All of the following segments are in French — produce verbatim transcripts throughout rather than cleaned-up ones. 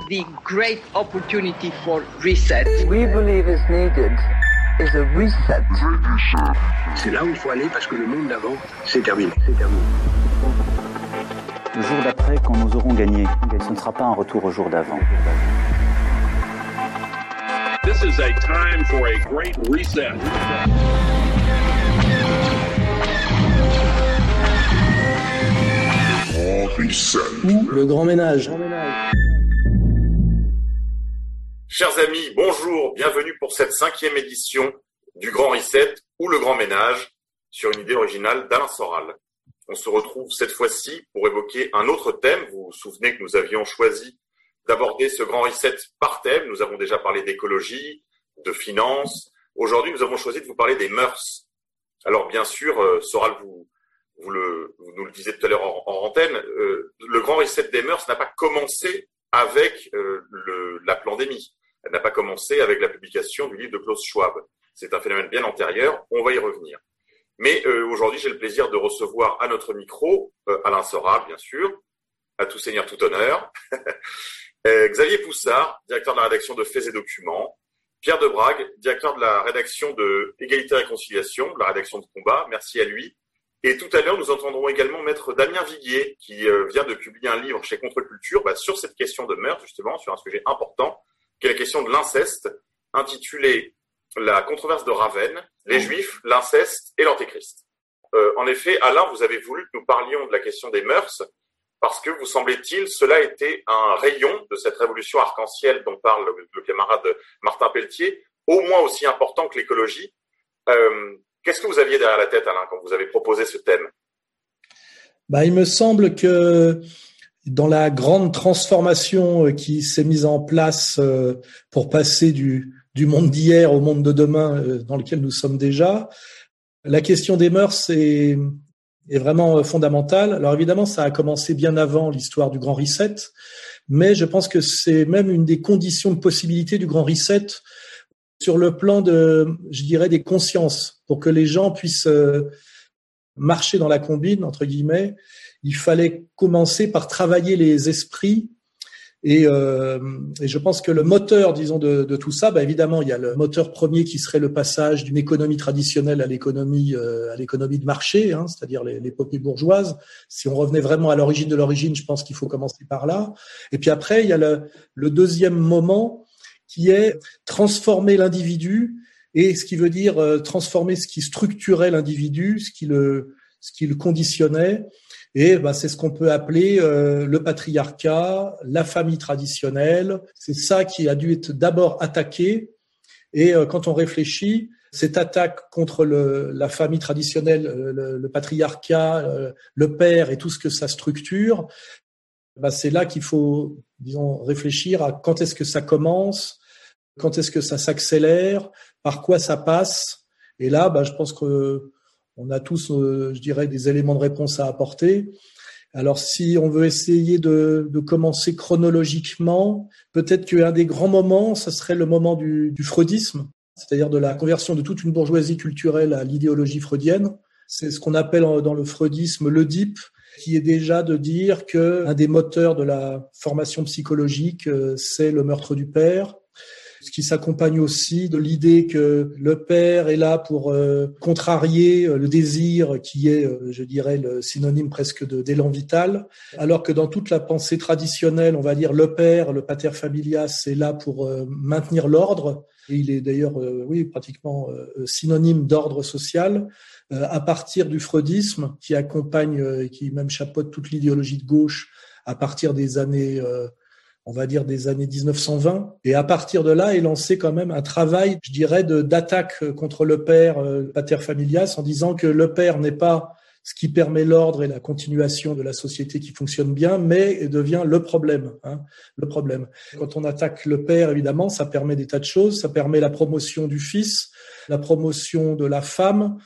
the great opportunity for reset. We believe is needed is a reset. C'est là où il faut aller parce que le monde d'avant, c'est terminé. C'est terminé. Le jour d'après, quand nous aurons gagné, ce ne sera pas un retour au jour d'avant. This is a time for a great reset. Ou le grand ménage. Chers amis, bonjour, bienvenue pour cette cinquième édition du Grand Reset ou le Grand Ménage sur une idée originale d'Alain Soral. On se retrouve cette fois-ci pour évoquer un autre thème. Vous vous souvenez que nous avions choisi d'aborder ce Grand Reset par thème. Nous avons déjà parlé d'écologie, de finances. Aujourd'hui, nous avons choisi de vous parler des mœurs. Alors bien sûr, euh, Soral, vous, vous, le, vous nous le disiez tout à l'heure en, en antenne, euh, le Grand Reset des mœurs n'a pas commencé avec euh, le, la pandémie. Elle n'a pas commencé avec la publication du livre de Klaus Schwab. C'est un phénomène bien antérieur, on va y revenir. Mais euh, aujourd'hui, j'ai le plaisir de recevoir à notre micro euh, Alain Soral, bien sûr, à tout seigneur, tout honneur, euh, Xavier Poussard, directeur de la rédaction de Faits et Documents, Pierre Debrague, directeur de la rédaction de Égalité et Réconciliation, de la rédaction de Combat, merci à lui. Et tout à l'heure, nous entendrons également maître Damien Viguier, qui euh, vient de publier un livre chez Contre-Culture bah, sur cette question de mœurs, justement, sur un sujet important, qui est la question de l'inceste, intitulé « La controverse de Ravenne, les Juifs, l'inceste et l'Antéchrist ». Euh, en effet, Alain, vous avez voulu que nous parlions de la question des mœurs, parce que, vous semblait-il, cela était un rayon de cette révolution arc-en-ciel dont parle le camarade Martin Pelletier, au moins aussi important que l'écologie. Euh, qu'est-ce que vous aviez derrière la tête, Alain, quand vous avez proposé ce thème ? Bah, il me semble que dans la grande transformation qui s'est mise en place pour passer du, du monde d'hier au monde de demain dans lequel nous sommes déjà, la question des mœurs est, est vraiment fondamentale. Alors évidemment, ça a commencé bien avant l'histoire du Grand Reset, mais je pense que c'est même une des conditions de possibilité du Grand Reset sur le plan de, je dirais, des consciences, pour que les gens puissent marcher dans la combine, entre guillemets. Il fallait commencer par travailler les esprits et, euh, et je pense que le moteur, disons, de, de tout ça, bah évidemment, il y a le moteur premier qui serait le passage d'une économie traditionnelle à l'économie euh, à l'économie de marché, hein, c'est-à-dire les, l'époque bourgeoise. Si on revenait vraiment à l'origine de l'origine, je pense qu'il faut commencer par là. Et puis après, il y a le, le deuxième moment qui est transformer l'individu, et ce qui veut dire euh, transformer ce qui structurait l'individu, ce qui le, ce qui le conditionnait. Et ben, c'est ce qu'on peut appeler euh, le patriarcat, la famille traditionnelle. C'est ça qui a dû être d'abord attaqué. Et euh, quand on réfléchit, cette attaque contre le, la famille traditionnelle, le, le patriarcat, euh, le père et tout ce que ça structure, ben, c'est là qu'il faut, disons, réfléchir à quand est-ce que ça commence, quand est-ce que ça s'accélère, par quoi ça passe. Et là, ben, je pense que on a tous, euh, je dirais, des éléments de réponse à apporter. Alors, si on veut essayer de, de commencer chronologiquement, peut-être qu'un des grands moments, ce serait le moment du, du freudisme, c'est-à-dire de la conversion de toute une bourgeoisie culturelle à l'idéologie freudienne. C'est ce qu'on appelle dans le freudisme l'Oedipe, qui est déjà de dire qu'un des moteurs de la formation psychologique, c'est le meurtre du père. Ce qui s'accompagne aussi de l'idée que le père est là pour euh, contrarier le désir qui est, euh, je dirais, le synonyme presque de, d'élan vital, alors que dans toute la pensée traditionnelle, on va dire le père, le pater familias, c'est là pour euh, maintenir l'ordre, et il est d'ailleurs, euh, oui, pratiquement euh, synonyme d'ordre social, euh, à partir du freudisme qui accompagne, euh, qui même chapeaute toute l'idéologie de gauche à partir des années... Euh, on va dire des années dix-neuf cent vingt. Et à partir de là est lancé quand même un travail, je dirais, de, d'attaque contre le père, le pater familias, en disant que le père n'est pas ce qui permet l'ordre et la continuation de la société qui fonctionne bien, mais devient le problème. Hein, le problème. Quand on attaque le père, évidemment, ça permet des tas de choses. Ça permet la promotion du fils, la promotion de la femme,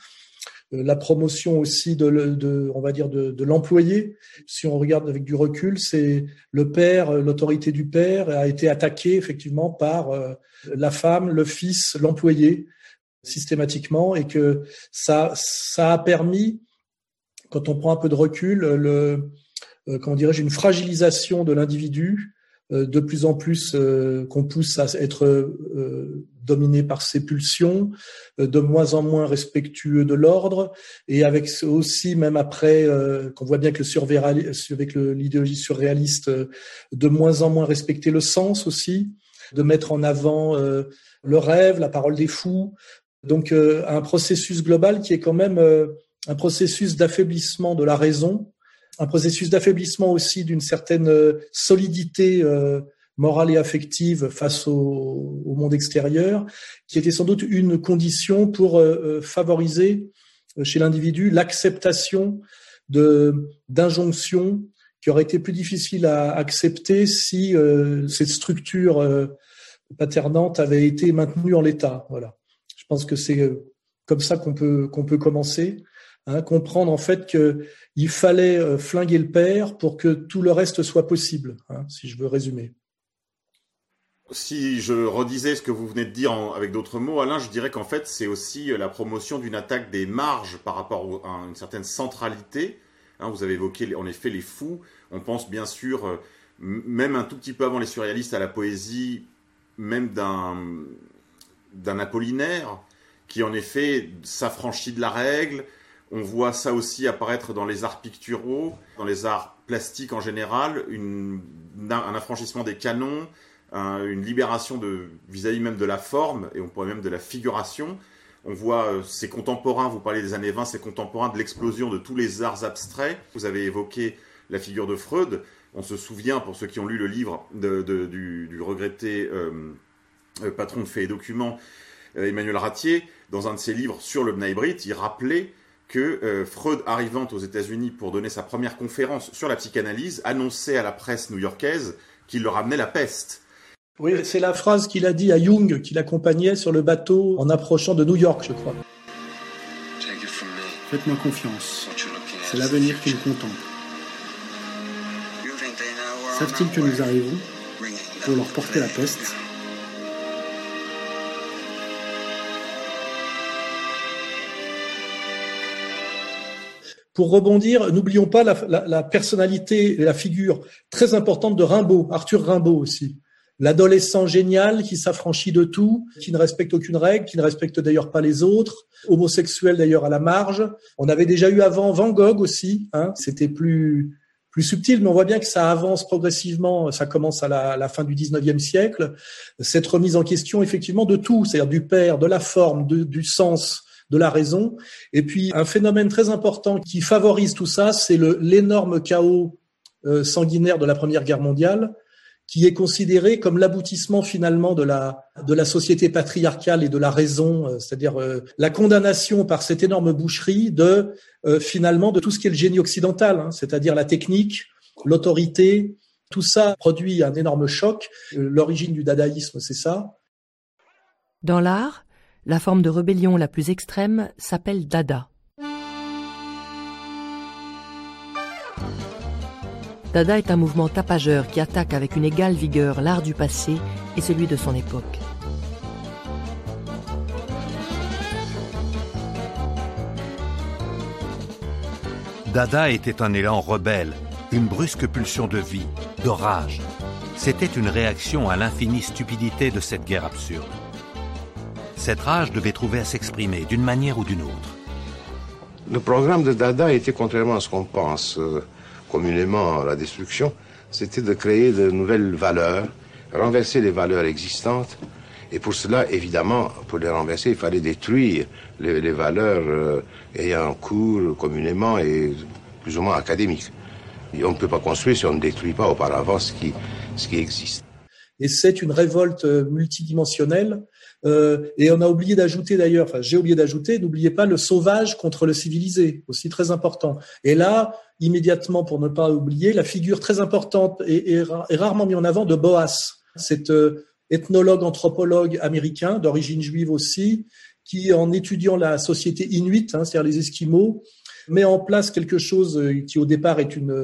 la promotion aussi de, de on va dire de, de l'employé. Si on regarde avec du recul, c'est le père, l'autorité du père a été attaquée effectivement par la femme, le fils, l'employé systématiquement, et que ça ça a permis, quand on prend un peu de recul, le comment dirais-je, une fragilisation de l'individu euh, de plus en plus euh, qu'on pousse à être euh, dominé par ses pulsions, euh, de moins en moins respectueux de l'ordre, et avec aussi, même après, euh, qu'on voit bien que le surréalisme, avec le, l'idéologie surréaliste, euh, de moins en moins respecter le sens aussi, de mettre en avant euh, le rêve, la parole des fous. Donc euh, un processus global qui est quand même euh, un processus d'affaiblissement de la raison, un processus d'affaiblissement aussi d'une certaine solidité euh, morale et affective face au, au monde extérieur, qui était sans doute une condition pour euh, favoriser chez l'individu l'acceptation de d'injonctions qui auraient été plus difficiles à accepter si euh, cette structure euh, paternante avait été maintenue en l'état. Voilà. Je pense que c'est comme ça qu'on peut qu'on peut commencer, hein, comprendre en fait que il fallait flinguer le père pour que tout le reste soit possible, hein, si je veux résumer. Si je redisais ce que vous venez de dire en, avec d'autres mots, Alain, je dirais qu'en fait, c'est aussi la promotion d'une attaque des marges par rapport à une certaine centralité. Hein, vous avez évoqué, en effet, les fous. On pense bien sûr, même un tout petit peu avant les surréalistes, à la poésie, même d'un, d'un Apollinaire, qui en effet s'affranchit de la règle. On voit ça aussi apparaître dans les arts picturaux, dans les arts plastiques en général, une, un affranchissement des canons, un, une libération de, vis-à-vis même de la forme, et on pourrait même de la figuration. On voit euh, ces contemporains, vous parlez des années vingt, ces contemporains de l'explosion de tous les arts abstraits. Vous avez évoqué la figure de Freud. On se souvient, pour ceux qui ont lu le livre de, de, du, du regretté euh, euh, patron de Faits et Documents, euh, Emmanuel Ratier, dans un de ses livres sur le Bnei Brit, il rappelait que euh, Freud, arrivant aux États-Unis pour donner sa première conférence sur la psychanalyse, annonçait à la presse new-yorkaise qu'il leur amenait la peste. Oui, c'est la phrase qu'il a dit à Jung, qui l'accompagnait sur le bateau en approchant de New York, je crois. Faites-moi confiance, c'est l'avenir qui nous contemple. Savent-ils que nous arrivons pour leur porter la peste ? Pour rebondir, n'oublions pas la, la, la personnalité et la figure très importante de Rimbaud, Arthur Rimbaud aussi. L'adolescent génial qui s'affranchit de tout, qui ne respecte aucune règle, qui ne respecte d'ailleurs pas les autres, homosexuel d'ailleurs à la marge. On avait déjà eu avant Van Gogh aussi, hein, c'était plus plus subtil, mais on voit bien que ça avance progressivement, ça commence à la, la fin du dix-neuvième siècle, cette remise en question effectivement de tout, c'est-à-dire du père, de la forme, de, du sens, de la raison. Et puis un phénomène très important qui favorise tout ça, c'est le, l'énorme chaos euh, sanguinaire de la Première Guerre mondiale, qui est considéré comme l'aboutissement finalement de la de la société patriarcale et de la raison, euh, c'est-à-dire euh, la condamnation par cette énorme boucherie de euh, finalement de tout ce qui est le génie occidental, hein, c'est-à-dire la technique, l'autorité. Tout ça produit un énorme choc. Euh, l'origine du dadaïsme, c'est ça. Dans l'art, la forme de rébellion la plus extrême s'appelle Dada. Dada est un mouvement tapageur qui attaque avec une égale vigueur l'art du passé et celui de son époque. Dada était un élan rebelle, une brusque pulsion de vie, de rage. C'était une réaction à l'infinie stupidité de cette guerre absurde. Cette rage devait trouver à s'exprimer d'une manière ou d'une autre. Le programme de Dada était, contrairement à ce qu'on pense euh, communément, la destruction, c'était de créer de nouvelles valeurs, renverser les valeurs existantes. Et pour cela, évidemment, pour les renverser, il fallait détruire les, les valeurs euh, ayant cours communément et plus ou moins académiques. Et on ne peut pas construire si on ne détruit pas auparavant ce qui, ce qui existe. Et c'est une révolte multidimensionnelle. Euh, et on a oublié d'ajouter d'ailleurs, enfin j'ai oublié d'ajouter, n'oubliez pas le sauvage contre le civilisé, aussi très important. Et là, immédiatement, pour ne pas oublier, la figure très importante et, et, et rarement mise en avant de Boas, cet euh, ethnologue, anthropologue américain, d'origine juive aussi, qui, en étudiant la société inuite, hein, c'est-à-dire les Esquimaux, met en place quelque chose qui au départ est une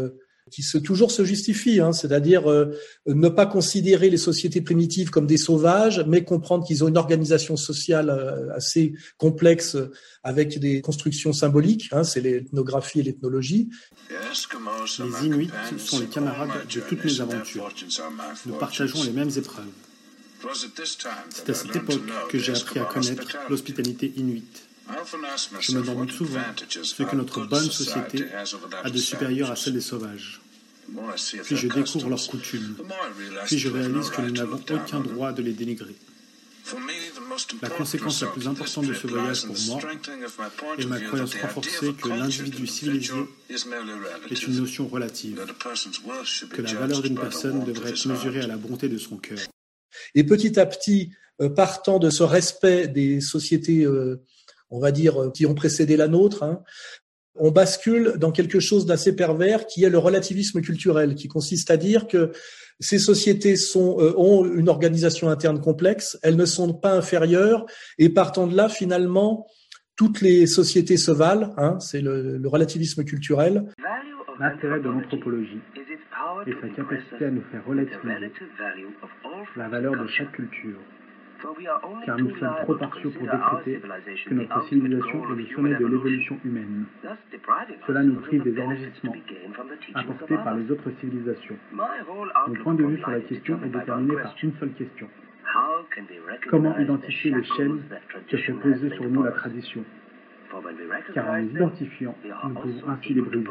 qui se toujours se justifie, hein, c'est-à-dire euh, ne pas considérer les sociétés primitives comme des sauvages, mais comprendre qu'ils ont une organisation sociale euh, assez complexe euh, avec des constructions symboliques, hein, c'est l'ethnographie et l'ethnologie. Les Inuits sont les camarades de toutes mes aventures. Nous partageons les mêmes épreuves. C'est à cette époque que j'ai appris à connaître l'hospitalité inuite. Je me demande souvent ce que notre bonne société a de supérieur à celle des sauvages. Puis je découvre leurs coutumes. Puis je réalise que nous n'avons aucun droit de les dénigrer. La conséquence la plus importante de ce voyage pour moi est ma croyance renforcée que l'individu civilisé est une notion relative, que la valeur d'une personne devrait être mesurée à la bonté de son cœur. Et petit à petit, partant de ce respect des sociétés, on va dire, qui ont précédé la nôtre, hein, on bascule dans quelque chose d'assez pervers qui est le relativisme culturel, qui consiste à dire que ces sociétés sont, euh, ont une organisation interne complexe, elles ne sont pas inférieures, et partant de là, finalement, toutes les sociétés se valent, hein, c'est le, le relativisme culturel. L'intérêt de l'anthropologie est sa capacité à nous faire relativiser la valeur de chaque culture, car nous sommes trop partiaux pour décréter que notre civilisation est le sommet de l'évolution humaine. Cela nous prive des enrichissements apportés par les autres civilisations. Mon point de vue sur la question est déterminé par une seule question. Comment identifier les chaînes que fait peser sur nous la tradition? Car en les identifiant, nous pouvons ainsi les briser.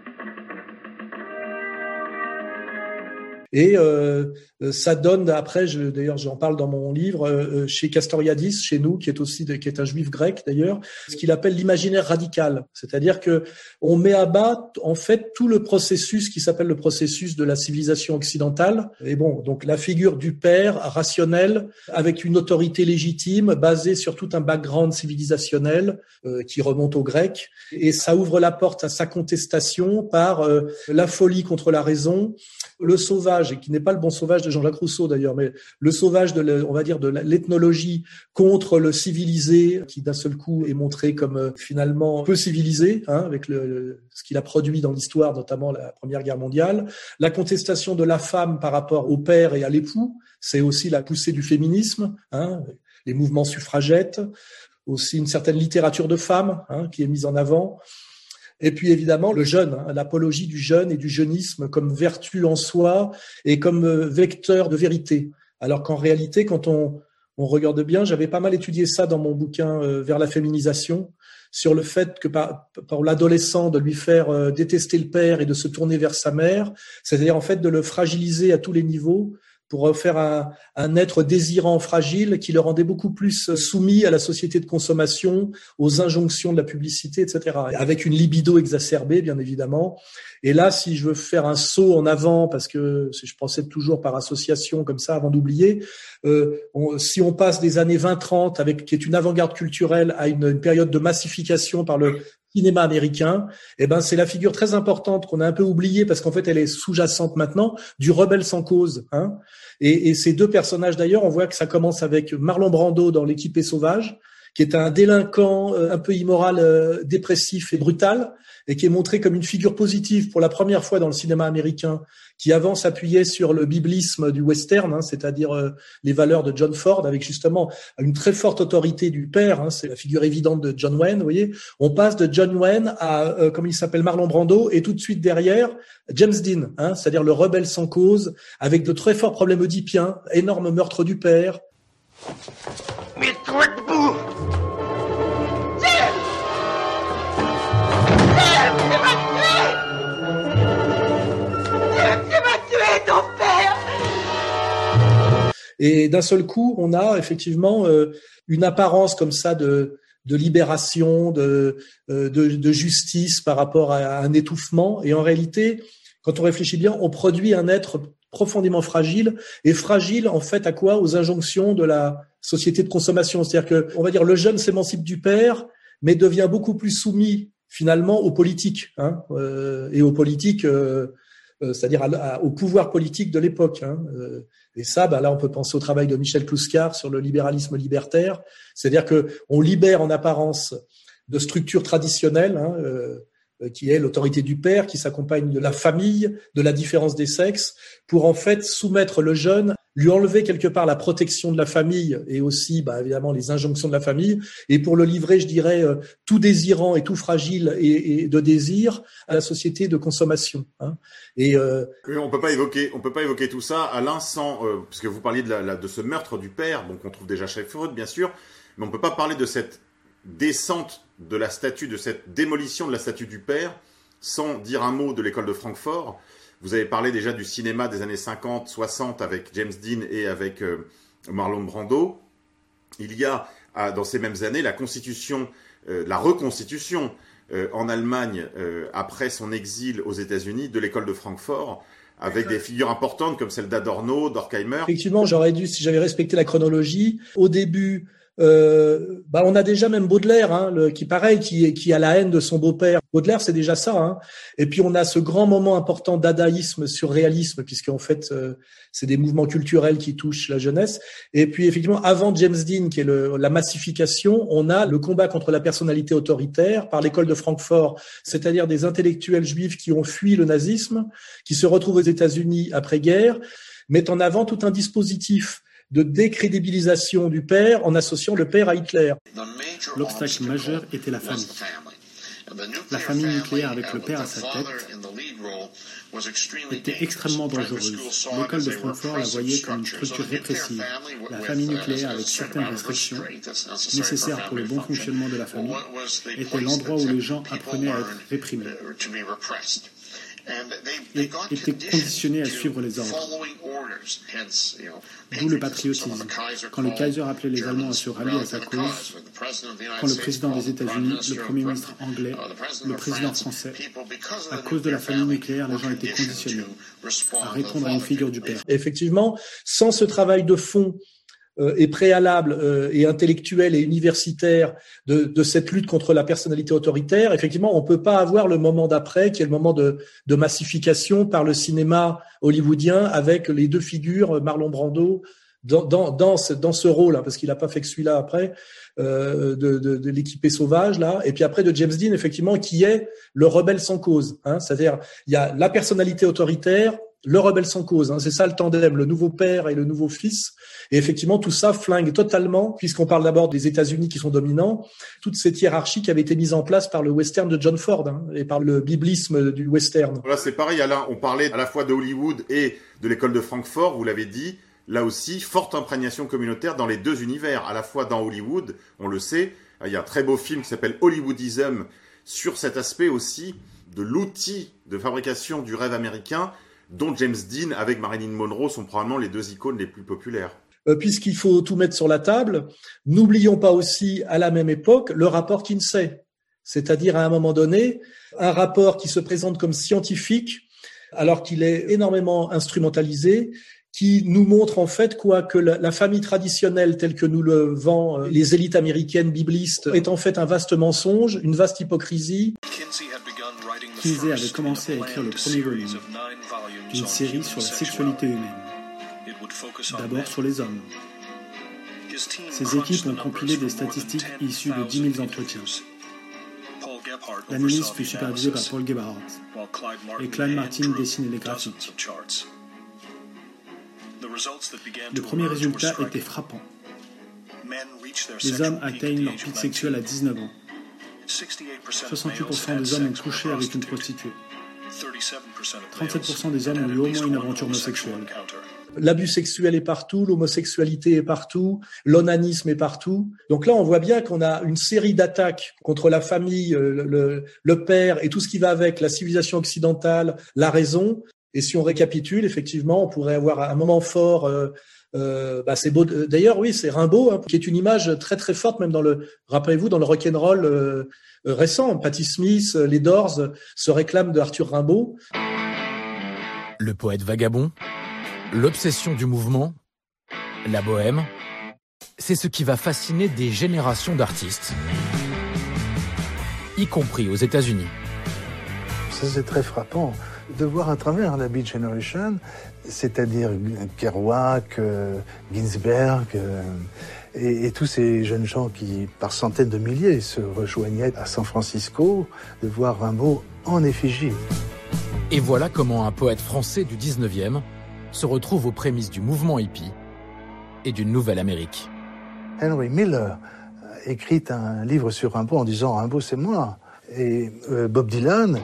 Et euh, ça donne après, je, d'ailleurs j'en parle dans mon livre, euh, chez Castoriadis, chez nous, qui est aussi de, qui est un juif grec d'ailleurs, ce qu'il appelle l'imaginaire radical, c'est-à-dire que on met à bas en fait tout le processus qui s'appelle le processus de la civilisation occidentale. Et bon, donc la figure du père rationnel avec une autorité légitime basée sur tout un background civilisationnel euh, qui remonte aux Grecs, et ça ouvre la porte à sa contestation par euh, la folie contre la raison, le sauvage, et qui n'est pas le bon sauvage de Jean-Jacques Rousseau d'ailleurs, mais le sauvage de, le, on va dire, de l'ethnologie contre le civilisé, qui d'un seul coup est montré comme euh, finalement peu civilisé, hein, avec le, le, ce qu'il a produit dans l'histoire, notamment la Première Guerre mondiale. La contestation de la femme par rapport au père et à l'époux, c'est aussi la poussée du féminisme, hein, les mouvements suffragettes, aussi une certaine littérature de femmes, hein, qui est mise en avant. Et puis évidemment le jeûne, hein, l'apologie du jeûne et du jeunisme comme vertu en soi et comme vecteur de vérité. Alors qu'en réalité, quand on, on regarde bien, j'avais pas mal étudié ça dans mon bouquin euh, Vers la féminisation, sur le fait que par, par l'adolescent de lui faire euh, détester le père et de se tourner vers sa mère, c'est-à-dire en fait de le fragiliser à tous les niveaux, pour faire un, un être désirant fragile qui le rendait beaucoup plus soumis à la société de consommation, aux injonctions de la publicité, et cetera. Avec une libido exacerbée, bien évidemment. Et là, si je veux faire un saut en avant, parce que je procède toujours par association comme ça, avant d'oublier, euh, on, si on passe des années vingt trente, avec qui est une avant-garde culturelle, à une, une période de massification par le cinéma américain, eh ben c'est la figure très importante qu'on a un peu oubliée parce qu'en fait elle est sous-jacente maintenant du rebelle sans cause, hein. Et, et ces deux personnages d'ailleurs, on voit que ça commence avec Marlon Brando dans L'équipé sauvage, qui est un délinquant euh, un peu immoral, euh, dépressif et brutal, et qui est montré comme une figure positive pour la première fois dans le cinéma américain, qui avant s'appuyait sur le biblisme du western, hein, c'est-à-dire euh, les valeurs de John Ford, avec justement une très forte autorité du père, hein, c'est la figure évidente de John Wayne, vous voyez. On passe de John Wayne à, euh, comme il s'appelle, Marlon Brando, et tout de suite derrière, James Dean, hein, c'est-à-dire le rebelle sans cause, avec de très forts problèmes oedipiens, énorme meurtre du père. Mets-toi debout! Et d'un seul coup, on a effectivement euh, une apparence comme ça de, de libération, de, euh, de, de justice par rapport à un étouffement. Et en réalité, quand on réfléchit bien, on produit un être profondément fragile. Et fragile, en fait, à quoi? Aux injonctions de la société de consommation. C'est-à-dire que, on va dire, le jeune s'émancipe du père, mais devient beaucoup plus soumis finalement aux politiques, hein, euh, et aux politiques, euh, euh, c'est-à-dire à, à, au pouvoir politique de l'époque. Hein, euh, et ça, bah là, on peut penser au travail de Michel Clouscar sur le libéralisme libertaire, c'est-à-dire que on libère en apparence de structures traditionnelles, hein, euh, qui est l'autorité du père, qui s'accompagne de la famille, de la différence des sexes, pour en fait soumettre le jeune, lui enlever quelque part la protection de la famille et aussi, bah, évidemment, les injonctions de la famille, et pour le livrer, je dirais, euh, tout désirant et tout fragile et, et de désir à la société de consommation. Hein. Et euh, on peut pas évoquer, on peut pas évoquer tout ça, Alain, sans, euh, parce que vous parliez de, la, la, de ce meurtre du père, bon, qu'on trouve déjà chez Freud, bien sûr, mais on peut pas parler de cette descente de la statue, de cette démolition de la statue du père, sans dire un mot de l'école de Francfort. Vous avez parlé déjà du cinéma des années cinquante, soixante avec James Dean et avec euh, Marlon Brando. Il y a, à, dans ces mêmes années, la constitution, euh, la reconstitution euh, en Allemagne, euh, après son exil aux États-Unis, de l'école de Francfort, avec des figures importantes comme celle d'Adorno, d'Horkheimer. Effectivement, j'aurais dû, si j'avais respecté la chronologie, au début, Euh, bah on a déjà même Baudelaire, hein, le, qui pareil, qui, qui a la haine de son beau-père. Baudelaire, c'est déjà ça. Hein. Et puis on a ce grand moment important dadaïsme, surréalisme, puisqu'en fait euh, c'est des mouvements culturels qui touchent la jeunesse. Et puis effectivement, avant James Dean, qui est le, la massification, on a le combat contre la personnalité autoritaire par l'école de Francfort, c'est-à-dire des intellectuels juifs qui ont fui le nazisme, qui se retrouvent aux États-Unis après-guerre, mettent en avant tout un dispositif de décrédibilisation du père en associant le père à Hitler. L'obstacle majeur était la famille. La famille nucléaire avec le père à sa tête était extrêmement dangereuse. L'école de Francfort la voyait comme une structure répressive. La famille nucléaire avec certaines restrictions nécessaires pour le bon fonctionnement de la famille était l'endroit où les gens apprenaient à être réprimés et étaient conditionnés à suivre les ordres. D'où le patriotisme. Quand le Kaiser appelait les Allemands à se rallier à sa cause, quand le président des États-Unis, le premier ministre anglais, le président français, à cause de la famille nucléaire, les gens étaient conditionnés à répondre à une figure du père. Effectivement, sans ce travail de fond euh, et préalable euh, et intellectuel et universitaire de, de cette lutte contre la personnalité autoritaire, effectivement, on peut pas avoir le moment d'après, qui est le moment de, de massification par le cinéma hollywoodien avec les deux figures, Marlon Brando, dans, dans, dans, ce, dans ce rôle, hein, parce qu'il n'a pas fait que celui-là après, euh, de, de, de l'équipé sauvage, là, et puis après de James Dean, effectivement, qui est le rebelle sans cause. Hein, c'est-à-dire, il y a la personnalité autoritaire, le rebelle sans cause, hein, c'est ça le tandem, le nouveau père et le nouveau fils. Et effectivement, tout ça flingue totalement, puisqu'on parle d'abord des États-Unis qui sont dominants, toute cette hiérarchie qui avait été mise en place par le western de John Ford, hein, et par le biblisme du western. Voilà, c'est pareil, Alain, on parlait à la fois de Hollywood et de l'école de Francfort, vous l'avez dit, là aussi, forte imprégnation communautaire dans les deux univers, à la fois dans Hollywood, on le sait, il y a un très beau film qui s'appelle Hollywoodism, sur cet aspect aussi de l'outil de fabrication du rêve américain, dont James Dean avec Marilyn Monroe sont probablement les deux icônes les plus populaires. Euh, puisqu'il faut tout mettre sur la table, n'oublions pas aussi à la même époque le rapport Kinsey, c'est-à-dire à un moment donné, un rapport qui se présente comme scientifique alors qu'il est énormément instrumentalisé, qui nous montre en fait quoi que la, la famille traditionnelle telle que nous le vend euh, les élites américaines biblistes est en fait un vaste mensonge, une vaste hypocrisie. Kinsey avait commencé à écrire le premier volume d'une série sur la sexualité humaine, d'abord sur les hommes. Ses équipes ont compilé des statistiques issues de dix mille entretiens. L'analyse fut supervisée par Paul Gebhardt et Clyde Martin dessinait les graphiques. Le premier résultat était frappant. Les hommes atteignent leur pic sexuel à dix-neuf ans. soixante-huit pour cent des hommes ont couché avec une prostituée. trente-sept pour cent des hommes ont eu au moins une aventure homosexuelle. L'abus sexuel est partout, l'homosexualité est partout, l'onanisme est partout. Donc là, on voit bien qu'on a une série d'attaques contre la famille, le, le, le père et tout ce qui va avec, la civilisation occidentale, la raison. Et si on récapitule, effectivement, on pourrait avoir un moment fort. Euh, euh, bah c'est beau. D'ailleurs, oui, c'est Rimbaud, hein, qui est une image très très forte, même dans le. Rappelez-vous, dans le rock'n'roll euh, récent, Patti Smith, les Doors se réclament de Arthur Rimbaud. Le poète vagabond, l'obsession du mouvement, la bohème, c'est ce qui va fasciner des générations d'artistes, y compris aux États-Unis. Ça, c'est très frappant de voir à travers la Beat Generation, c'est-à-dire Kerouac, euh, Ginsberg, euh, et, et tous ces jeunes gens qui, par centaines de milliers, se rejoignaient à San Francisco, de voir Rimbaud en effigie. Et voilà comment un poète français du dix-neuvième se retrouve aux prémices du mouvement hippie et d'une nouvelle Amérique. Henry Miller écrit un livre sur Rimbaud en disant « Rimbaud, c'est moi ». Et euh, Bob Dylan,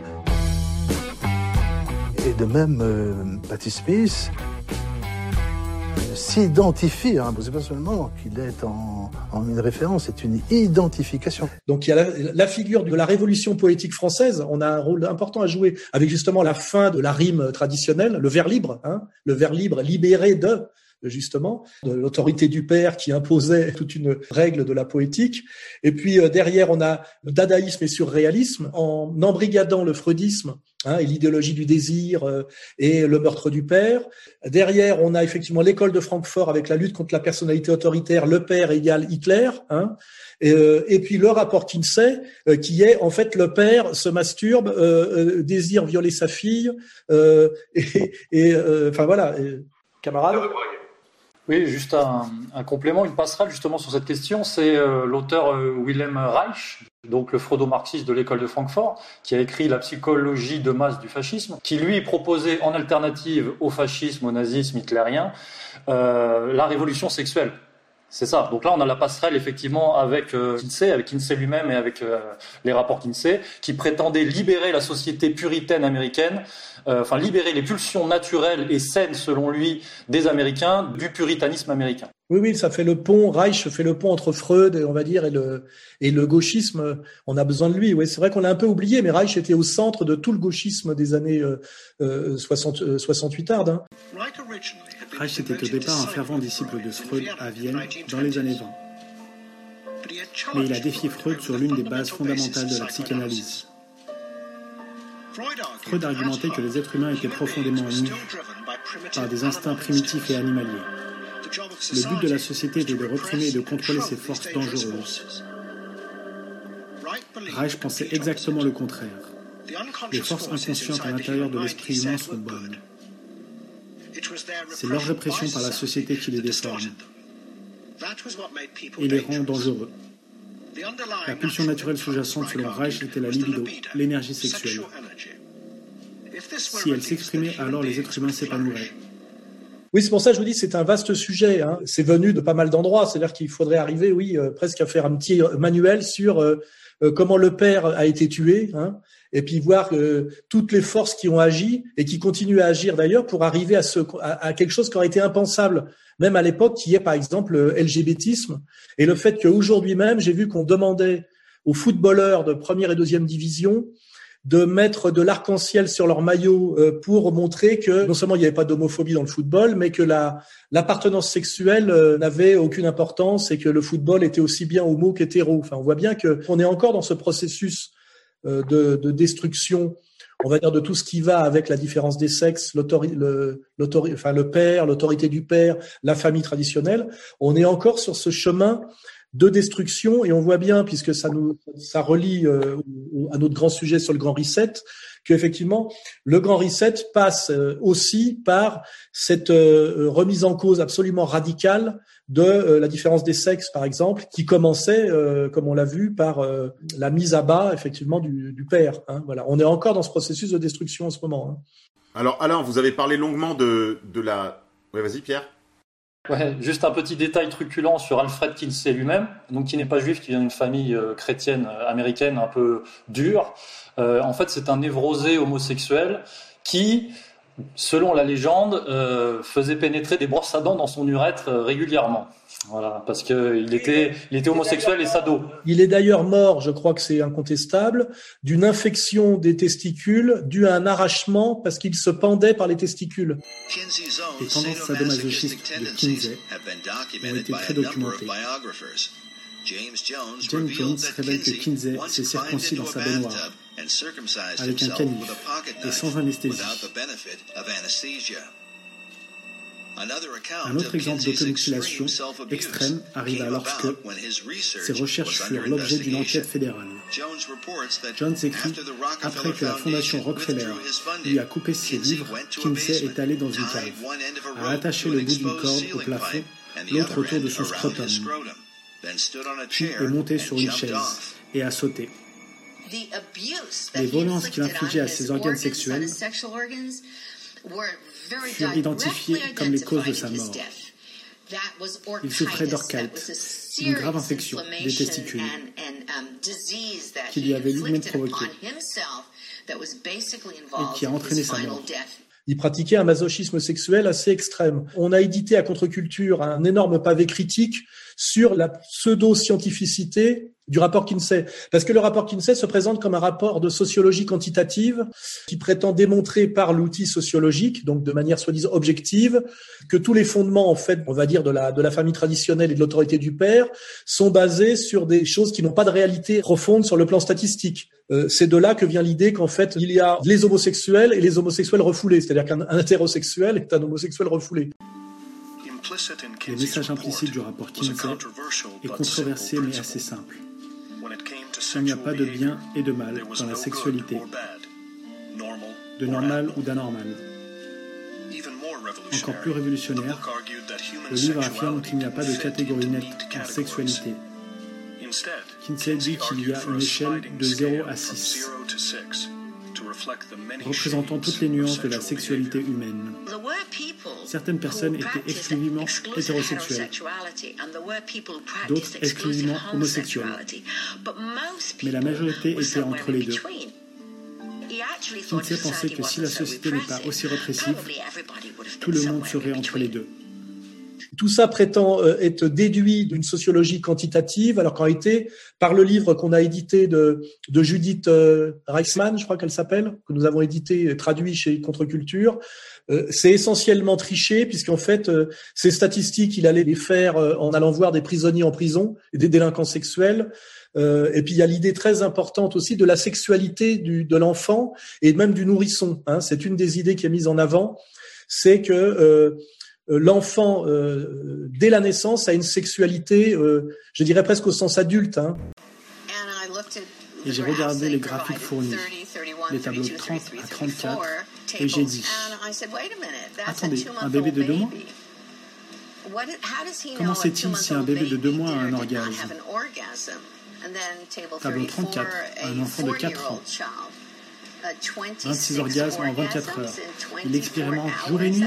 et de même euh, Patti Smith, s'identifie à Rimbaud. C'est pas seulement qu'il est en, en une référence, c'est une identification. Donc il y a la, la figure de la révolution poétique française. On a un rôle important à jouer avec justement la fin de la rime traditionnelle, le vers libre, hein, le vers libre libéré de... justement, de l'autorité du père qui imposait toute une règle de la poétique. Et puis euh, derrière, on a le dadaïsme et surréalisme en embrigadant le freudisme hein, et l'idéologie du désir euh, et le meurtre du père. Derrière, on a effectivement l'école de Francfort avec la lutte contre la personnalité autoritaire, le père égale Hitler. Hein, et, euh, et puis le rapport Kinsey, euh, qui est en fait le père se masturbe, euh, euh, désire violer sa fille, euh, et, et euh, enfin voilà. Et, camarade. Oui, juste un, un complément, une passerelle justement sur cette question, c'est euh, l'auteur euh, Wilhelm Reich, donc le freudo-marxiste de l'école de Francfort, qui a écrit La psychologie de masse du fascisme, qui lui proposait en alternative au fascisme, au nazisme hitlérien, euh, la révolution sexuelle. C'est ça. Donc là, on a la passerelle effectivement avec euh, Kinsey, avec Kinsey lui-même et avec euh, les rapports Kinsey, qui prétendaient libérer la société puritaine américaine, euh, enfin libérer les pulsions naturelles et saines, selon lui, des Américains, du puritanisme américain. Oui, oui, ça fait le pont. Reich fait le pont entre Freud, on va dire, et le et le gauchisme. On a besoin de lui. Oui, c'est vrai qu'on l'a un peu oublié, mais Reich était au centre de tout le gauchisme des années euh, euh, soixante, euh, soixante-huit Hein. Reich était au départ un fervent disciple de Freud à Vienne dans les années vingt. Mais il a défié Freud sur l'une des bases fondamentales de la psychanalyse. Freud argumentait que les êtres humains étaient profondément unis par des instincts primitifs et animaliers. Le but de la société était de réprimer et de contrôler ces forces dangereuses. Reich pensait exactement le contraire. Les forces inconscientes à l'intérieur de l'esprit humain sont bonnes. C'est leur répression par la société qui les déforme et les rend dangereux. La pulsion naturelle sous-jacente selon Reich était la libido, l'énergie sexuelle. Si elle s'exprimait, alors les êtres humains s'épanouiraient. Oui, c'est pour ça que je vous dis c'est un vaste sujet. Hein. C'est venu de pas mal d'endroits. C'est-à-dire qu'il faudrait arriver, oui, euh, presque à faire un petit manuel sur euh, euh, comment le père a été tué, hein, et puis voir euh, toutes les forces qui ont agi et qui continuent à agir d'ailleurs pour arriver à, ce, à, à quelque chose qui aurait été impensable, même à l'époque, qui est par exemple le LGBTisme. Et le fait qu'aujourd'hui même, j'ai vu qu'on demandait aux footballeurs de première et deuxième division de mettre de l'arc-en-ciel sur leur maillot pour montrer que non seulement il n'y avait pas d'homophobie dans le football, mais que la l'appartenance sexuelle n'avait aucune importance et que le football était aussi bien homo qu'hétéro. Enfin, on voit bien que on est encore dans ce processus de, de destruction, on va dire, de tout ce qui va avec la différence des sexes, l'autori, le, l'autori, enfin le père, l'autorité du père, la famille traditionnelle. On est encore sur ce chemin de destruction, et on voit bien, puisque ça nous ça relie euh, à notre grand sujet sur le Grand Reset, qu'effectivement le Grand Reset passe euh, aussi par cette euh, remise en cause absolument radicale de euh, la différence des sexes, par exemple, qui commençait, euh, comme on l'a vu, par euh, la mise à bas effectivement du, du père. Hein, voilà, on est encore dans ce processus de destruction en ce moment. Hein. Alors Alain, vous avez parlé longuement de de la. Ouais, vas-y Pierre. Ouais, juste un petit détail truculent sur Alfred Kinsey lui-même, donc qui n'est pas juif, qui vient d'une famille euh, chrétienne euh, américaine un peu dure. Euh, en fait, c'est un névrosé homosexuel qui, selon la légende, euh, faisait pénétrer des brosses à dents dans son urètre euh, régulièrement. Voilà, parce que il était, il était homosexuel et sado. Il est d'ailleurs mort, je crois que c'est incontestable, d'une infection des testicules due à un arrachement parce qu'il se pendait par les testicules. Les tendances sadomasochistes de Kinsey ont été très documentées. James Jones révèle que Kinsey s'est circoncis dans sa baignoire avec un canif et sans anesthésie. Un autre exemple d'automutilation extrême arriva lorsque ses recherches furent l'objet d'une enquête fédérale. Jones écrit « Après que la fondation Rockefeller lui a coupé ses livres, Kinsey est allé dans une cave, a attaché le bout d'une corde au plafond, l'autre autour de son scrotum, puis est monté sur une chaise et a sauté. Les violences qu'il infligeait à ses organes sexuels furent identifiées comme les causes de sa mort. Il souffrait d'orchite, une grave infection des testicules qui lui avait lui-même provoquée et qui a entraîné sa mort. Il pratiquait un masochisme sexuel assez extrême. On a édité à Contre-Culture un énorme pavé critique sur la pseudo-scientificité du rapport Kinsey. Parce que le rapport Kinsey se présente comme un rapport de sociologie quantitative qui prétend démontrer par l'outil sociologique, donc de manière soi-disant objective, que tous les fondements, en fait, on va dire, de la, de la famille traditionnelle et de l'autorité du père sont basés sur des choses qui n'ont pas de réalité profonde sur le plan statistique. Euh, c'est de là que vient l'idée qu'en fait, il y a les homosexuels et les homosexuels refoulés, c'est-à-dire qu'un un hétérosexuel est un homosexuel refoulé. Le message implicite du rapport Kinsey est controversé mais assez simple. Il n'y a pas de bien et de mal dans la sexualité, de normal ou d'anormal. Encore plus révolutionnaire, le livre affirme qu'il n'y a pas de catégorie nette en sexualité. Kinsey dit qu'il y a une échelle de zéro à six, représentant toutes les nuances de la sexualité humaine. Certaines personnes étaient exclusivement hétérosexuelles, d'autres exclusivement homosexuelles, mais la majorité était entre les deux. Kinsey pensait que si la société n'est pas aussi répressive, tout le monde serait entre les deux. Tout ça prétend euh, être déduit d'une sociologie quantitative, alors qu'en réalité, par le livre qu'on a édité de, de Judith euh, Reichsman, je crois qu'elle s'appelle, que nous avons édité, traduit chez Contre-Culture, euh, c'est essentiellement triché, puisqu'en fait, euh, ces statistiques, il allait les faire euh, en allant voir des prisonniers en prison et des délinquants sexuels. Euh, et puis il y a l'idée très importante aussi de la sexualité du, de l'enfant et même du nourrisson. Hein. C'est une des idées qui est mise en avant, c'est que euh, l'enfant, euh, dès la naissance, a une sexualité, euh, je dirais presque au sens adulte. Hein. Et j'ai regardé les graphiques fournis, les tableaux trente à trente-quatre, et j'ai dit, attendez, un bébé de deux mois ? Comment sait-il si un bébé de deux mois a un orgasme ? Tableau trente-quatre, un enfant de quatre ans. vingt-six orgasmes en vingt-quatre heures. Il expérimente jour et nuit.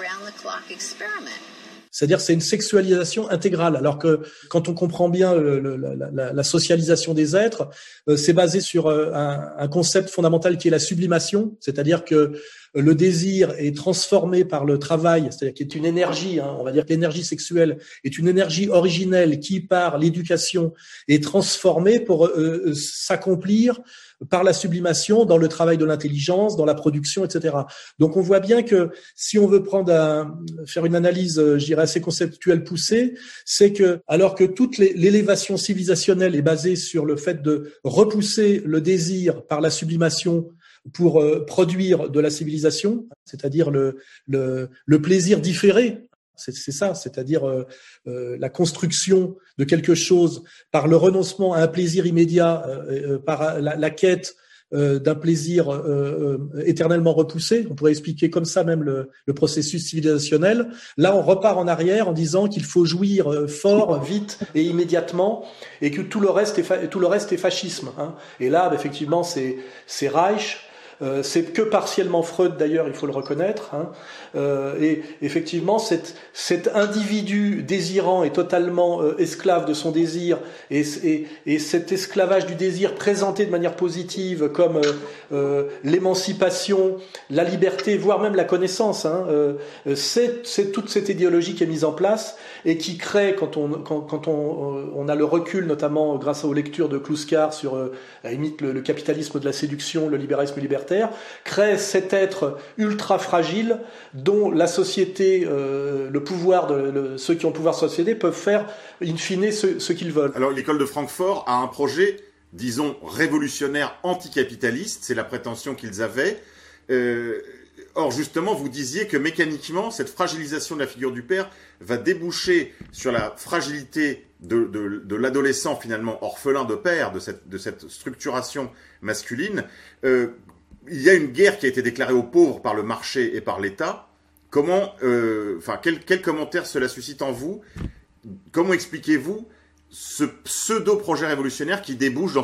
C'est-à-dire c'est une sexualisation intégrale, alors que quand on comprend bien le, le, la, la socialisation des êtres, euh, c'est basé sur euh, un, un concept fondamental qui est la sublimation, c'est-à-dire que le désir est transformé par le travail, c'est-à-dire qu'il est une énergie, hein, on va dire que l'énergie sexuelle est une énergie originelle qui, par l'éducation, est transformée pour euh, s'accomplir par la sublimation dans le travail de l'intelligence, dans la production, et cetera. Donc on voit bien que si on veut prendre un, faire une analyse, je dirais assez conceptuelle poussée, c'est que alors que toute les, l'élévation civilisationnelle est basée sur le fait de repousser le désir par la sublimation pour euh, produire de la civilisation, c'est-à-dire le, le, le plaisir différé. C'est, c'est ça, c'est-à-dire euh, euh, la construction de quelque chose par le renoncement à un plaisir immédiat, euh, euh, par la, la quête euh, d'un plaisir euh, euh, éternellement repoussé. On pourrait expliquer comme ça même le, le processus civilisationnel. Là, on repart en arrière en disant qu'il faut jouir euh, fort, vite et immédiatement, et que tout le reste est, fa- tout le reste est fascisme. Hein. Et là, bah, effectivement, c'est, c'est Reich. Euh, c'est que partiellement Freud d'ailleurs, il faut le reconnaître. Hein. Euh, et effectivement, cet, cet individu désirant est totalement euh, esclave de son désir, et, et, et cet esclavage du désir présenté de manière positive comme euh, euh, l'émancipation, la liberté, voire même la connaissance, hein, euh, c'est, c'est toute cette idéologie qui est mise en place et qui crée, quand on, quand, quand on, on a le recul, notamment grâce aux lectures de Kluskar sur euh, à la limite, le, le capitalisme de la séduction, le libéralisme libertaire, crée cet être ultra fragile dont la société, euh, le pouvoir, de, le, ceux qui ont le pouvoir sur la société peuvent faire in fine ce, ce qu'ils veulent. Alors l'école de Francfort a un projet, disons, révolutionnaire anticapitaliste, c'est la prétention qu'ils avaient. Euh, or justement, vous disiez que mécaniquement, cette fragilisation de la figure du père va déboucher sur la fragilité de, de, de l'adolescent finalement orphelin de père, de cette, de cette structuration masculine. Euh, il y a une guerre qui a été déclarée aux pauvres par le marché et par l'État. Comment, euh, enfin, quel, quel commentaire cela suscite en vous ? Comment expliquez-vous ce pseudo-projet révolutionnaire qui débouche dans son contraire ?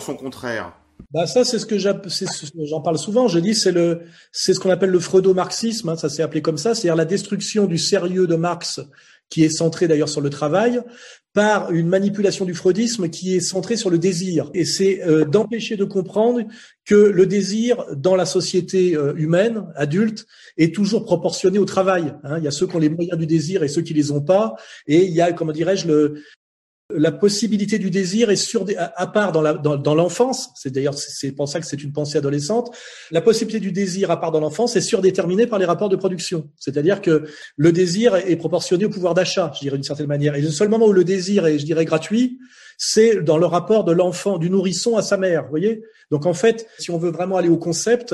Bah ça, c'est ce que j'en parle souvent. Je dis, c'est le, c'est ce qu'on appelle le freudo-marxisme. Hein, ça s'est appelé comme ça, c'est-à-dire la destruction du sérieux de Marx, qui est centré d'ailleurs sur le travail, par une manipulation du freudisme qui est centrée sur le désir. Et c'est euh, d'empêcher de comprendre que le désir dans la société euh, humaine, adulte, est toujours proportionné au travail. Hein. Il y a ceux qui ont les moyens du désir et ceux qui les ont pas. Et il y a, comment dirais-je, le la possibilité du désir est sur à part dans la dans, dans l'enfance, c'est d'ailleurs c'est pour ça que c'est une pensée adolescente. La possibilité du désir à part dans l'enfance est surdéterminée par les rapports de production, c'est-à-dire que le désir est proportionné au pouvoir d'achat, je dirais d'une certaine manière. Et le seul moment où le désir est, je dirais, gratuit, c'est dans le rapport de l'enfant, du nourrisson à sa mère. Vous voyez. Donc en fait, si on veut vraiment aller au concept,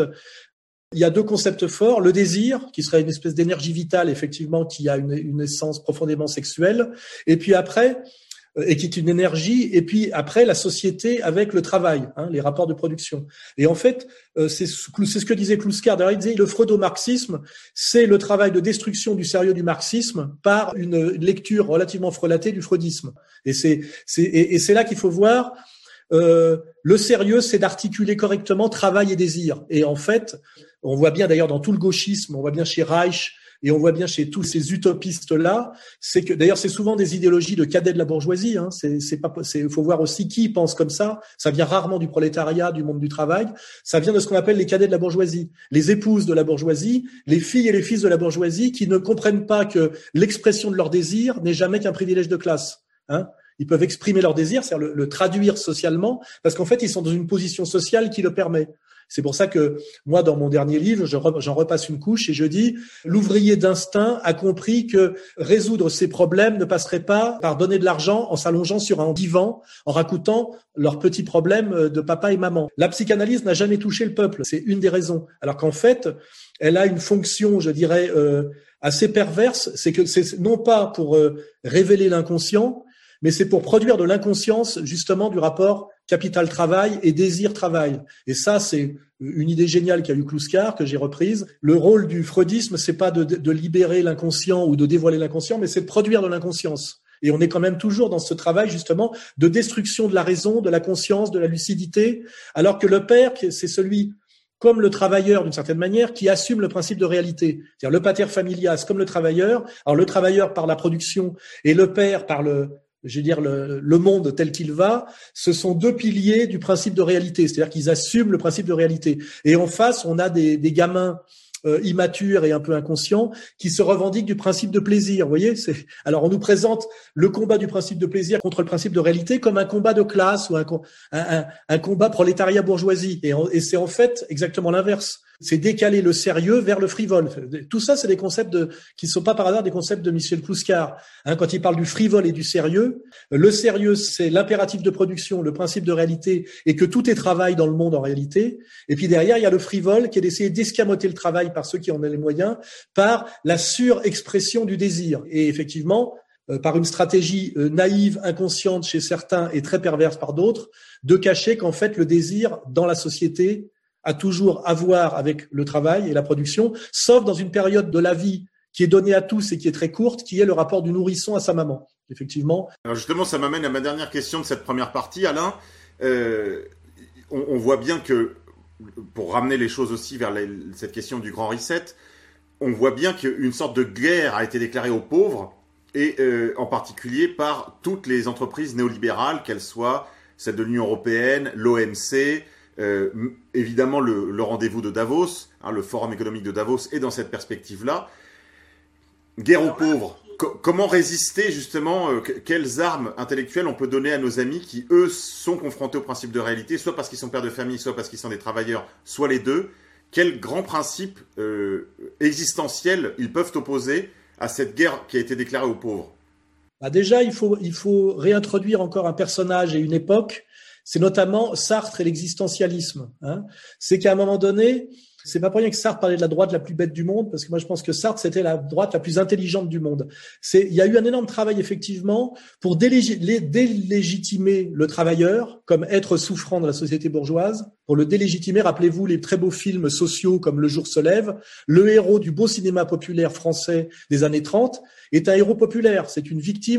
il y a deux concepts forts, le désir, qui serait une espèce d'énergie vitale, effectivement, qui a une, une essence profondément sexuelle, et puis après, et qui est une énergie, et puis après la société avec le travail, hein, les rapports de production. Et en fait, euh, c'est, c'est ce que disait Kluskar. D'ailleurs, il disait le freudo-marxisme, c'est le travail de destruction du sérieux du marxisme par une lecture relativement frelatée du freudisme. Et c'est, c'est, et, et c'est là qu'il faut voir. Euh, le sérieux, c'est d'articuler correctement travail et désir. Et en fait, on voit bien d'ailleurs dans tout le gauchisme, on voit bien chez Reich, et on voit bien chez tous ces utopistes-là, c'est que d'ailleurs c'est souvent des idéologies de cadets de la bourgeoisie. Hein, c'est, c'est pas, c'est, faut voir aussi qui pense comme ça. Ça vient rarement du prolétariat, du monde du travail. Ça vient de ce qu'on appelle les cadets de la bourgeoisie, les épouses de la bourgeoisie, les filles et les fils de la bourgeoisie qui ne comprennent pas que l'expression de leur désir n'est jamais qu'un privilège de classe. Hein. Ils peuvent exprimer leur désir, c'est-à-dire le, le traduire socialement, parce qu'en fait ils sont dans une position sociale qui le permet. C'est pour ça que moi, dans mon dernier livre, je re, j'en repasse une couche et je dis l'ouvrier d'instinct a compris que résoudre ses problèmes ne passerait pas par donner de l'argent en s'allongeant sur un divan, en racontant leurs petits problèmes de papa et maman. La psychanalyse n'a jamais touché le peuple, c'est une des raisons. Alors qu'en fait, elle a une fonction, je dirais, euh, assez perverse, c'est que c'est non pas pour euh, révéler l'inconscient, mais c'est pour produire de l'inconscience, justement, du rapport capital-travail et désir-travail. Et ça, c'est une idée géniale qu'a eu Kluskar, que j'ai reprise. Le rôle du freudisme, c'est pas de, de libérer l'inconscient ou de dévoiler l'inconscient, mais c'est de produire de l'inconscience. Et on est quand même toujours dans ce travail, justement, de destruction de la raison, de la conscience, de la lucidité, alors que le père, c'est celui, comme le travailleur, d'une certaine manière, qui assume le principe de réalité. C'est-à-dire le pater familias comme le travailleur. Alors le travailleur par la production et le père par le je veux dire, le, le monde tel qu'il va, ce sont deux piliers du principe de réalité, c'est-à-dire qu'ils assument le principe de réalité. Et en face, on a des, des gamins euh, immatures et un peu inconscients qui se revendiquent du principe de plaisir. Vous voyez, c'est, alors on nous présente le combat du principe de plaisir contre le principe de réalité comme un combat de classe ou un, un, un, un combat prolétariat-bourgeoisie. Et, et c'est en fait exactement l'inverse. C'est décaler le sérieux vers le frivole. Tout ça, c'est des concepts de, qui ne sont pas par hasard des concepts de Michel Kluskar. Hein, quand il parle du frivole et du sérieux, le sérieux, c'est l'impératif de production, le principe de réalité, et que tout est travail dans le monde en réalité. Et puis derrière, il y a le frivole qui est d'essayer d'escamoter le travail par ceux qui en ont les moyens, par la surexpression du désir. Et effectivement, euh, par une stratégie euh, naïve, inconsciente chez certains et très perverse par d'autres, de cacher qu'en fait, le désir dans la société à toujours à voir avec le travail et la production, sauf dans une période de la vie qui est donnée à tous et qui est très courte, qui est le rapport du nourrisson à sa maman, effectivement. Alors justement, ça m'amène à ma dernière question de cette première partie, Alain. Euh, on, on voit bien que, pour ramener les choses aussi vers les, cette question du grand reset, on voit bien qu'une sorte de guerre a été déclarée aux pauvres, et euh, en particulier par toutes les entreprises néolibérales, qu'elles soient celles de l'Union européenne, l'O M C, Euh, évidemment le, le rendez-vous de Davos, hein, le forum économique de Davos est dans cette perspective-là. Guerre aux pauvres. Co- comment résister justement euh, que- Quelles armes intellectuelles on peut donner à nos amis qui, eux, sont confrontés au principe de réalité, soit parce qu'ils sont pères de famille, soit parce qu'ils sont des travailleurs, soit les deux. Quels grands principes euh, existentiels ils peuvent opposer à cette guerre qui a été déclarée aux pauvres? Bah déjà, il faut, il faut réintroduire encore un personnage et une époque. C'est notamment Sartre et l'existentialisme. Hein. C'est qu'à un moment donné, c'est pas pour rien que Sartre parlait de la droite la plus bête du monde, parce que moi je pense que Sartre c'était la droite la plus intelligente du monde. C'est, il y a eu un énorme travail effectivement pour délég- délégitimer le travailleur comme être souffrant de la société bourgeoise, pour le délégitimer. Rappelez-vous les très beaux films sociaux comme Le jour se lève. Le héros du beau cinéma populaire français des années trente est un héros populaire. C'est une victime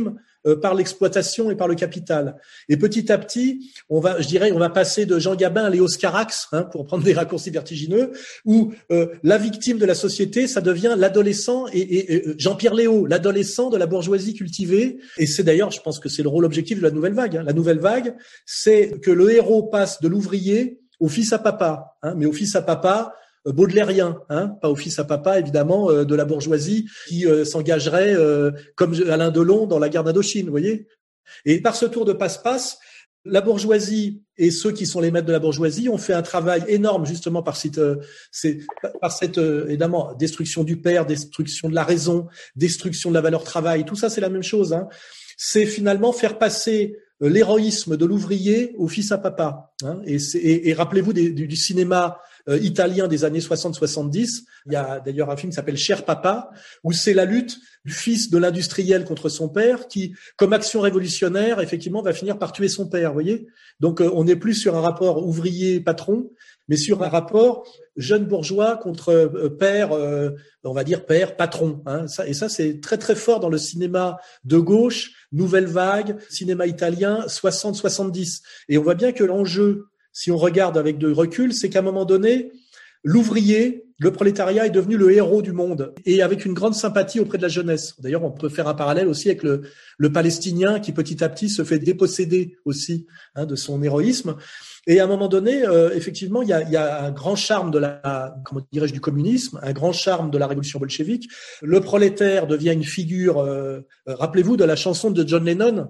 euh, par l'exploitation et par le capital. Et petit à petit, on va, je dirais, on va passer de Jean Gabin à Léos Carax, hein, pour prendre des raccourcis vertigineux, où euh, la victime de la société, ça devient l'adolescent et, et, et Jean-Pierre Léaud, l'adolescent de la bourgeoisie cultivée. Et c'est d'ailleurs, je pense que c'est le rôle objectif de la nouvelle vague. Hein. La nouvelle vague, c'est que le héros passe de l'ouvrier au fils à papa, hein, mais au fils à papa baudelairien, hein, pas au fils à papa évidemment euh, de la bourgeoisie qui euh, s'engagerait euh, comme Alain Delon dans la guerre d'Indochine, vous voyez. Et par ce tour de passe-passe, la bourgeoisie et ceux qui sont les maîtres de la bourgeoisie ont fait un travail énorme justement par cette, euh, c'est, par cette euh, évidemment destruction du père, destruction de la raison, destruction de la valeur travail. Tout ça c'est la même chose. Hein. C'est finalement faire passer euh, l'héroïsme de l'ouvrier au fils à papa. Hein. Et, c'est, et, et rappelez-vous des, du, du cinéma Euh, italien des années soixante soixante-dix. Il y a d'ailleurs un film qui s'appelle Cher Papa, où c'est la lutte du fils de l'industriel contre son père qui, comme action révolutionnaire, effectivement, va finir par tuer son père, vous voyez. Donc, euh, on n'est plus sur un rapport ouvrier-patron, mais sur un rapport jeune bourgeois contre euh, père, euh, on va dire père, patron. Hein. Ça, et ça, c'est très très fort dans le cinéma de gauche, nouvelle vague, cinéma italien, soixante soixante-dix. Et on voit bien que l'enjeu, si on regarde avec de recul, c'est qu'à un moment donné, l'ouvrier, le prolétariat est devenu le héros du monde et avec une grande sympathie auprès de la jeunesse. D'ailleurs, on peut faire un parallèle aussi avec le, le Palestinien qui petit à petit se fait déposséder aussi hein, de son héroïsme. Et à un moment donné, euh, effectivement, il y a, il y a un grand charme de la, comment dirais-je, du communisme, un grand charme de la révolution bolchevique. Le prolétaire devient une figure. Euh, euh, rappelez-vous de la chanson de John Lennon.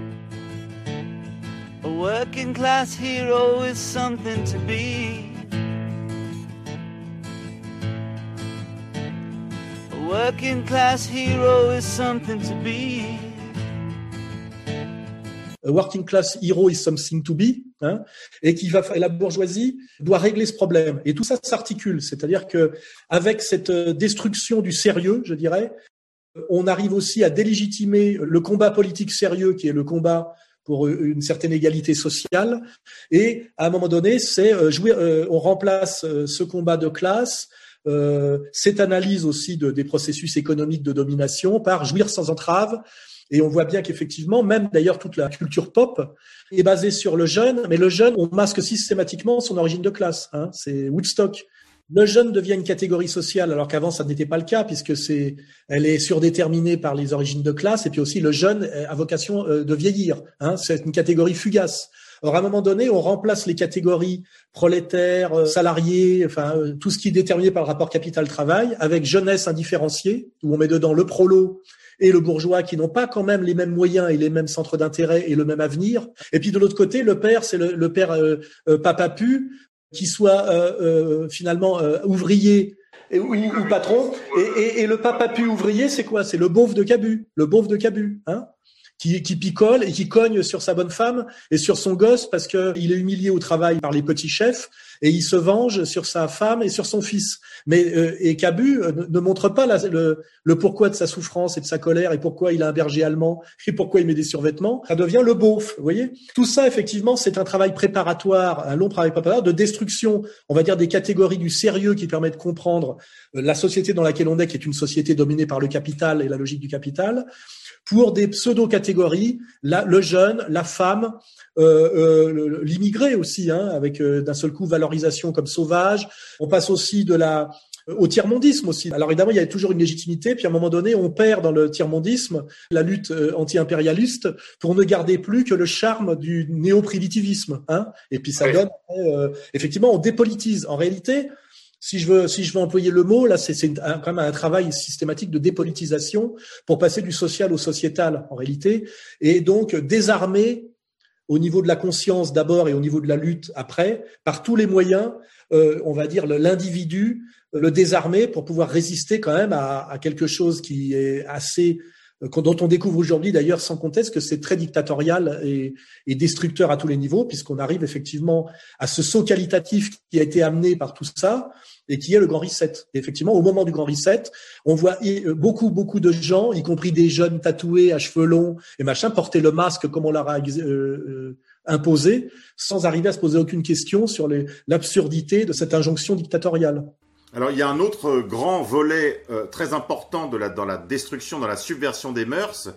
A working class hero is something to be. A working class hero is something to be. A working class hero is something to be, hein, et qui va, la bourgeoisie doit régler ce problème. Et tout ça s'articule, c'est-à-dire que avec cette destruction du sérieux, je dirais, on arrive aussi à délégitimer le combat politique sérieux, qui est le combat pour une certaine égalité sociale, et à un moment donné, c'est euh, jouer, euh, on remplace euh, ce combat de classe, euh, cette analyse aussi de, des processus économiques de domination par jouir sans entrave, et on voit bien qu'effectivement, même d'ailleurs toute la culture pop est basée sur le jeune, mais le jeune, on masque systématiquement son origine de classe, hein, c'est Woodstock. Le jeune devient une catégorie sociale, alors qu'avant ça n'était pas le cas, puisque c'est, elle est surdéterminée par les origines de classe, et puis aussi le jeune a vocation de vieillir. Hein, c'est une catégorie fugace. Or, à un moment donné, on remplace les catégories prolétaires, salariés, enfin tout ce qui est déterminé par le rapport capital-travail, avec jeunesse indifférenciée, où on met dedans le prolo et le bourgeois qui n'ont pas quand même les mêmes moyens et les mêmes centres d'intérêt et le même avenir. Et puis de l'autre côté, le père, c'est le, le père euh, euh, papa pu, qui soit euh, euh, finalement euh, ouvrier et, ou, ou patron, et, et, et le papa pu ouvrier, c'est quoi? C'est le beauf de Cabu, le beauf de Cabu, hein, qui, qui picole et qui cogne sur sa bonne femme et sur son gosse parce que il est humilié au travail par les petits chefs et il se venge sur sa femme et sur son fils. Mais euh, et Cabu euh, ne montre pas la, le, le pourquoi de sa souffrance et de sa colère et pourquoi il a un berger allemand et pourquoi il met des survêtements. Ça devient le beauf, vous voyez. Tout ça, effectivement, c'est un travail préparatoire, un long travail préparatoire de destruction, on va dire, des catégories du sérieux qui permet de comprendre euh, la société dans laquelle on est, qui est une société dominée par le capital et la logique du capital, pour des pseudo-catégories, la, le jeune, la femme, euh, euh, l'immigré aussi, hein, avec euh, d'un seul coup valorisation comme sauvage. On passe aussi de la au tiers-mondisme aussi. Alors évidemment, il y a toujours une légitimité, puis à un moment donné, on perd dans le tiers-mondisme la lutte euh, anti-impérialiste pour ne garder plus que le charme du néo-primitivisme. Hein, et puis ça oui. donne, euh, effectivement, on dépolitise. En réalité, Si je veux, si je veux employer le mot, là, c'est, c'est un, quand même un travail systématique de dépolitisation pour passer du social au sociétal, en réalité, et donc désarmer au niveau de la conscience d'abord et au niveau de la lutte après, par tous les moyens, euh, on va dire l'individu, le désarmer pour pouvoir résister quand même à, à quelque chose qui est assez dont on découvre aujourd'hui d'ailleurs sans conteste que c'est très dictatorial et, et destructeur à tous les niveaux, puisqu'on arrive effectivement à ce saut qualitatif qui a été amené par tout ça et qui est le grand reset. Et effectivement, au moment du grand reset, on voit beaucoup, beaucoup de gens, y compris des jeunes tatoués à cheveux longs et machin, porter le masque comme on leur a euh, euh, imposé, sans arriver à se poser aucune question sur les, l'absurdité de cette injonction dictatoriale. Alors, il y a un autre grand volet euh, très important de la, dans la destruction, dans la subversion des mœurs,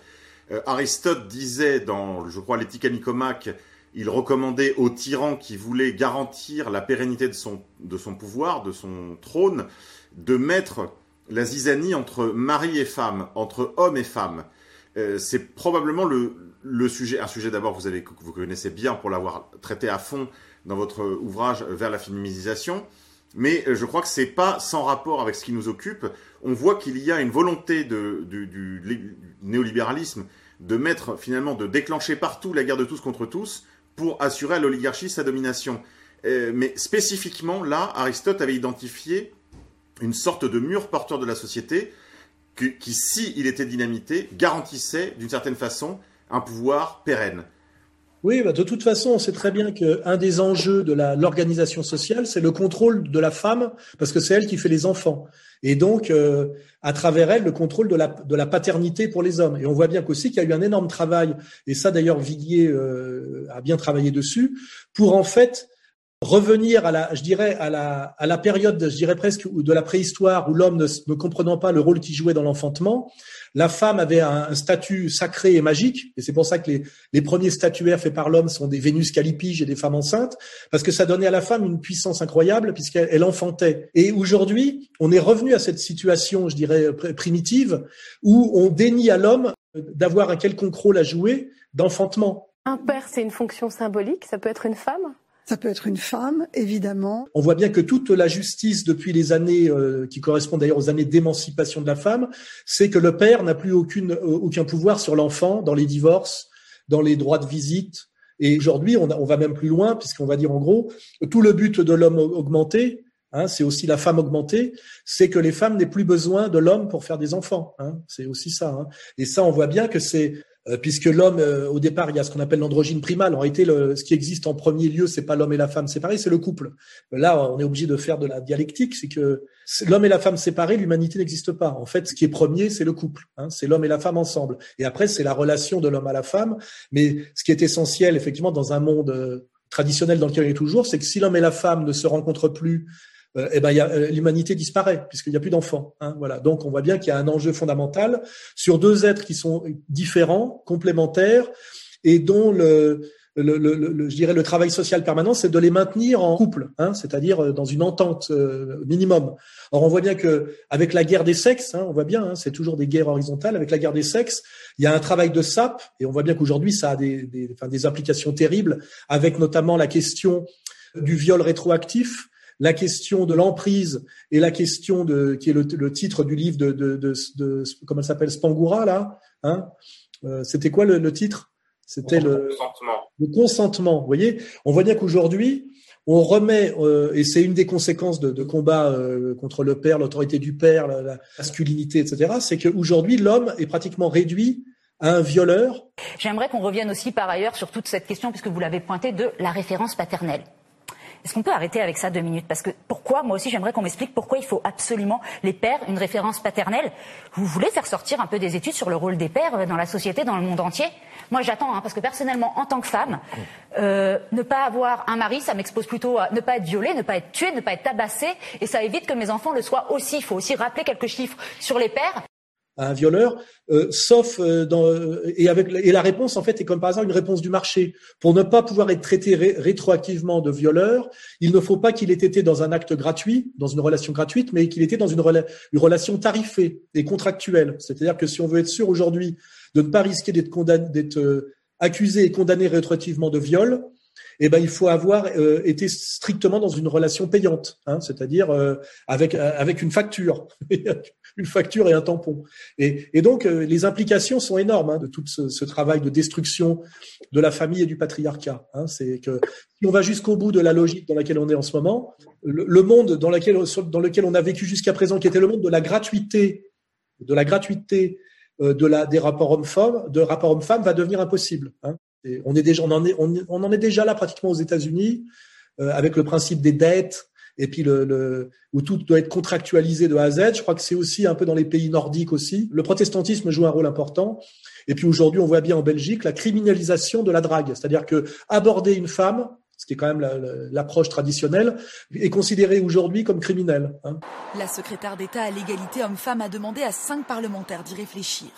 Euh, Aristote disait dans, je crois, l'Éthique à Nicomaque, il recommandait aux tyrans qui voulaient garantir la pérennité de son, de son pouvoir, de son trône, de mettre la zizanie entre mari et femme, entre homme et femme. Euh, c'est probablement le, le sujet, un sujet d'abord vous avez, que vous connaissez bien pour l'avoir traité à fond dans votre ouvrage Vers la féminisation, mais je crois que c'est pas sans rapport avec ce qui nous occupe. On voit qu'il y a une volonté de, du, du, du néolibéralisme de mettre, finalement, de déclencher partout la guerre de tous contre tous, pour assurer à l'oligarchie sa domination. Euh, mais spécifiquement, là, Aristote avait identifié une sorte de mur porteur de la société qui, qui si il était dynamité, garantissait d'une certaine façon un pouvoir pérenne. Oui, bah de toute façon, on sait très bien qu'un des enjeux de la, l'organisation sociale, c'est le contrôle de la femme, parce que c'est elle qui fait les enfants. Et donc, euh, à travers elle, le contrôle de la, de la paternité pour les hommes. Et on voit bien qu'aussi qu'il y a eu un énorme travail, et ça d'ailleurs Viguier euh, a bien travaillé dessus, pour en fait revenir à la, je dirais, à la, à la période, je dirais presque, de la préhistoire, où l'homme ne, ne comprenant pas le rôle qu'il jouait dans l'enfantement, la femme avait un, un statut sacré et magique, et c'est pour ça que les, les premiers statuaires faits par l'homme sont des Vénus callipyges et des femmes enceintes, parce que ça donnait à la femme une puissance incroyable puisqu'elle elle enfantait. Et aujourd'hui, on est revenu à cette situation, je dirais, primitive, où on dénie à l'homme d'avoir un quelconque rôle à jouer d'enfantement. Un père, c'est une fonction symbolique, ça peut être une femme ? Ça peut être une femme, évidemment. On voit bien que toute la justice depuis les années, euh, qui correspondent d'ailleurs aux années d'émancipation de la femme, c'est que le père n'a plus aucune, euh, aucun pouvoir sur l'enfant dans les divorces, dans les droits de visite. Et aujourd'hui, on, a, on va même plus loin, puisqu'on va dire en gros, tout le but de l'homme augmenté, hein, c'est aussi la femme augmentée, c'est que les femmes n'aient plus besoin de l'homme pour faire des enfants. Hein, c'est aussi ça. Hein. Et ça, on voit bien que c'est... Euh, puisque l'homme, euh, au départ, il y a ce qu'on appelle l'androgyne primale. En réalité, le, ce qui existe en premier lieu, c'est pas l'homme et la femme séparés, c'est le couple. Là, on est obligé de faire de la dialectique, c'est que l'homme et la femme séparés, l'humanité n'existe pas. En fait, ce qui est premier, c'est le couple. Hein, c'est l'homme et la femme ensemble. Et après, c'est la relation de l'homme à la femme. Mais ce qui est essentiel, effectivement, dans un monde euh, traditionnel dans lequel on est toujours, c'est que si l'homme et la femme ne se rencontrent plus, Euh, eh ben, il y a, euh, l'humanité disparaît puisqu'il n'y a plus d'enfants. Hein, voilà. Donc, on voit bien qu'il y a un enjeu fondamental sur deux êtres qui sont différents, complémentaires, et dont le, le, le, le je dirais, le travail social permanent, c'est de les maintenir en couple, hein, c'est-à-dire dans une entente euh, minimum. Or, on voit bien que avec la guerre des sexes, hein, on voit bien, hein, c'est toujours des guerres horizontales. Avec la guerre des sexes, il y a un travail de sape, et on voit bien qu'aujourd'hui, ça a des, des, enfin, des applications terribles, avec notamment la question du viol rétroactif, la question de l'emprise et la question de qui est le, le titre du livre de, de, de, de comment elle s'appelle, Spangura là, hein, euh, c'était quoi le, le titre? C'était le consentement. Le consentement. Vous voyez, on voit bien qu'aujourd'hui on remet euh, et c'est une des conséquences de, de combat euh, contre le père, l'autorité du père, la, la masculinité, et cetera. C'est qu'aujourd'hui l'homme est pratiquement réduit à un violeur. J'aimerais qu'on revienne aussi par ailleurs sur toute cette question, puisque vous l'avez pointé, de la référence paternelle. Est-ce qu'on peut arrêter avec ça deux minutes? Parce que pourquoi, moi aussi j'aimerais qu'on m'explique pourquoi il faut absolument les pères, une référence paternelle. Vous voulez faire sortir un peu des études sur le rôle des pères dans la société, dans le monde entier? Moi j'attends, hein, parce que personnellement, en tant que femme, euh, ne pas avoir un mari, ça m'expose plutôt à ne pas être violée, ne pas être tuée, ne pas être tabassée, et ça évite que mes enfants le soient aussi. Il faut aussi rappeler quelques chiffres sur les pères. À un violeur, euh, sauf euh, dans et avec et la réponse en fait est comme par hasard une réponse du marché. Pour ne pas pouvoir être traité ré, rétroactivement de violeur, il ne faut pas qu'il ait été dans un acte gratuit, dans une relation gratuite, mais qu'il ait été dans une, rela, une relation tarifée et contractuelle. C'est-à-dire que si on veut être sûr aujourd'hui de ne pas risquer d'être condamné, d'être euh, accusé et condamné rétroactivement de viol, eh ben il faut avoir euh, été strictement dans une relation payante, hein, c'est-à-dire euh, avec euh, avec une facture, une facture et un tampon. Et, et donc euh, les implications sont énormes hein, de tout ce, ce travail de destruction de la famille et du patriarcat. Hein, c'est que si on va jusqu'au bout de la logique dans laquelle on est en ce moment, le, le monde dans lequel dans lequel on a vécu jusqu'à présent, qui était le monde de la gratuité, de la gratuité euh, de la des rapports hommes-femmes, de rapports hommes-femmes, va devenir impossible. Hein. Et on est déjà, on en est, on, on en est déjà là pratiquement aux États-Unis euh, avec le principe des dettes et puis le, le où tout doit être contractualisé de A à Z. Je crois que c'est aussi un peu dans les pays nordiques aussi. Le protestantisme joue un rôle important. Et puis aujourd'hui, on voit bien en Belgique la criminalisation de la drague, c'est-à-dire que aborder une femme, ce qui est quand même la, la, l'approche traditionnelle, est considéré aujourd'hui comme criminel. Hein. La secrétaire d'État à l'égalité homme-femme a demandé à cinq parlementaires d'y réfléchir.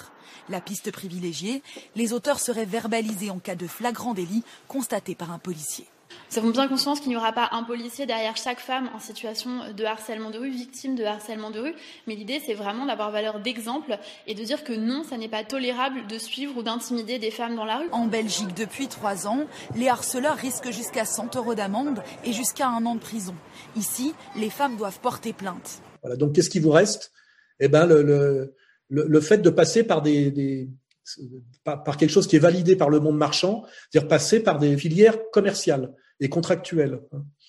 La piste privilégiée, les auteurs seraient verbalisés en cas de flagrant délit constaté par un policier. Nous avons bien conscience qu'il n'y aura pas un policier derrière chaque femme en situation de harcèlement de rue, victime de harcèlement de rue, mais l'idée c'est vraiment d'avoir valeur d'exemple et de dire que non, ça n'est pas tolérable de suivre ou d'intimider des femmes dans la rue. En Belgique, depuis trois ans, les harceleurs risquent jusqu'à cent euros d'amende et jusqu'à un an de prison. Ici, les femmes doivent porter plainte. Voilà, donc qu'est-ce qui vous reste ? Eh ben, le, le, le, le fait de passer par des... des... Par, par quelque chose qui est validé par le monde marchand, c'est-à-dire passer par des filières commerciales et contractuelles.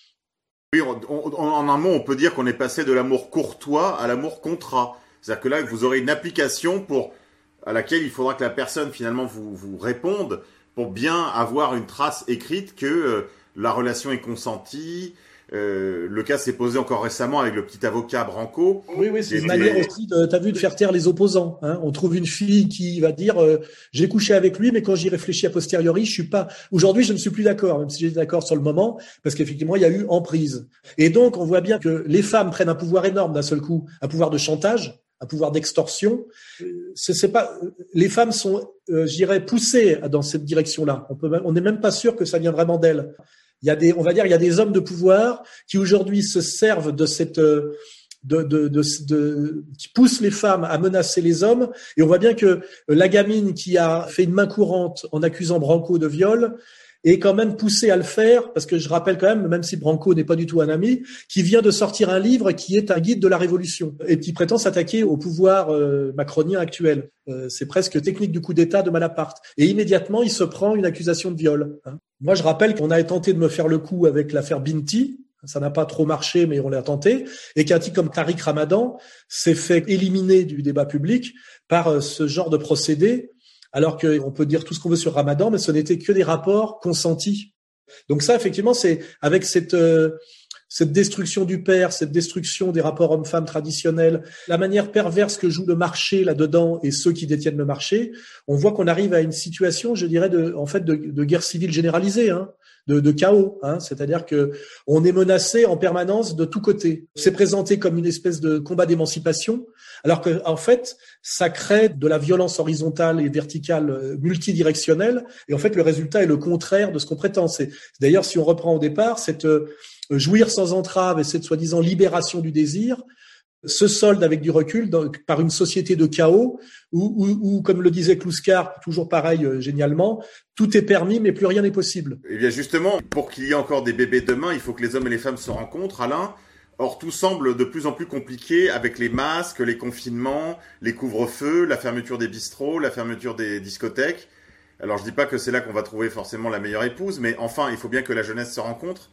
Oui, on, on, en un mot, on peut dire qu'on est passé de l'amour courtois à l'amour contrat. C'est-à-dire que là, vous aurez une application pour, à laquelle il faudra que la personne finalement vous, vous réponde pour bien avoir une trace écrite que euh, la relation est consentie. Euh, le cas s'est posé encore récemment avec le petit avocat Branco. Oui, oui, c'est une manière aussi, de, t'as vu, de faire taire les opposants. Hein. On trouve une fille qui va dire euh, j'ai couché avec lui, mais quand j'y réfléchis a posteriori, je suis pas. Aujourd'hui, je ne suis plus d'accord, même si j'étais d'accord sur le moment, parce qu'effectivement, il y a eu emprise. Et donc, on voit bien que les femmes prennent un pouvoir énorme d'un seul coup, un pouvoir de chantage, un pouvoir d'extorsion. C'est, c'est pas. Les femmes sont, euh, je dirais, poussées dans cette direction-là. On peut, on n'est même pas sûr que ça vient vraiment d'elles. Il y a des, on va dire, il y a des hommes de pouvoir qui aujourd'hui se servent de cette, de, de, de, de, qui poussent les femmes à menacer les hommes. Et on voit bien que la gamine qui a fait une main courante en accusant Branco de viol est quand même poussée à le faire, parce que je rappelle quand même, même si Branco n'est pas du tout un ami, qui vient de sortir un livre qui est un guide de la révolution et qui prétend s'attaquer au pouvoir euh, macronien actuel. Euh, c'est presque technique du coup d'État de Malaparte. Et immédiatement, il se prend une accusation de viol. Hein. Moi, je rappelle qu'on a tenté de me faire le coup avec l'affaire Binti. Ça n'a pas trop marché, mais on l'a tenté. Et qu'un type comme Tariq Ramadan s'est fait éliminer du débat public par euh, ce genre de procédé. Alors qu'on peut dire tout ce qu'on veut sur Ramadan, mais ce n'était que des rapports consentis. Donc ça, effectivement, c'est avec cette euh, cette destruction du père, cette destruction des rapports hommes-femmes traditionnels, la manière perverse que joue le marché là-dedans et ceux qui détiennent le marché, on voit qu'on arrive à une situation, je dirais, de en fait de, de guerre civile généralisée, hein, de, de chaos. Hein, c'est-à-dire que on est menacé en permanence de tous côtés. C'est présenté comme une espèce de combat d'émancipation, alors que en fait, ça crée de la violence horizontale et verticale multidirectionnelle. Et en fait, le résultat est le contraire de ce qu'on prétend. C'est d'ailleurs, si on reprend au départ, cette euh, jouir sans entrave et cette soi-disant libération du désir se solde avec du recul dans, par une société de chaos où, où, où, comme le disait Kluskar, toujours pareil, euh, génialement, tout est permis, mais plus rien n'est possible. Eh bien, justement, pour qu'il y ait encore des bébés demain, il faut que les hommes et les femmes se rencontrent, Alain. Or, tout semble de plus en plus compliqué avec les masques, les confinements, les couvre-feux, la fermeture des bistrots, la fermeture des discothèques. Alors, je dis pas que c'est là qu'on va trouver forcément la meilleure épouse, mais enfin, il faut bien que la jeunesse se rencontre.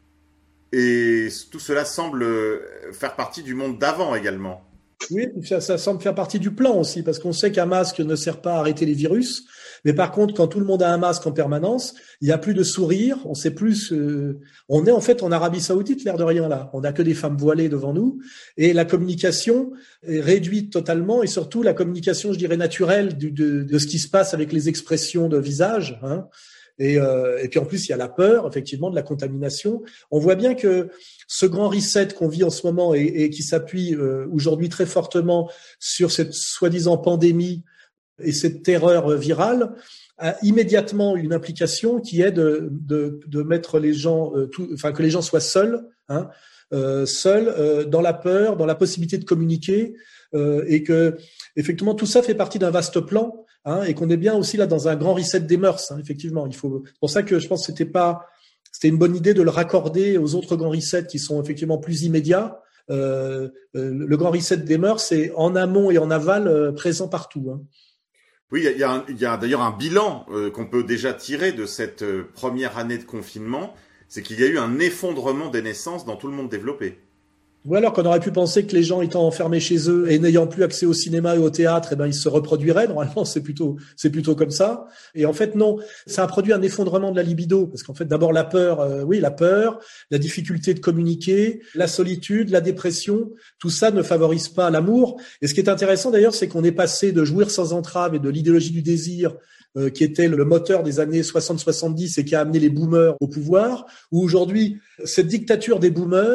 Et tout cela semble faire partie du monde d'avant également. Oui, ça, ça semble faire partie du plan aussi, parce qu'on sait qu'un masque ne sert pas à arrêter les virus. Mais par contre, quand tout le monde a un masque en permanence, il n'y a plus de sourire, on sait plus. Euh, on est en fait en Arabie Saoudite, l'air de rien là. On n'a que des femmes voilées devant nous, et la communication est réduite totalement, et surtout la communication, je dirais, naturelle du, de, de ce qui se passe avec les expressions de visage. Hein. Et, euh, et puis en plus, il y a la peur, effectivement, de la contamination. On voit bien que ce grand reset qu'on vit en ce moment et, et qui s'appuie euh, aujourd'hui très fortement sur cette soi-disant pandémie et cette terreur virale a immédiatement une implication qui est de, de, de mettre les gens, euh, tout, enfin que les gens soient seuls, hein, euh, seuls euh, dans la peur, dans la possibilité de communiquer, euh, et que effectivement tout ça fait partie d'un vaste plan. Hein, et qu'on est bien aussi là dans un grand reset des mœurs. Hein, effectivement, il faut. C'est pour ça que je pense que c'était pas, c'était une bonne idée de le raccorder aux autres grands resets qui sont effectivement plus immédiats. Euh, euh, le grand reset des mœurs, c'est en amont et en aval euh, présent partout. Hein. Oui, il y a, y a d'ailleurs un bilan euh, qu'on peut déjà tirer de cette euh, première année de confinement, c'est qu'il y a eu un effondrement des naissances dans tout le monde développé. Ou alors qu'on aurait pu penser que les gens étant enfermés chez eux et n'ayant plus accès au cinéma et au théâtre, eh ben ils se reproduiraient. Normalement, c'est plutôt c'est plutôt comme ça. Et en fait, non, ça a produit un effondrement de la libido parce qu'en fait, d'abord la peur, euh, oui, la peur, la difficulté de communiquer, la solitude, la dépression, tout ça ne favorise pas l'amour. Et ce qui est intéressant d'ailleurs, c'est qu'on est passé de jouir sans entrave et de l'idéologie du désir, euh, qui était le moteur des années soixante soixante-dix et qui a amené les boomers au pouvoir, où aujourd'hui, cette dictature des boomers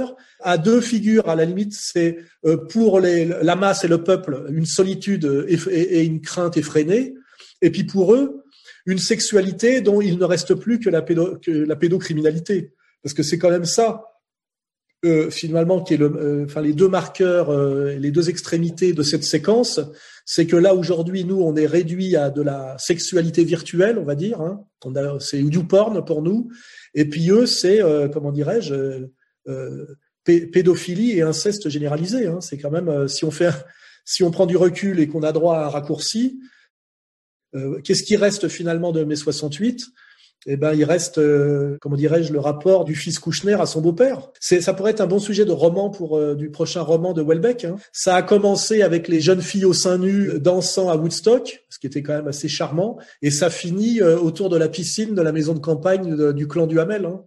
à deux figures, à la limite, c'est euh, pour les, la masse et le peuple, une solitude et, et, et une crainte effrénée, et puis pour eux, une sexualité dont il ne reste plus que la, pédo, que la pédocriminalité. Parce que c'est quand même ça, euh, finalement, qui est le, euh, enfin, les deux marqueurs, euh, les deux extrémités de cette séquence, c'est que là, aujourd'hui, nous, on est réduit à de la sexualité virtuelle, on va dire, hein. On a, c'est YouPorn pour nous, et puis eux, c'est, euh, comment dirais-je, euh, euh, pédophilie et inceste généralisé, hein. C'est quand même, euh, si on fait, si on prend du recul et qu'on a droit à un raccourci, euh, qu'est-ce qui reste finalement de mai soixante-huit? Eh ben, il reste, euh, comment dirais-je, le rapport du fils Kouchner à son beau-père. C'est, ça pourrait être un bon sujet de roman pour euh, du prochain roman de Houellebecq, hein. Ça a commencé avec les jeunes filles au sein nu dansant à Woodstock, ce qui était quand même assez charmant, et ça finit euh, autour de la piscine de la maison de campagne de, du clan Duhamel, hein.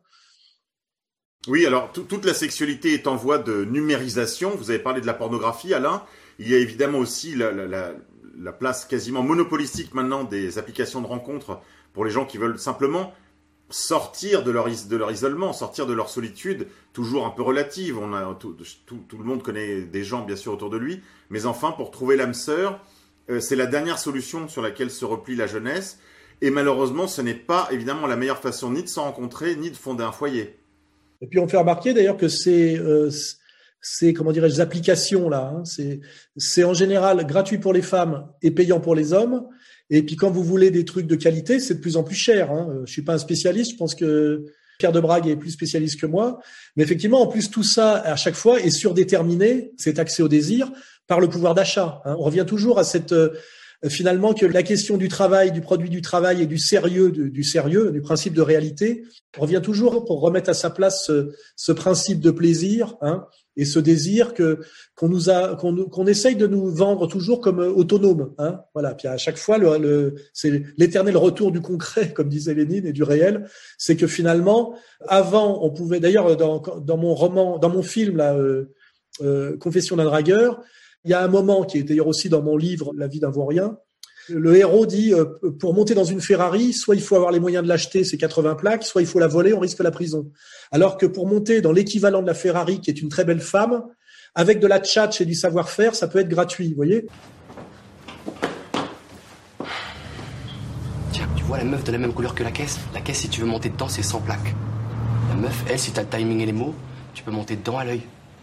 Oui, alors tout, toute la sexualité est en voie de numérisation. Vous avez parlé de la pornographie, Alain. Il y a évidemment aussi la, la, la, la place quasiment monopolistique maintenant des applications de rencontres pour les gens qui veulent simplement sortir de leur, de leur isolement, sortir de leur solitude, toujours un peu relative. On a, tout, tout, tout le monde connaît des gens, bien sûr, autour de lui. Mais enfin, pour trouver l'âme sœur, euh, c'est la dernière solution sur laquelle se replie la jeunesse. Et malheureusement, ce n'est pas, évidemment, la meilleure façon ni de se rencontrer, ni de fonder un foyer. Et puis, on fait remarquer, d'ailleurs, que c'est... Euh, ces, comment dirais-je, applications là, hein, c'est, c'est en général gratuit pour les femmes et payant pour les hommes. Et puis quand vous voulez des trucs de qualité, c'est de plus en plus cher, hein. Je suis pas un spécialiste, je pense que Pierre de Brague est plus spécialiste que moi. Mais effectivement, en plus, tout ça, à chaque fois, est surdéterminé, c'est axé au désir, par le pouvoir d'achat, hein. On revient toujours à cette... Euh, finalement, que la question du travail, du produit du travail et du sérieux, du, du sérieux, du principe de réalité, on revient toujours pour remettre à sa place ce, ce principe de plaisir, hein, et ce désir que qu'on nous a, qu'on, qu'on essaye de nous vendre toujours comme autonome, hein. Voilà. Puis à chaque fois, le, le, c'est l'éternel retour du concret, comme disait Lénine, et du réel. C'est que finalement, avant, on pouvait. D'ailleurs, dans, dans mon roman, dans mon film là, euh, euh, Confession d'un dragueur, il y a un moment qui est d'ailleurs aussi dans mon livre La vie d'un vaurien. Le héros dit euh, pour monter dans une Ferrari, soit il faut avoir les moyens de l'acheter, c'est quatre-vingts plaques, soit il faut la voler, on risque la prison. Alors que pour monter dans l'équivalent de la Ferrari, qui est une très belle femme, avec de la tchatch et du savoir-faire, ça peut être gratuit, vous voyez. Tiens, tu vois la meuf de la même couleur que la caisse? La caisse, si tu veux monter dedans, c'est sans plaque. La meuf, elle, si t'as le timing et les mots, tu peux monter dedans à l'œil.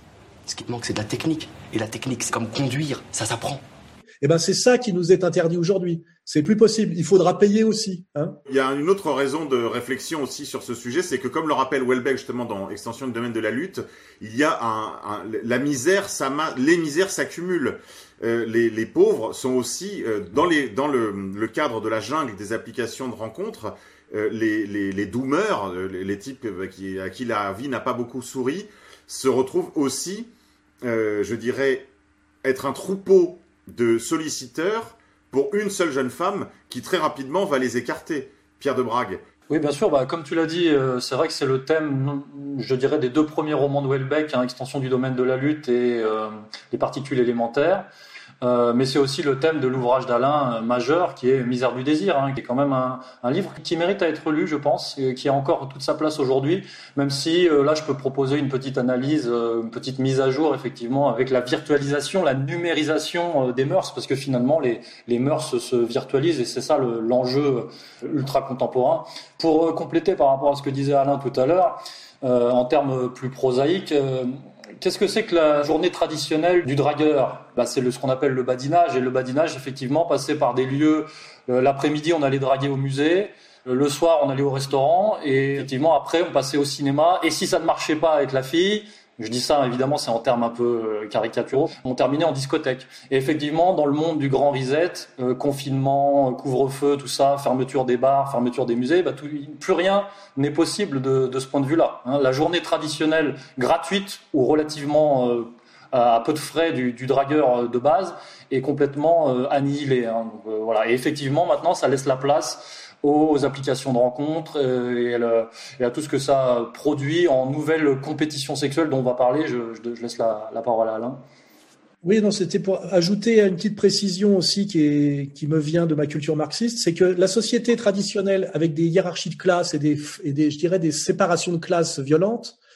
Ce qui te manque, c'est de la technique. Et la technique, c'est comme conduire, ça s'apprend. Eh ben, c'est ça qui nous est interdit aujourd'hui. C'est plus possible. Il faudra payer aussi, hein. Il y a une autre raison de réflexion aussi sur ce sujet, c'est que comme le rappelle Houellebecq justement dans Extension du domaine de la lutte, il y a un, un la misère, ça ma, les misères s'accumulent. Euh, les, les pauvres sont aussi euh, dans les dans le, le cadre de la jungle des applications de rencontres. Euh, les les les doomers, les, les types qui, à qui la vie n'a pas beaucoup souri, se retrouvent aussi, euh, je dirais, être un troupeau de solliciteurs pour une seule jeune femme qui très rapidement va les écarter. Pierre de Brague. Oui, bien sûr. Bah, comme tu l'as dit, euh, c'est vrai que c'est le thème, je dirais, des deux premiers romans de Houellebecq, hein, Extension du domaine de la lutte et euh, Les particules élémentaires. Euh, mais c'est aussi le thème de l'ouvrage d'Alain euh, majeur, qui est Misère du désir, hein, qui est quand même un, un livre qui mérite à être lu, je pense, et qui a encore toute sa place aujourd'hui, même si euh, là je peux proposer une petite analyse, euh, une petite mise à jour, effectivement, avec la virtualisation, la numérisation euh, des mœurs, parce que finalement les, les mœurs se, se virtualisent, et c'est ça le, l'enjeu ultra contemporain. Pour euh, compléter par rapport à ce que disait Alain tout à l'heure, euh, en termes plus prosaïques, euh, qu'est-ce que c'est que la journée traditionnelle du dragueur? Bah, c'est le, ce qu'on appelle le badinage. Et le badinage, effectivement, passait par des lieux. Euh, l'après-midi, on allait draguer au musée. Euh, le soir, on allait au restaurant. Et effectivement, après, on passait au cinéma. Et si ça ne marchait pas avec la fille, je dis ça, évidemment, c'est en termes un peu caricaturaux, on terminait en discothèque. Et effectivement, dans le monde du grand reset, euh, confinement, couvre-feu, tout ça, fermeture des bars, fermeture des musées, bah, tout, plus rien n'est possible de, de ce point de vue-là, hein. La journée traditionnelle gratuite ou relativement euh, à peu de frais du, du dragueur de base est complètement euh, annihilée, hein. Donc, euh, voilà. Et effectivement, maintenant, ça laisse la place aux applications de rencontres et, le, et à tout ce que ça produit en nouvelles compétitions sexuelles dont on va parler. Je, je, je laisse la, la parole à Alain. Oui, non, c'était pour ajouter une petite précision aussi qui, est, qui me vient de ma culture marxiste, c'est que la société traditionnelle avec des hiérarchies de classe et des, et des, je dirais, des séparations de classes violentes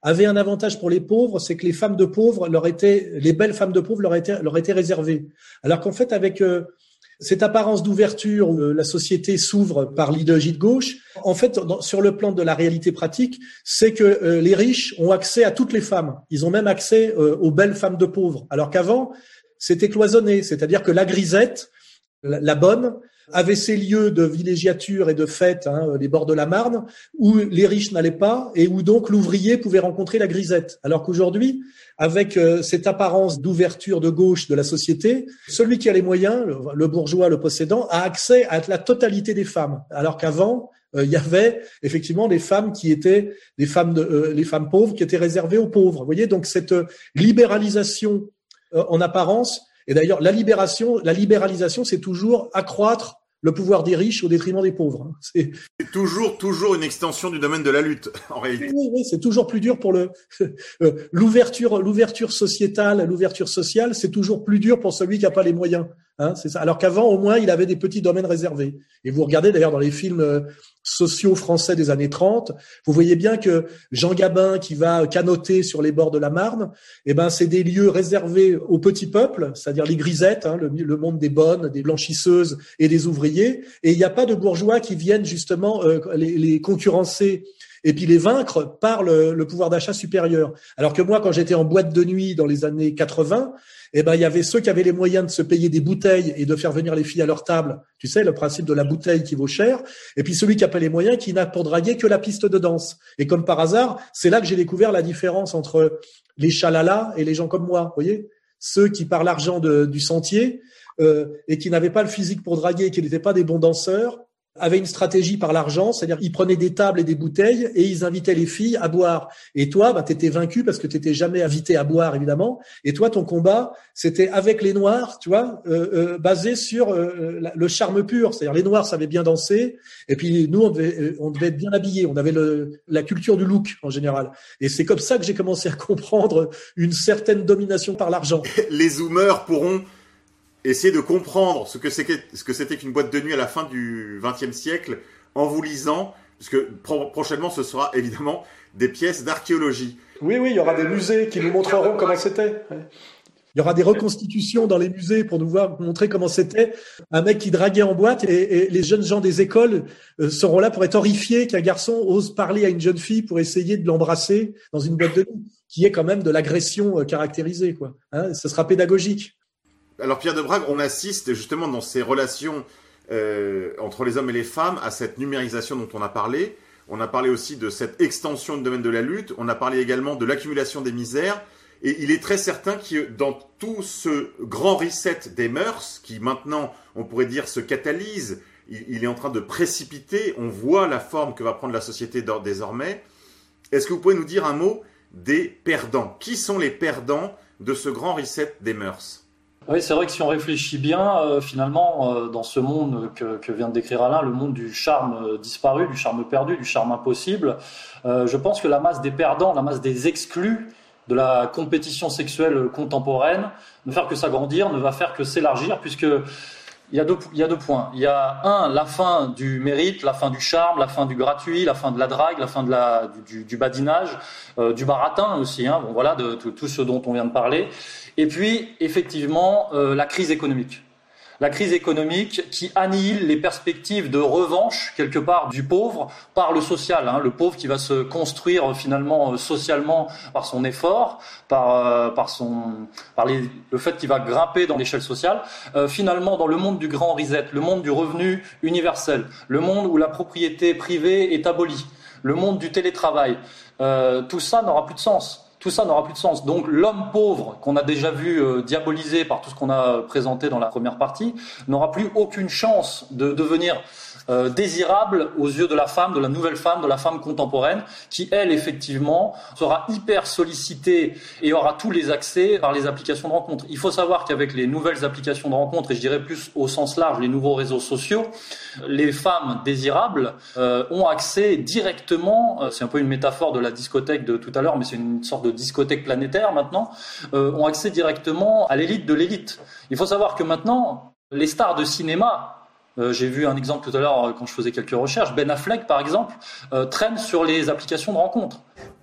avait un avantage pour les pauvres, c'est que les femmes de pauvres leur étaient, les belles femmes de pauvres leur étaient, leur étaient réservées. Alors qu'en fait, avec euh, cette apparence d'ouverture où la société s'ouvre par l'idéologie de gauche, en fait, dans, sur le plan de la réalité pratique, c'est que euh, les riches ont accès à toutes les femmes. Ils ont même accès euh, aux belles femmes de pauvres. Alors qu'avant, c'était cloisonné, c'est-à-dire que la grisette, la, la bonne, avait ses lieux de villégiature et de fête, hein, les bords de la Marne, où les riches n'allaient pas et où donc l'ouvrier pouvait rencontrer la grisette. Alors qu'aujourd'hui, avec euh, cette apparence d'ouverture de gauche de la société, celui qui a les moyens, le, le bourgeois, le possédant, a accès à la totalité des femmes. Alors qu'avant, euh, il y avait effectivement des femmes qui étaient des femmes, de, euh, les femmes pauvres qui étaient réservées aux pauvres. Vous voyez, donc cette libéralisation euh, en apparence. Et d'ailleurs, la libération, la libéralisation, c'est toujours accroître le pouvoir des riches au détriment des pauvres. C'est, c'est toujours, toujours une extension du domaine de la lutte, en réalité. Oui, oui, c'est toujours plus dur pour le, l'ouverture, l'ouverture sociétale, l'ouverture sociale, c'est toujours plus dur pour celui qui n'a pas les moyens. Hein, c'est ça. Alors qu'avant, au moins, il avait des petits domaines réservés. Et vous regardez d'ailleurs dans les films sociaux français des années trente, vous voyez bien que Jean Gabin qui va canoter sur les bords de la Marne, eh ben c'est des lieux réservés au petit peuple, c'est-à-dire les grisettes, hein, le, le monde des bonnes, des blanchisseuses et des ouvriers. Et il n'y a pas de bourgeois qui viennent justement euh, les, les concurrencer et puis les vaincre par le, le pouvoir d'achat supérieur. Alors que moi, quand j'étais en boîte de nuit dans les années quatre-vingts, eh ben, il y avait ceux qui avaient les moyens de se payer des bouteilles et de faire venir les filles à leur table. Tu sais, le principe de la bouteille qui vaut cher. Et puis celui qui n'a pas les moyens, qui n'a pour draguer que la piste de danse. Et comme par hasard, c'est là que j'ai découvert la différence entre les chalalas et les gens comme moi. Vous voyez, ceux qui par l'argent de, du sentier euh, et qui n'avaient pas le physique pour draguer, qui n'étaient pas des bons danseurs, avaient une stratégie par l'argent, c'est-à-dire ils prenaient des tables et des bouteilles et ils invitaient les filles à boire. Et toi, bah, t'étais vaincu parce que t'étais jamais invité à boire, évidemment. Et toi, ton combat, c'était avec les Noirs, tu vois, euh, euh, basé sur euh, le charme pur. C'est-à-dire les Noirs savaient bien danser et puis nous, on devait, on devait être bien habillés. On avait le, la culture du look en général. Et c'est comme ça que j'ai commencé à comprendre une certaine domination par l'argent. Les zoomers pourront essayer de comprendre ce que c'était, ce que c'était qu'une boîte de nuit à la fin du vingtième siècle en vous lisant, parce que pro- prochainement ce sera évidemment des pièces d'archéologie. Oui, oui, il y aura des musées qui nous montreront comment c'était. Il y aura des reconstitutions dans les musées pour nous voir, montrer comment c'était un mec qui draguait en boîte et, et les jeunes gens des écoles euh, seront là pour être horrifiés qu'un garçon ose parler à une jeune fille pour essayer de l'embrasser dans une boîte de nuit, qui est quand même de l'agression euh, caractérisée, quoi. Hein, ce sera pédagogique. Alors Pierre de Brague, on assiste justement dans ces relations euh, entre les hommes et les femmes à cette numérisation dont on a parlé. On a parlé aussi de cette extension du domaine de la lutte. On a parlé également de l'accumulation des misères. Et il est très certain que dans tout ce grand reset des mœurs, qui maintenant, on pourrait dire, se catalyse, il, il est en train de précipiter. On voit la forme que va prendre la société désormais. Est-ce que vous pouvez nous dire un mot des perdants? Qui sont les perdants de ce grand reset des mœurs? Oui, c'est vrai que si on réfléchit bien, euh, finalement, euh, dans ce monde que, que vient de décrire Alain, le monde du charme euh, disparu, du charme perdu, du charme impossible, euh, je pense que la masse des perdants, la masse des exclus de la compétition sexuelle contemporaine ne va faire que s'agrandir, ne va faire que s'élargir, puisque il y a deux, il y a deux points. Il y a un, la fin du mérite, la fin du charme, la fin du gratuit, la fin de la drague, la fin de la, du, du badinage, euh, du baratin aussi, hein, bon, voilà, de, de tout ce dont on vient de parler. Et puis, effectivement, euh, la crise économique. La crise économique qui annihile les perspectives de revanche, quelque part, du pauvre par le social. Hein, le pauvre qui va se construire finalement socialement par son effort, par, euh, par, son, par les, le fait qu'il va grimper dans l'échelle sociale. Euh, finalement, dans le monde du grand reset, le monde du revenu universel, le monde où la propriété privée est abolie, le monde du télétravail, euh, tout ça n'aura plus de sens. Tout ça n'aura plus de sens. Donc l'homme pauvre, qu'on a déjà vu euh, diabolisé par tout ce qu'on a présenté dans la première partie, n'aura plus aucune chance de devenir euh, désirable aux yeux de la femme, de la nouvelle femme, de la femme contemporaine, qui, elle, effectivement, sera hyper sollicitée et aura tous les accès par les applications de rencontres. Il faut savoir qu'avec les nouvelles applications de rencontres, et je dirais plus au sens large, les nouveaux réseaux sociaux, les femmes désirables euh, ont accès directement, euh, c'est un peu une métaphore de la discothèque de tout à l'heure, mais c'est une sorte de discothèque planétaire maintenant, euh, ont accès directement à l'élite de l'élite. Il faut savoir que maintenant, les stars de cinéma, euh, j'ai vu un exemple tout à l'heure quand je faisais quelques recherches, Ben Affleck par exemple, euh, traîne sur les applications de rencontres.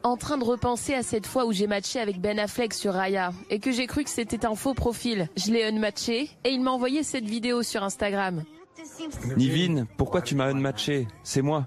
en train de repenser à cette fois où j'ai matché avec Ben Affleck sur Raya et que j'ai cru que c'était un faux profil. Je l'ai unmatché et il m'a envoyé cette vidéo sur Instagram. Nivine, pourquoi tu m'as unmatché? C'est moi.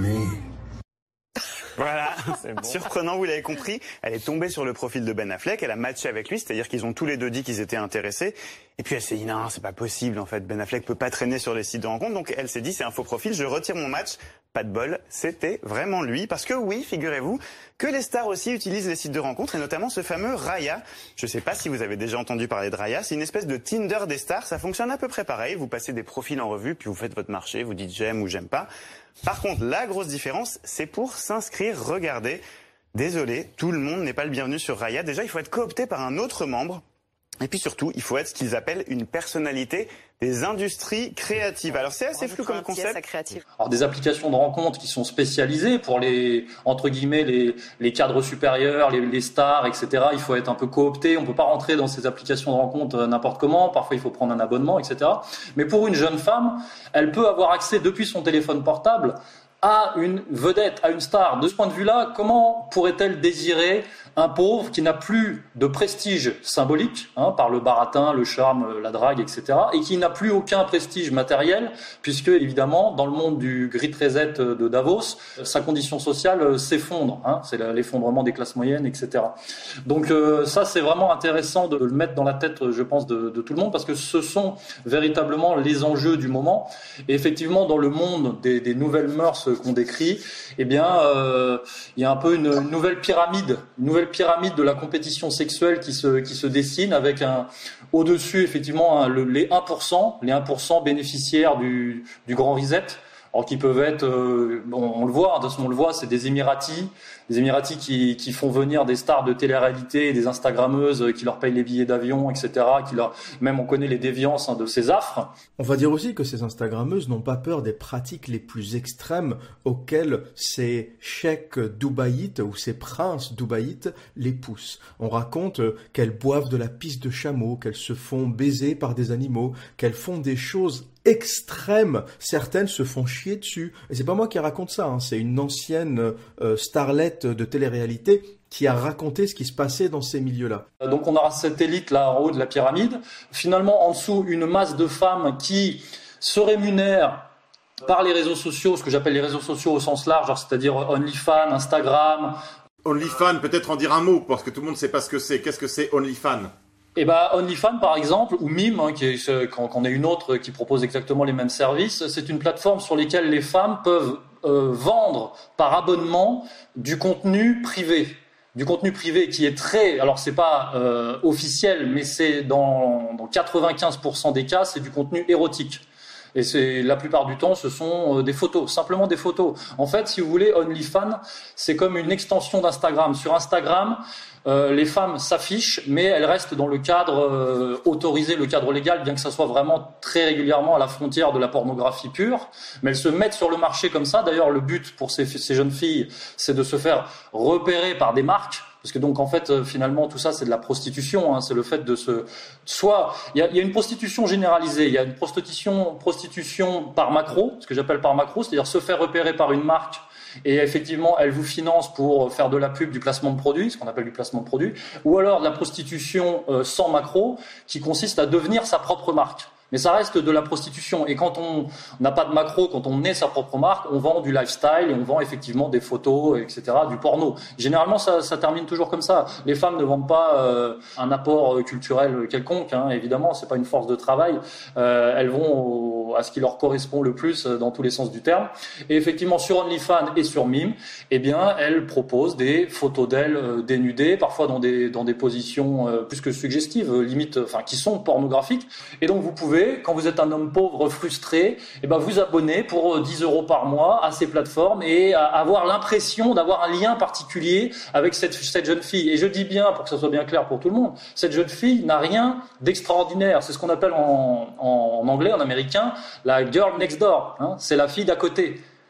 Voilà, bon. Surprenant, vous l'avez compris, elle est tombée sur le profil de Ben Affleck, elle a matché avec lui, c'est-à-dire qu'ils ont tous les deux dit qu'ils étaient intéressés, et puis elle s'est dit non, c'est pas possible en fait, Ben Affleck peut pas traîner sur les sites de rencontres, donc elle s'est dit c'est un faux profil, je retire mon match. Pas de bol, c'était vraiment lui, parce que oui, figurez-vous que les stars aussi utilisent les sites de rencontres, et notamment ce fameux Raya. Je sais pas si vous avez déjà entendu parler de Raya, c'est une espèce de Tinder des stars, ça fonctionne à peu près pareil, vous passez des profils en revue, puis vous faites votre marché, vous dites j'aime ou j'aime pas. Par contre, la grosse différence, c'est pour s'inscrire, regardez. Désolé, tout le monde n'est pas le bienvenu sur Raya. Déjà, il faut être coopté par un autre membre. Et puis surtout, il faut être ce qu'ils appellent une personnalité des industries créatives. Alors c'est assez flou comme concept. Alors des applications de rencontres qui sont spécialisées pour les, entre guillemets, les, les cadres supérieurs, les, les stars, et cetera. Il faut être un peu coopté. On peut pas rentrer dans ces applications de rencontres n'importe comment. Parfois, il faut prendre un abonnement, et cetera. Mais pour une jeune femme, elle peut avoir accès depuis son téléphone portable à une vedette, à une star. De ce point de vue-là, comment pourrait-elle désirer un pauvre qui n'a plus de prestige symbolique, hein, par le baratin, le charme, la drague, et cetera, et qui n'a plus aucun prestige matériel, puisque évidemment, dans le monde du Great Reset de Davos, sa condition sociale s'effondre, hein, c'est l'effondrement des classes moyennes, et cetera. Donc euh, ça, c'est vraiment intéressant de le mettre dans la tête, je pense, de, de tout le monde, parce que ce sont véritablement les enjeux du moment. Et effectivement, dans le monde des, des nouvelles mœurs qu'on décrit, eh bien, euh, il y a un peu une, une nouvelle pyramide, une nouvelle pyramide de la compétition sexuelle qui se qui se dessine, avec un au-dessus effectivement un, le, les un pour cent, les un pour cent bénéficiaires du du Grand Reset, alors qui peuvent être, euh, bon, on le voit, de ce qu'on le voit, c'est des Émiratis, des Émiratis qui qui font venir des stars de télé-réalité, des Instagrammeuses qui leur payent les billets d'avion, et cetera. Qui leur, même on connaît les déviances, hein, de ces affres. On va dire aussi que ces Instagrammeuses n'ont pas peur des pratiques les plus extrêmes auxquelles ces cheikhs dubaïtes ou ces princes dubaïtes les poussent. On raconte qu'elles boivent de la pisse de chameau, qu'elles se font baiser par des animaux, qu'elles font des choses extrêmes. Certaines se font chier dessus. Et c'est pas moi qui raconte ça, hein. C'est une ancienne euh, starlette de télé-réalité qui a raconté ce qui se passait dans ces milieux-là. Donc on aura cette élite là en haut de la pyramide. Finalement, en dessous, une masse de femmes qui se rémunèrent par les réseaux sociaux, ce que j'appelle les réseaux sociaux au sens large, c'est-à-dire OnlyFans, Instagram. OnlyFans, peut-être en dire un mot, parce que tout le monde ne sait pas ce que c'est. Qu'est-ce que c'est OnlyFans ? Eh ben, OnlyFans, par exemple, ou Mime, hein, qui est, qu'on, qu'on ait une autre qui propose exactement les mêmes services, c'est une plateforme sur laquelle les femmes peuvent euh, vendre par abonnement du contenu privé. Du contenu privé qui est très, alors c'est pas euh, officiel, mais c'est dans, dans quatre-vingt-quinze pour cent des cas, c'est du contenu érotique. Et c'est la plupart du temps, ce sont des photos, simplement des photos. En fait, si vous voulez, OnlyFans, c'est comme une extension d'Instagram. Sur Instagram, euh, les femmes s'affichent, mais elles restent dans le cadre euh, autorisé, le cadre légal, bien que ça soit vraiment très régulièrement à la frontière de la pornographie pure. Mais elles se mettent sur le marché comme ça. D'ailleurs, le but pour ces, ces jeunes filles, c'est de se faire repérer par des marques. Parce que donc en fait finalement tout ça c'est de la prostitution, hein, c'est le fait de se soit il y a, y a une prostitution généralisée, il y a une prostitution prostitution par macro, ce que j'appelle par macro, c'est-à-dire se faire repérer par une marque et effectivement elle vous finance pour faire de la pub, du placement de produits, ce qu'on appelle du placement de produits, ou alors de la prostitution euh, sans macro qui consiste à devenir sa propre marque. Mais ça reste de la prostitution. Et quand on n'a pas de macro, quand on est sa propre marque, on vend du lifestyle et on vend effectivement des photos, et cetera, du porno. Généralement, ça, ça termine toujours comme ça. Les femmes ne vendent pas euh, un apport culturel quelconque, hein, évidemment, c'est pas une force de travail. Euh, elles vont au, à ce qui leur correspond le plus dans tous les sens du terme. Et effectivement, sur OnlyFans et sur Mime, eh bien, elles proposent des photos d'elles euh, dénudées, parfois dans des dans des positions euh, plus que suggestives, limite, enfin, qui sont pornographiques. Et donc, vous pouvez, quand vous êtes un homme pauvre frustré, eh ben vous abonner pour dix euros par mois à ces plateformes et avoir l'impression d'avoir un lien particulier avec cette, cette jeune fille. Et je dis bien, pour que ça soit bien clair pour tout le monde, cette jeune fille n'a rien d'extraordinaire. C'est ce qu'on appelle en, en, en anglais, en américain, la girl next door, hein. C'est la fille d'à côté.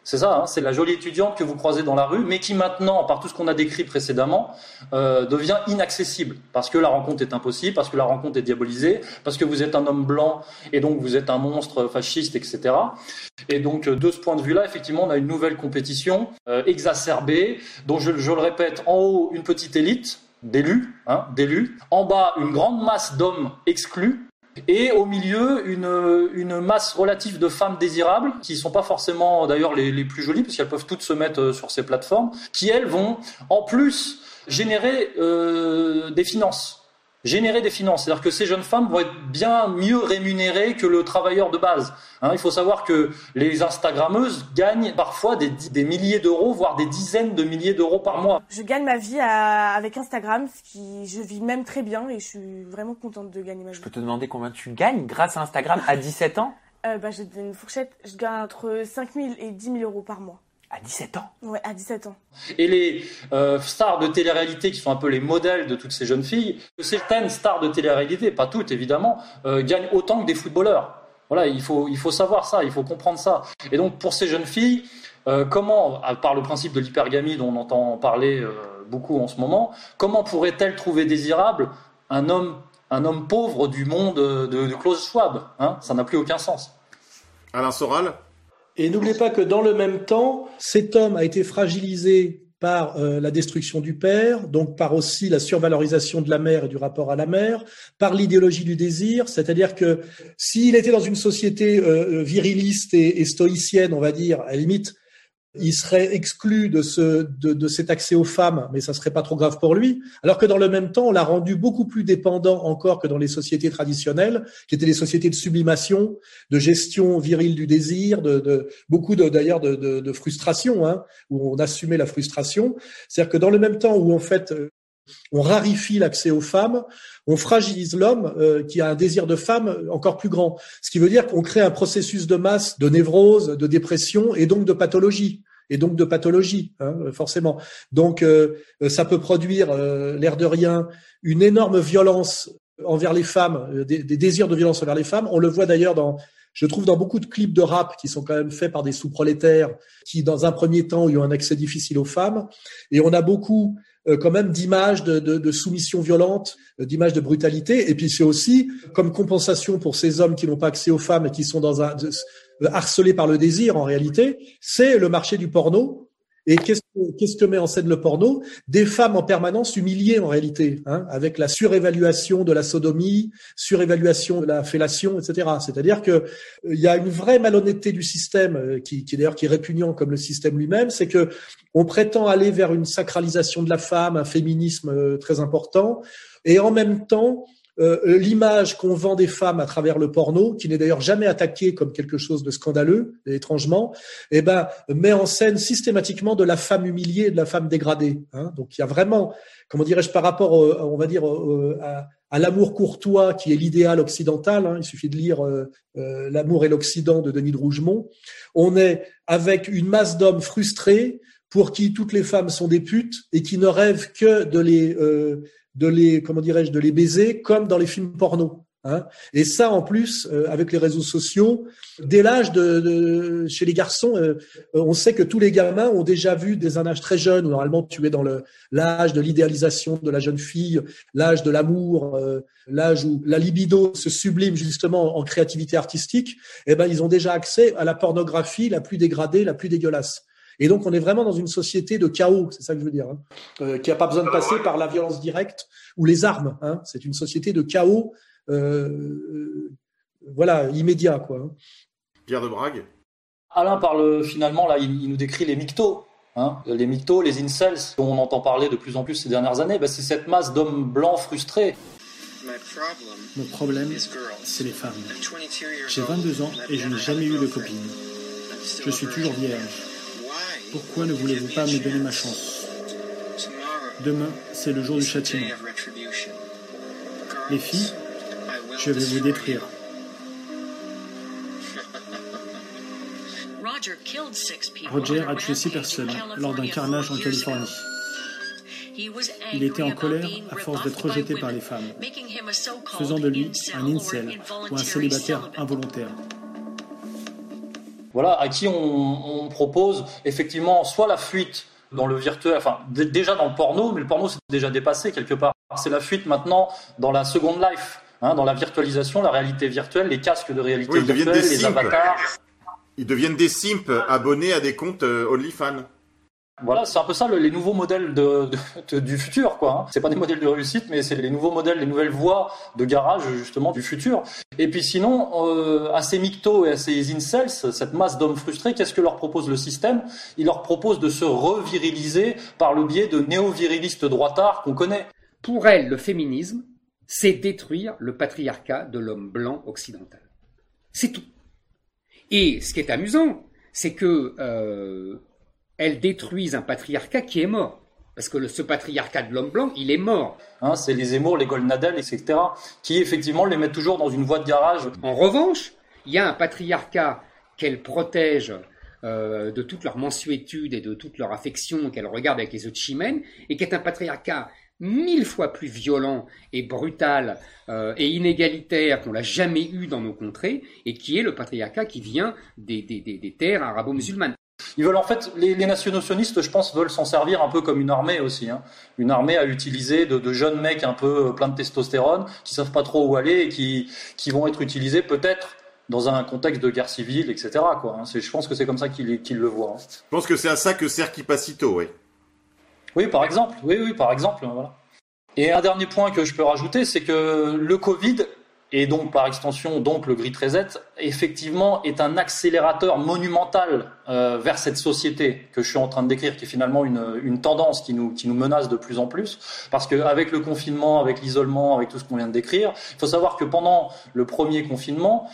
C'est ça, hein, c'est la jolie étudiante que vous croisez dans la rue, mais qui maintenant, par tout ce qu'on a décrit précédemment, euh, devient inaccessible. Parce que la rencontre est impossible, parce que la rencontre est diabolisée, parce que vous êtes un homme blanc et donc vous êtes un monstre fasciste, et cetera. Et donc, de ce point de vue-là, effectivement, on a une nouvelle compétition euh, exacerbée, dont je, je le répète, en haut, une petite élite d'élus, hein, d'élus, en bas, une grande masse d'hommes exclus, et au milieu, une, une masse relative de femmes désirables, qui ne sont pas forcément d'ailleurs les, les plus jolies, parce qu'elles peuvent toutes se mettre sur ces plateformes, qui elles vont en plus générer euh, des finances. Générer des finances, c'est-à-dire que ces jeunes femmes vont être bien mieux rémunérées que le travailleur de base. Hein, il faut savoir que les Instagrammeuses gagnent parfois des, des milliers d'euros, voire des dizaines de milliers d'euros par mois. Je gagne ma vie à, avec Instagram, ce qui, je vis même très bien et je suis vraiment contente de gagner ma vie. Je peux te demander combien tu gagnes grâce à Instagram à dix-sept ans? euh, bah, J'ai une fourchette, je gagne entre cinq mille et dix mille euros par mois. À dix-sept ans? Ouais, à dix-sept ans. Et les euh, stars de télé-réalité qui sont un peu les modèles de toutes ces jeunes filles, certaines stars de télé-réalité, pas toutes évidemment, euh, gagnent autant que des footballeurs. Voilà, il faut, il faut savoir ça, il faut comprendre ça. Et donc pour ces jeunes filles, euh, comment, par le principe de l'hypergamie dont on entend parler euh, beaucoup en ce moment, comment pourraient-elles trouver désirable un homme, un homme pauvre du monde de, de Klaus Schwab, hein? Ça n'a plus aucun sens. Alain Soral? Et n'oubliez pas que dans le même temps, cet homme a été fragilisé par euh, la destruction du père, donc par aussi la survalorisation de la mère et du rapport à la mère, par l'idéologie du désir, c'est-à-dire que s'il était dans une société euh, viriliste et, et stoïcienne, on va dire, à la limite, il serait exclu de ce de, de cet accès aux femmes, mais ça serait pas trop grave pour lui. Alors que dans le même temps, on l'a rendu beaucoup plus dépendant encore que dans les sociétés traditionnelles, qui étaient des sociétés de sublimation, de gestion virile du désir, de, de beaucoup de, d'ailleurs de, de, de frustration, hein, où on assumait la frustration. C'est-à-dire que dans le même temps où en fait on raréfie l'accès aux femmes, on fragilise l'homme euh, qui a un désir de femme encore plus grand. Ce qui veut dire qu'on crée un processus de masse, de névrose, de dépression et donc de pathologie. Et donc de pathologie, hein, forcément. Donc euh, ça peut produire, euh, l'air de rien, une énorme violence envers les femmes, euh, des, des désirs de violence envers les femmes. On le voit d'ailleurs dans... Je trouve dans beaucoup de clips de rap qui sont quand même faits par des sous-prolétaires qui, dans un premier temps, ont eu un accès difficile aux femmes. Et on a beaucoup... Euh, quand même d'images de, de, de soumission violente, euh, d'images de brutalité. Et puis c'est aussi comme compensation pour ces hommes qui n'ont pas accès aux femmes et qui sont dans un, de, euh, harcelés par le désir en réalité, c'est le marché du porno. Et qu'est-ce que, qu'est-ce que met en scène le porno? Des femmes en permanence humiliées en réalité, hein, avec la surévaluation de la sodomie, surévaluation de la fellation, et cetera. C'est-à-dire que il y a une vraie malhonnêteté du système qui, qui d'ailleurs qui est répugnant comme le système lui-même, c'est que on prétend aller vers une sacralisation de la femme, un féminisme très important, et en même temps Euh, l'image qu'on vend des femmes à travers le porno, qui n'est d'ailleurs jamais attaquée comme quelque chose de scandaleux, étrangement, eh ben, met en scène systématiquement de la femme humiliée et de la femme dégradée. Hein. Donc il y a vraiment, comment dirais-je, par rapport, au, on va dire, au, à, à l'amour courtois qui est l'idéal occidental, hein, il suffit de lire euh, euh, L'amour et l'Occident de Denis de Rougemont, on est avec une masse d'hommes frustrés pour qui toutes les femmes sont des putes et qui ne rêvent que de les... Euh, de les, comment dirais-je, de les baiser comme dans les films porno. Hein. Et ça, en plus, euh, avec les réseaux sociaux, dès l'âge de, de chez les garçons, euh, on sait que tous les gamins ont déjà vu dès un âge très jeune, où normalement tu es dans le l'âge de l'idéalisation de la jeune fille, l'âge de l'amour, euh, l'âge où la libido se sublime justement en créativité artistique. Eh ben, ils ont déjà accès à la pornographie la plus dégradée, la plus dégueulasse. Et donc, on est vraiment dans une société de chaos, c'est ça que je veux dire, hein, euh, qui n'a pas besoin de passer par la violence directe ou les armes. Hein, c'est une société de chaos, euh, euh, voilà, immédiat, quoi. Hein. Pierre de Brague. Alain parle finalement, là, il, il nous décrit les myctos. Hein, les myctos, les incels, dont on entend parler de plus en plus ces dernières années. Ben, c'est cette masse d'hommes blancs frustrés. Mon problème, c'est les femmes. J'ai vingt-deux ans et je n'ai jamais eu de copine. Je suis toujours vierge. Pourquoi ne voulez-vous pas me donner ma chance? Demain, c'est le jour du châtiment. Les filles, je vais vous détruire. Roger a tué six personnes lors d'un carnage en Californie. Il était en colère à force d'être rejeté par les femmes, faisant de lui un incel ou un célibataire involontaire. Voilà, à qui on, on propose effectivement soit la fuite dans le virtuel, enfin d- déjà dans le porno, mais le porno c'est déjà dépassé quelque part. C'est la fuite maintenant dans la Second Life, hein, dans la virtualisation, la réalité virtuelle, les casques de réalité Oui, ils deviennent virtuelle, des les simps. avatars. Ils deviennent des simps abonnés à des comptes euh, OnlyFans. Voilà, c'est un peu ça le, les nouveaux modèles de, de, de, du futur, quoi. Hein. C'est pas des modèles de réussite, mais c'est les nouveaux modèles, les nouvelles voies de garage justement du futur. Et puis sinon, euh, à ces myctos et à ces incels, cette masse d'hommes frustrés, qu'est-ce que leur propose le système ? Il leur propose de se reviriliser par le biais de néo-virilistes droitards qu'on connaît. Pour elle, le féminisme, c'est détruire le patriarcat de l'homme blanc occidental. C'est tout. Et ce qui est amusant, c'est que euh, elles détruisent un patriarcat qui est mort. Parce que le, ce patriarcat de l'homme blanc, il est mort. Hein, c'est les Zemmour, les Goldnadel, et cetera, qui effectivement les mettent toujours dans une voie de garage. En revanche, il y a un patriarcat qu'elles protègent euh, de toute leur mansuétude et de toute leur affection, qu'elles regardent avec les yeux de chimène, et qui est un patriarcat mille fois plus violent et brutal euh, et inégalitaire qu'on l'a jamais eu dans nos contrées, et qui est le patriarcat qui vient des, des, des, des terres arabo-musulmanes. Ils veulent en fait, les, les nationaux-sionistes, je pense, veulent s'en servir un peu comme une armée aussi. Hein. Une armée à utiliser de, de jeunes mecs un peu euh, plein de testostérone, qui savent pas trop où aller et qui, qui vont être utilisés peut-être dans un contexte de guerre civile, et cetera. Quoi, hein. C'est, je pense que c'est comme ça qu'ils, qu'ils le voient. Hein. Je pense que c'est à ça que sert Kipacito, oui. Oui, par exemple. Oui, oui, par exemple. Voilà. Et un dernier point que je peux rajouter, c'est que le Covid, et donc par extension donc le Great Reset, effectivement est un accélérateur monumental euh, vers cette société que je suis en train de décrire, qui est finalement une, une tendance qui nous, qui nous menace de plus en plus, parce qu'avec le confinement, avec l'isolement, avec tout ce qu'on vient de décrire, il faut savoir que pendant le premier confinement,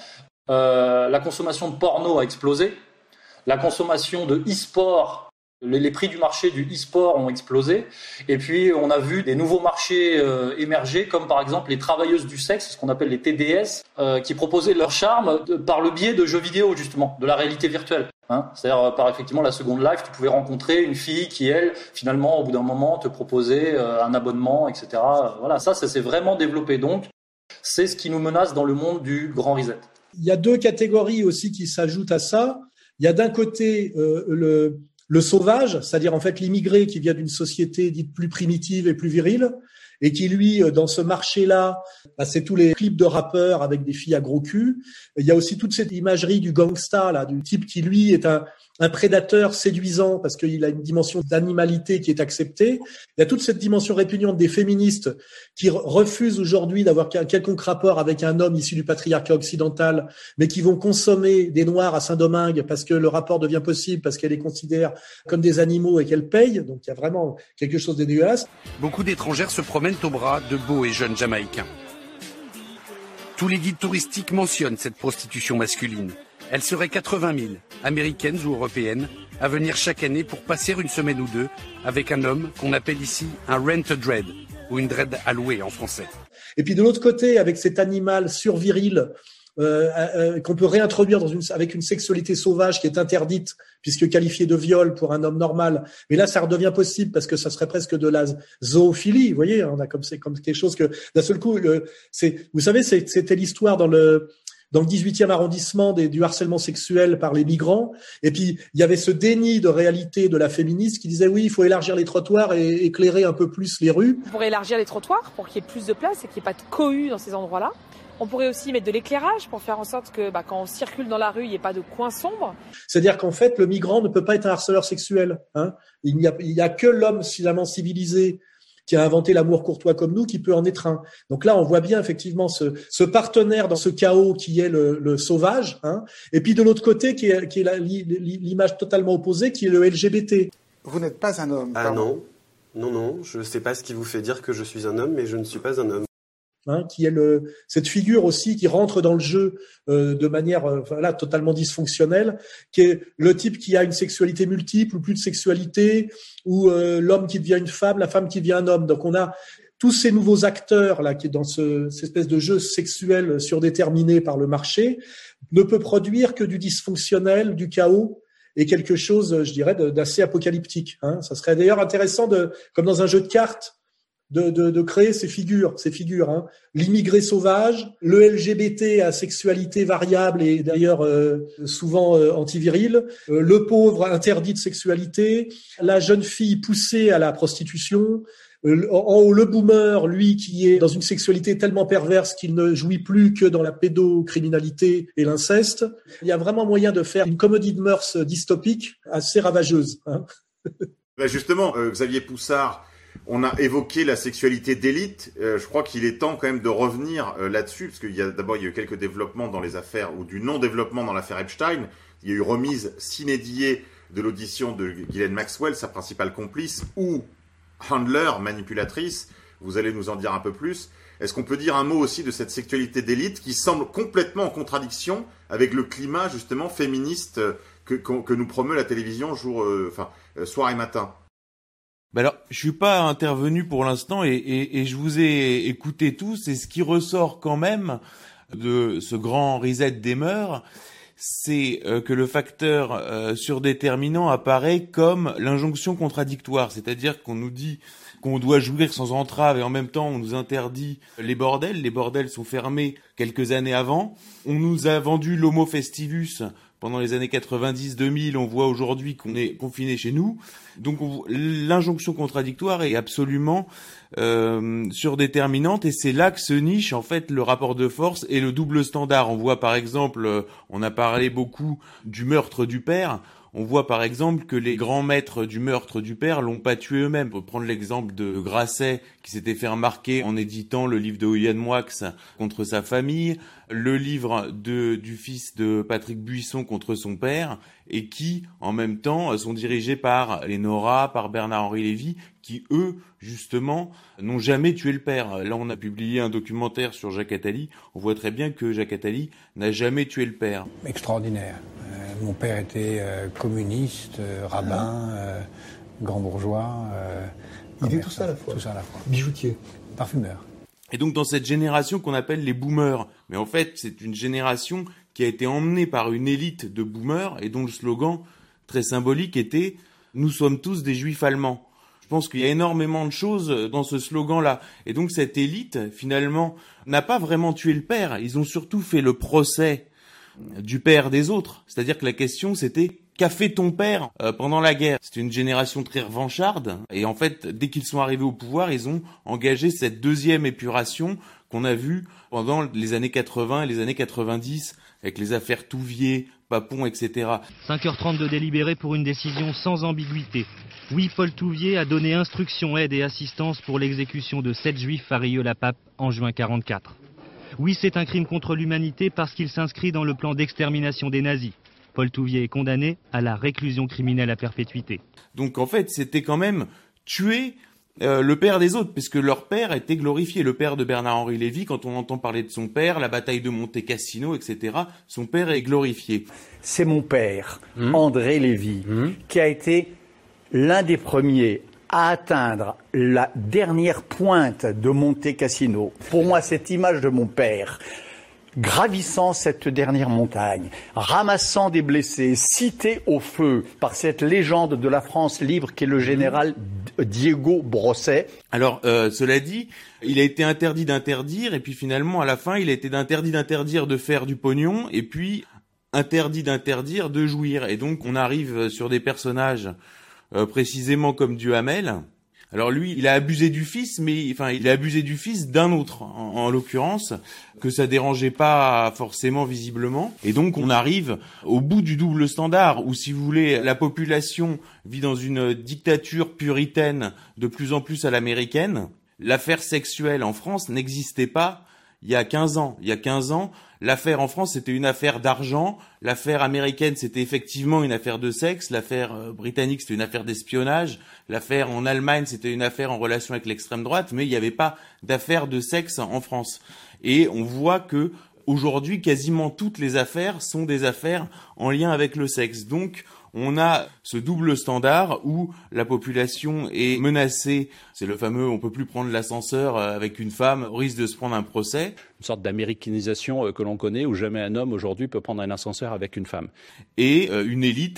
euh, la consommation de porno a explosé, la consommation de e-sport, Les, les prix du marché du e-sport ont explosé, et puis on a vu des nouveaux marchés euh, émerger, comme par exemple les travailleuses du sexe, ce qu'on appelle les T D S, euh, qui proposaient leur charme de, par le biais de jeux vidéo justement, de la réalité virtuelle. Hein, c'est-à-dire euh, par effectivement la Second Life, tu pouvais rencontrer une fille qui elle, finalement, au bout d'un moment, te proposait euh, un abonnement, et cetera. Voilà, ça, ça s'est vraiment développé. Donc, c'est ce qui nous menace dans le monde du Grand Reset. Il y a deux catégories aussi qui s'ajoutent à ça. Il y a d'un côté euh, le Le sauvage, c'est-à-dire en fait l'immigré qui vient d'une société dite plus primitive et plus virile, et qui lui, dans ce marché-là, bah, c'est tous les clips de rappeurs avec des filles à gros cul. Il y a aussi toute cette imagerie du gangsta, là, du type qui lui est un, un prédateur séduisant parce qu'il a une dimension d'animalité qui est acceptée. Il y a toute cette dimension répugnante des féministes qui refusent aujourd'hui d'avoir un quelconque rapport avec un homme issu du patriarcat occidental, mais qui vont consommer des noirs à Saint-Domingue parce que le rapport devient possible, parce qu'elles les considèrent comme des animaux et qu'elles payent. Donc il y a vraiment quelque chose de dégueulasse. Beaucoup d'étrangères se promènent au bras de beaux et jeunes Jamaïcains. Tous les guides touristiques mentionnent cette prostitution masculine. Elle serait quatre-vingt mille, américaines ou européennes, à venir chaque année pour passer une semaine ou deux avec un homme qu'on appelle ici un rent dread, ou une dread à louer en français. Et puis de l'autre côté, avec cet animal surviril euh, euh, qu'on peut réintroduire dans une, avec une sexualité sauvage qui est interdite, puisque qualifiée de viol pour un homme normal. Mais là, ça redevient possible parce que ça serait presque de la zoophilie. Vous voyez, on a comme c'est comme quelque chose que d'un seul coup, le, c'est, vous savez, c'est, c'était l'histoire dans le dans le dix-huitième arrondissement des, du harcèlement sexuel par les migrants. Et puis, il y avait ce déni de réalité de la féministe qui disait oui, il faut élargir les trottoirs et éclairer un peu plus les rues. On pourrait élargir les trottoirs pour qu'il y ait plus de place et qu'il n'y ait pas de cohue dans ces endroits-là. On pourrait aussi mettre de l'éclairage pour faire en sorte que bah, quand on circule dans la rue, il n'y ait pas de coins sombres. C'est-à-dire qu'en fait, le migrant ne peut pas être un harceleur sexuel. Hein. Il n'y a, il y a que l'homme suffisamment civilisé qui a inventé l'amour courtois comme nous, qui peut en être un. Donc là, on voit bien effectivement ce, ce partenaire dans ce chaos qui est le, le sauvage, hein, et puis de l'autre côté, qui est, qui est la, l'image totalement opposée, qui est le L G B T. Vous n'êtes pas un homme. Ah pardon. non, non, non, je ne sais pas ce qui vous fait dire que je suis un homme, mais je ne suis pas un homme. Hein, qui est le, cette figure aussi qui rentre dans le jeu euh, de manière euh, voilà, totalement dysfonctionnelle, qui est le type qui a une sexualité multiple ou plus de sexualité, ou euh, l'homme qui devient une femme, la femme qui devient un homme. Donc on a tous ces nouveaux acteurs là qui est dans ce, cette espèce de jeu sexuel surdéterminé par le marché, ne peut produire que du dysfonctionnel, du chaos et quelque chose, je dirais, d'assez apocalyptique. Hein. Ça serait d'ailleurs intéressant de, comme dans un jeu de cartes, de, de, de créer ces figures, ces figures, hein. L'immigré sauvage, le L G B T à sexualité variable et d'ailleurs euh, souvent euh, antiviril, euh, le pauvre interdit de sexualité, la jeune fille poussée à la prostitution, euh, en haut le boomer, lui qui est dans une sexualité tellement perverse qu'il ne jouit plus que dans la pédocriminalité et l'inceste. Il y a vraiment moyen de faire une comédie de mœurs dystopique assez ravageuse, hein. Ben justement, euh, Xavier Poussard, on a évoqué la sexualité d'élite. Euh, je crois qu'il est temps quand même de revenir euh, là-dessus, parce qu'il y a d'abord il y a eu quelques développements dans les affaires, ou du non-développement dans l'affaire Epstein. Il y a eu remise sine die de l'audition de Ghislaine Maxwell, sa principale complice, ou handler, manipulatrice. Vous allez nous en dire un peu plus. Est-ce qu'on peut dire un mot aussi de cette sexualité d'élite qui semble complètement en contradiction avec le climat justement féministe que, que, que nous promeut la télévision jour, euh, enfin, euh, soir et matin? Bah alors, je suis pas intervenu pour l'instant et, et, et je vous ai écouté tous, et ce qui ressort quand même de ce grand reset des mœurs, c'est euh, que le facteur euh, surdéterminant apparaît comme l'injonction contradictoire, c'est-à-dire qu'on nous dit qu'on doit jouir sans entrave et en même temps on nous interdit les bordels. Les bordels sont fermés quelques années avant. On nous a vendu l'homo festivus pendant les années quatre-vingt-dix deux mille, on voit aujourd'hui qu'on est confiné chez nous. Donc on, l'injonction contradictoire est absolument euh, surdéterminante, et c'est là que se niche en fait le rapport de force et le double standard. On voit par exemple, euh, on a parlé beaucoup du meurtre du père. On voit par exemple que les grands maîtres du meurtre du père l'ont pas tué eux-mêmes. Pour prendre l'exemple de Grasset, qui s'était fait remarquer en éditant le livre de Yann Moix contre sa famille, le livre de, du fils de Patrick Buisson contre son père, et qui, en même temps, sont dirigés par les Nora, par Bernard-Henri Lévy, qui, eux, justement, n'ont jamais tué le père. Là, on a publié un documentaire sur Jacques Attali. On voit très bien que Jacques Attali n'a jamais tué le père. Extraordinaire. Euh, mon père était euh, communiste, euh, rabbin, euh, grand bourgeois. Euh, Il était tout ça à la fois. Tout ça à la fois. Bijoutier. Parfumeur. Et donc, dans cette génération qu'on appelle les boomers, mais en fait, c'est une génération qui a été emmenée par une élite de boomers et dont le slogan très symbolique était « Nous sommes tous des juifs allemands ». Je pense qu'il y a énormément de choses dans ce slogan-là. Et donc cette élite, finalement, n'a pas vraiment tué le père. Ils ont surtout fait le procès du père des autres. C'est-à-dire que la question, c'était « Qu'a fait ton père euh, pendant la guerre ?» C'est une génération très revancharde. Et en fait, dès qu'ils sont arrivés au pouvoir, ils ont engagé cette deuxième épuration qu'on a vue pendant les années quatre-vingts et les années quatre-vingt-dix, avec les affaires Touvier, Papon, et cetera. cinq heures trente de délibéré pour une décision sans ambiguïté. Oui, Paul Touvier a donné instruction, aide et assistance pour l'exécution de sept juifs à Rieux-la-Pape en juin quarante-quatre. Oui, c'est un crime contre l'humanité parce qu'il s'inscrit dans le plan d'extermination des nazis. Paul Touvier est condamné à la réclusion criminelle à perpétuité. Donc en fait, c'était quand même tuer euh, le père des autres, puisque leur père était glorifié. Le père de Bernard-Henri Lévy, quand on entend parler de son père, la bataille de Monte Cassino, et cetera, son père est glorifié. C'est mon père, mmh. André Lévy, mmh. qui a été l'un des premiers à atteindre la dernière pointe de Monte Cassino. Pour moi, cette image de mon père, gravissant cette dernière montagne, ramassant des blessés, cité au feu par cette légende de la France libre qu'est le général Diego Brosset. Alors, euh, cela dit, il a été interdit d'interdire, et puis finalement, à la fin, il a été interdit d'interdire de faire du pognon, et puis interdit d'interdire de jouir. Et donc, on arrive sur des personnages euh, précisément comme Duhamel. Alors lui, il a abusé du fils, mais enfin, il a abusé du fils d'un autre, en, en l'occurrence, que ça dérangeait pas forcément visiblement. Et donc, on arrive au bout du double standard, où, si vous voulez, la population vit dans une dictature puritaine de plus en plus à l'américaine. L'affaire sexuelle en France n'existait pas il y a quinze ans. Il y a quinze ans, l'affaire en France, c'était une affaire d'argent. L'affaire américaine, c'était effectivement une affaire de sexe. L'affaire britannique, c'était une affaire d'espionnage. L'affaire en Allemagne, c'était une affaire en relation avec l'extrême droite. Mais il n'y avait pas d'affaire de sexe en France. Et on voit que aujourd'hui, quasiment toutes les affaires sont des affaires en lien avec le sexe. Donc, on a ce double standard où la population est menacée. C'est le fameux « on peut plus prendre l'ascenseur avec une femme, au risque de se prendre un procès ». Une sorte d'américanisation que l'on connaît où jamais un homme aujourd'hui peut prendre un ascenseur avec une femme. Et une élite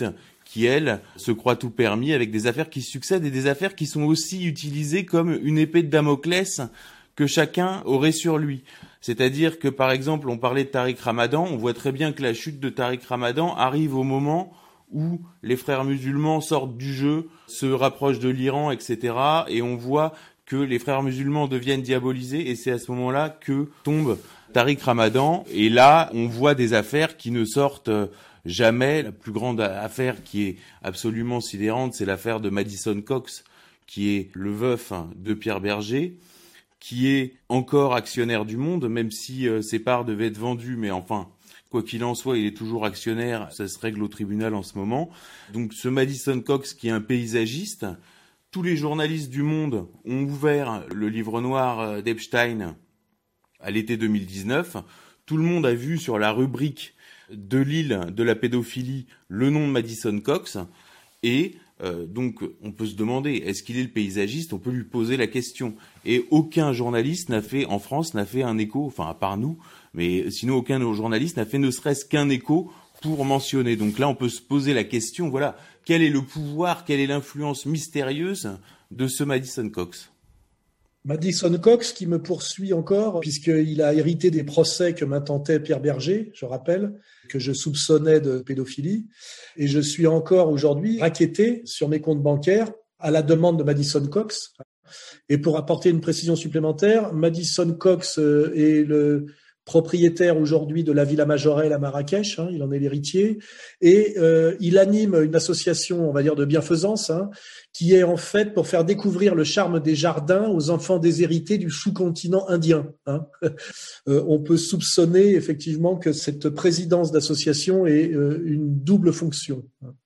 qui, elle, se croit tout permis avec des affaires qui succèdent et des affaires qui sont aussi utilisées comme une épée de Damoclès que chacun aurait sur lui. C'est-à-dire que, par exemple, on parlait de Tariq Ramadan, on voit très bien que la chute de Tariq Ramadan arrive au moment où les frères musulmans sortent du jeu, se rapprochent de l'Iran, et cetera. Et on voit que les frères musulmans deviennent diabolisés et c'est à ce moment-là que tombe Tariq Ramadan. Et là, on voit des affaires qui ne sortent jamais. La plus grande affaire qui est absolument sidérante, c'est l'affaire de Madison Cox, qui est le veuf de Pierre Berger, qui est encore actionnaire du Monde, même si euh, ses parts devaient être vendues, mais enfin, quoi qu'il en soit, il est toujours actionnaire, ça se règle au tribunal en ce moment. Donc ce Madison Cox, qui est un paysagiste, tous les journalistes du Monde ont ouvert le livre noir d'Epstein à l'été deux mille dix-neuf. Tout le monde a vu sur la rubrique de l'île de la pédophilie le nom de Madison Cox. Et euh, donc on peut se demander, est-ce qu'il est le paysagiste? On peut lui poser la question. Et aucun journaliste n'a fait, en France, n'a fait un écho, enfin à part nous, mais sinon aucun journaliste n'a fait ne serait-ce qu'un écho pour mentionner. Donc là, on peut se poser la question, voilà, quel est le pouvoir, quelle est l'influence mystérieuse de ce Madison Cox? Madison Cox qui me poursuit encore, puisqu'il a hérité des procès que m'intentait Pierre Berger, je rappelle, que je soupçonnais de pédophilie. Et je suis encore aujourd'hui racketté sur mes comptes bancaires à la demande de Madison Cox. Et pour apporter une précision supplémentaire, Madison Cox est le propriétaire aujourd'hui de la Villa Majorelle à Marrakech, hein, il en est l'héritier, et euh, il anime une association, on va dire, de bienfaisance, hein, qui est en fait pour faire découvrir le charme des jardins aux enfants déshérités du sous-continent indien. Hein. Euh, on peut soupçonner effectivement que cette présidence d'association ait euh, une double fonction.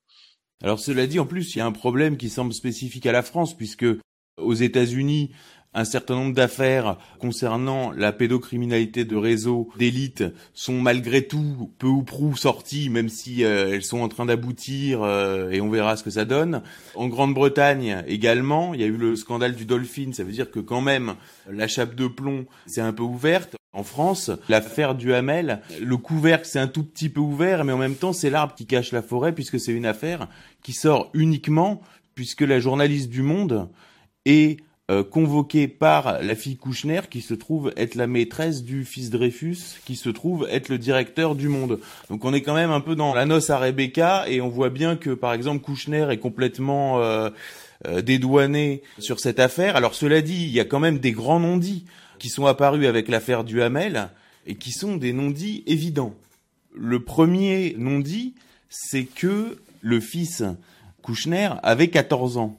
Alors cela dit, en plus, il y a un problème qui semble spécifique à la France, puisque aux États-Unis, un certain nombre d'affaires concernant la pédocriminalité de réseaux d'élite sont malgré tout peu ou prou sorties, même si euh, elles sont en train d'aboutir euh, et on verra ce que ça donne. En Grande-Bretagne également, il y a eu le scandale du Dolphin, ça veut dire que quand même la chape de plomb s'est un peu ouverte. En France, l'affaire Duhamel, le couvercle c'est un tout petit peu ouvert, mais en même temps c'est l'arbre qui cache la forêt puisque c'est une affaire qui sort uniquement puisque la journaliste du Monde est Euh, convoqué par la fille Kouchner, qui se trouve être la maîtresse du fils Dreyfus, qui se trouve être le directeur du Monde. Donc on est quand même un peu dans la noce à Rebecca, et on voit bien que, par exemple, Kouchner est complètement euh, euh, dédouané sur cette affaire. Alors cela dit, il y a quand même des grands non-dits qui sont apparus avec l'affaire Duhamel, et qui sont des non-dits évidents. Le premier non-dit, c'est que le fils Kouchner avait quatorze ans.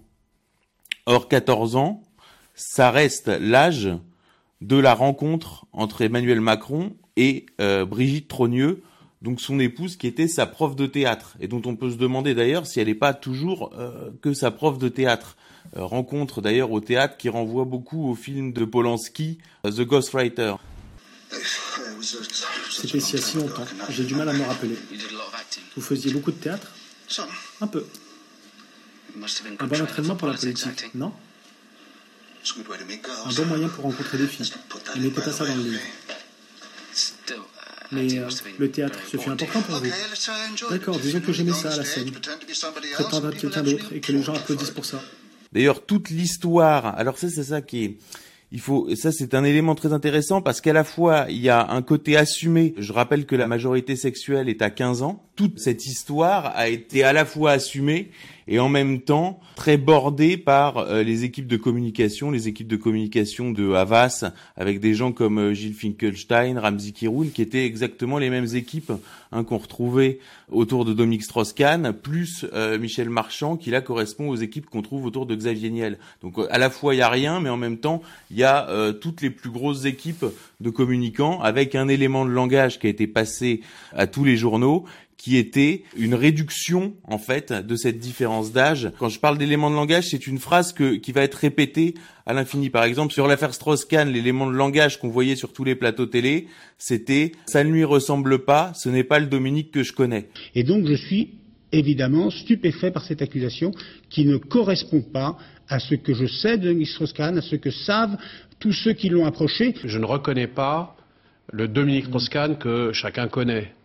Or, quatorze ans, ça reste l'âge de la rencontre entre Emmanuel Macron et euh, Brigitte Trogneux, donc son épouse qui était sa prof de théâtre, et dont on peut se demander d'ailleurs si elle n'est pas toujours euh, que sa prof de théâtre. Euh, rencontre d'ailleurs au théâtre qui renvoie beaucoup au film de Polanski, The Ghostwriter. C'était si si longtemps, j'ai du mal à me rappeler. Vous faisiez beaucoup de théâtre? Un peu. Un bon entraînement pour la politique, non? Un bon moyen pour rencontrer des filles. Et mettez pas ça dans le livre. Mais euh, le théâtre, ce fut important pour vous. D'accord, disons que j'aimais ça à la scène. Prétendre être quelqu'un d'autre et que les gens applaudissent pour ça. D'ailleurs, toute l'histoire, alors ça c'est ça qui est... Il faut, ça c'est un élément très intéressant parce qu'à la fois il y a un côté assumé. Je rappelle que la majorité sexuelle est à quinze ans. Toute cette histoire a été à la fois assumée et en même temps très bordée par euh, les équipes de communication, les équipes de communication de Havas, avec des gens comme euh, Gilles Finkelstein, Ramzi Kiroun, qui étaient exactement les mêmes équipes hein, qu'on retrouvait autour de Dominique Strauss-Kahn, plus euh, Michel Marchand, qui là correspond aux équipes qu'on trouve autour de Xavier Niel. Donc euh, à la fois il y a rien, mais en même temps il y a euh, toutes les plus grosses équipes de communicants, avec un élément de langage qui a été passé à tous les journaux, qui était une réduction, en fait, de cette différence d'âge. Quand je parle d'éléments de langage, c'est une phrase que, qui va être répétée à l'infini. Par exemple, sur l'affaire Strauss-Kahn, l'élément de langage qu'on voyait sur tous les plateaux télé, c'était « ça ne lui ressemble pas, ce n'est pas le Dominique que je connais ». Et donc, je suis évidemment stupéfait par cette accusation qui ne correspond pas à ce que je sais de Dominique Strauss-Kahn, à ce que savent tous ceux qui l'ont approché. Je ne reconnais pas le Dominique Strauss-Kahn que chacun connaît.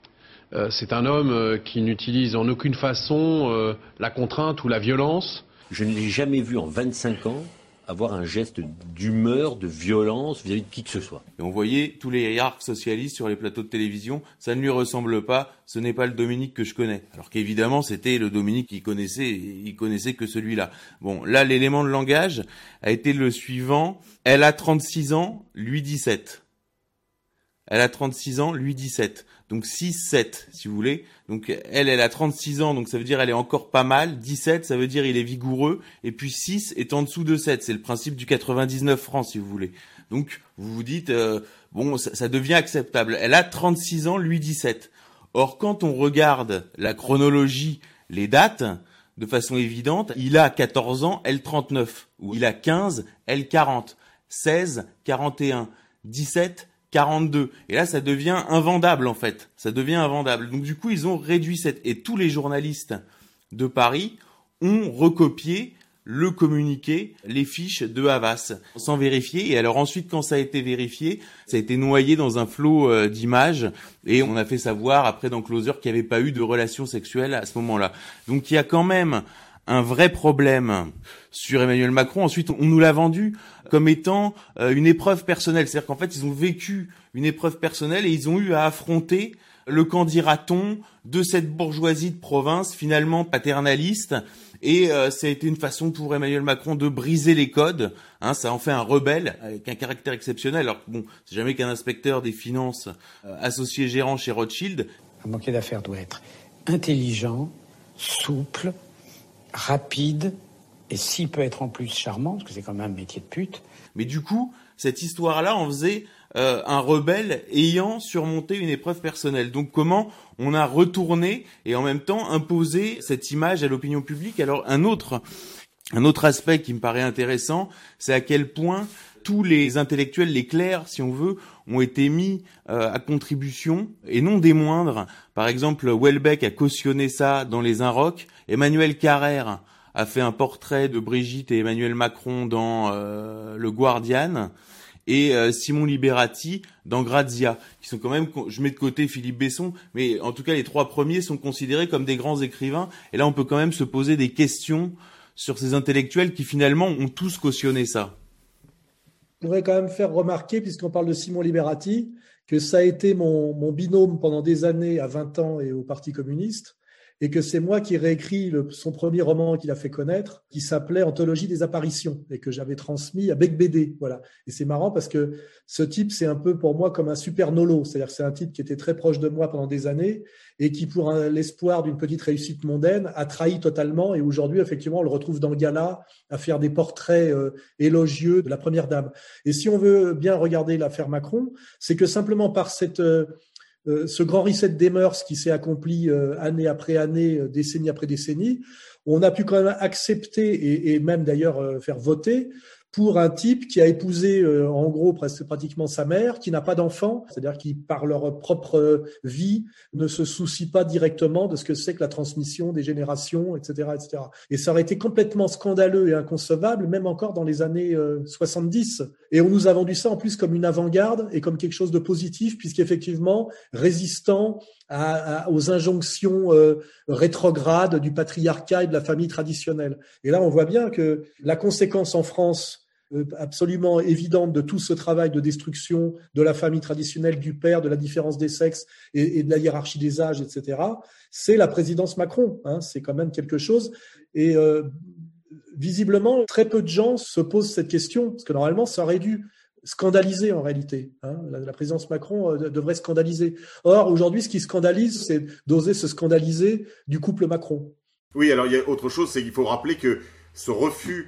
Euh, c'est un homme euh, qui n'utilise en aucune façon euh, la contrainte ou la violence. Je ne l'ai jamais vu en vingt-cinq ans avoir un geste d'humeur, de violence vis-à-vis de qui que ce soit. Et on voyait tous les hiérarques socialistes sur les plateaux de télévision, ça ne lui ressemble pas, ce n'est pas le Dominique que je connais. Alors qu'évidemment, c'était le Dominique qu'il connaissait, il connaissait que celui-là. Bon, là, l'élément de langage a été le suivant. Elle a trente-six ans, lui dix-sept. Elle a trente-six ans, lui dix-sept. Donc six, sept, si vous voulez. Donc elle, elle a trente-six ans, donc ça veut dire elle est encore pas mal. dix-sept, ça veut dire il est vigoureux. Et puis six est en dessous de sept. C'est le principe du quatre-vingt-dix-neuf francs, si vous voulez. Donc vous vous dites, euh, bon, ça, ça devient acceptable. Elle a trente-six ans, lui dix-sept. Or, quand on regarde la chronologie, les dates, de façon évidente, il a quatorze ans, elle trente-neuf. Ou il a quinze, elle quarante. seize, quarante et un. dix-sept, quarante-deux. Et là, ça devient invendable, en fait. Ça devient invendable. Donc, du coup, ils ont réduit cette... Et tous les journalistes de Paris ont recopié le communiqué, les fiches de Havas, sans vérifier. Et alors ensuite, quand ça a été vérifié, ça a été noyé dans un flot euh, d'images. Et on a fait savoir, après, dans Closer, qu'il n'y avait pas eu de relation sexuelle à ce moment-là. Donc, il y a quand même un vrai problème sur Emmanuel Macron. Ensuite, on nous l'a vendu comme étant euh, une épreuve personnelle. C'est-à-dire qu'en fait, ils ont vécu une épreuve personnelle et ils ont eu à affronter le qu'en dira-t-on de cette bourgeoisie de province, finalement paternaliste. Et euh, ça a été une façon pour Emmanuel Macron de briser les codes. Hein, ça en fait un rebelle avec un caractère exceptionnel. Alors bon, c'est jamais qu'un inspecteur des finances euh, associé gérant chez Rothschild. Un banquier d'affaires doit être intelligent, souple, rapide, et s'il peut être en plus charmant, parce que c'est quand même un métier de pute. Mais du coup, cette histoire-là en faisait euh, un rebelle ayant surmonté une épreuve personnelle. Donc comment on a retourné et en même temps imposé cette image à l'opinion publique. Alors un autre, un autre aspect qui me paraît intéressant, c'est à quel point tous les intellectuels, les clercs, si on veut, ont été mis euh, à contribution, et non des moindres. Par exemple, Houellebecq a cautionné ça dans Les Inrocks. Emmanuel Carrère a fait un portrait de Brigitte et Emmanuel Macron dans euh, Le Guardian, et euh, Simon Liberati dans Grazia, qui sont quand même, je mets de côté Philippe Besson, mais en tout cas les trois premiers sont considérés comme des grands écrivains. Et là, on peut quand même se poser des questions sur ces intellectuels qui finalement ont tous cautionné ça. Je voudrais quand même faire remarquer, puisqu'on parle de Simon Liberati, que ça a été mon, mon binôme pendant des années à vingt ans et au Parti communiste, et que c'est moi qui ai réécrit le, son premier roman qu'il a fait connaître, qui s'appelait Anthologie des apparitions, et que j'avais transmis à Bec B D. Voilà. Et c'est marrant parce que ce type, c'est un peu pour moi comme un super nolo, c'est-à-dire que c'est un type qui était très proche de moi pendant des années et qui, pour un, l'espoir d'une petite réussite mondaine, a trahi totalement. Et aujourd'hui, effectivement, on le retrouve dans le gala à faire des portraits euh, élogieux de la première dame. Et si on veut bien regarder l'affaire Macron, c'est que simplement par cette... Euh, Euh, ce grand reset des mœurs qui s'est accompli euh, année après année, euh, décennie après décennie, on a pu quand même accepter et, et même d'ailleurs euh, faire voter pour un type qui a épousé euh, en gros presque pratiquement sa mère, qui n'a pas d'enfant, c'est-à-dire qui par leur propre vie ne se soucie pas directement de ce que c'est que la transmission des générations, et cetera, et cetera. Et ça aurait été complètement scandaleux et inconcevable, même encore dans les années euh, soixante-dix. Et on nous a vendu ça en plus comme une avant-garde et comme quelque chose de positif, puisqu'effectivement résistant à, à, aux injonctions euh, rétrogrades du patriarcat et de la famille traditionnelle. Et là, on voit bien que la conséquence en France absolument évidente de tout ce travail de destruction de la famille traditionnelle, du père, de la différence des sexes et, et de la hiérarchie des âges, et cetera, c'est la présidence Macron. Hein, c'est quand même quelque chose. Et euh, visiblement, très peu de gens se posent cette question, parce que normalement, ça aurait dû scandaliser en réalité. Hein. La, la présidence Macron euh, devrait scandaliser. Or, aujourd'hui, ce qui scandalise, c'est d'oser se scandaliser du couple Macron. Oui, alors il y a autre chose, c'est qu'il faut rappeler que ce refus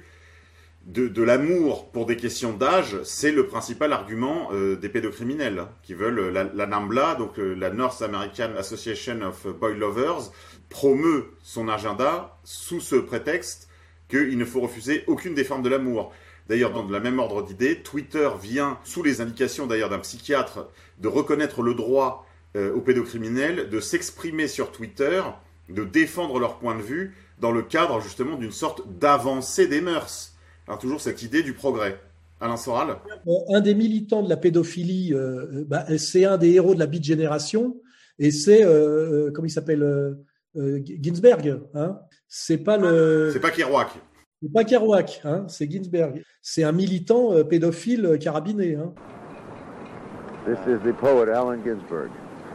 De, de l'amour pour des questions d'âge, c'est le principal argument euh, des pédocriminels qui veulent la, la NAMBLA, donc euh, la North American Association of Boy Lovers, promeut son agenda sous ce prétexte qu'il ne faut refuser aucune des formes de l'amour. D'ailleurs, dans le même ordre d'idées, Twitter vient, sous les indications d'ailleurs d'un psychiatre, de reconnaître le droit euh, aux pédocriminels de s'exprimer sur Twitter, de défendre leur point de vue dans le cadre justement d'une sorte d'avancée des mœurs. Alors toujours cette idée du progrès. Alain Soral ? Un des militants de la pédophilie, euh, bah, c'est un des héros de la Beat Génération, et c'est euh, comment il s'appelle euh, euh, Ginsberg, hein. C'est pas le. C'est pas Kerouac. C'est pas Kerouac, hein. C'est Ginsberg. C'est un militant euh, pédophile euh, carabiné, hein. This is the poet Allen Ginsberg.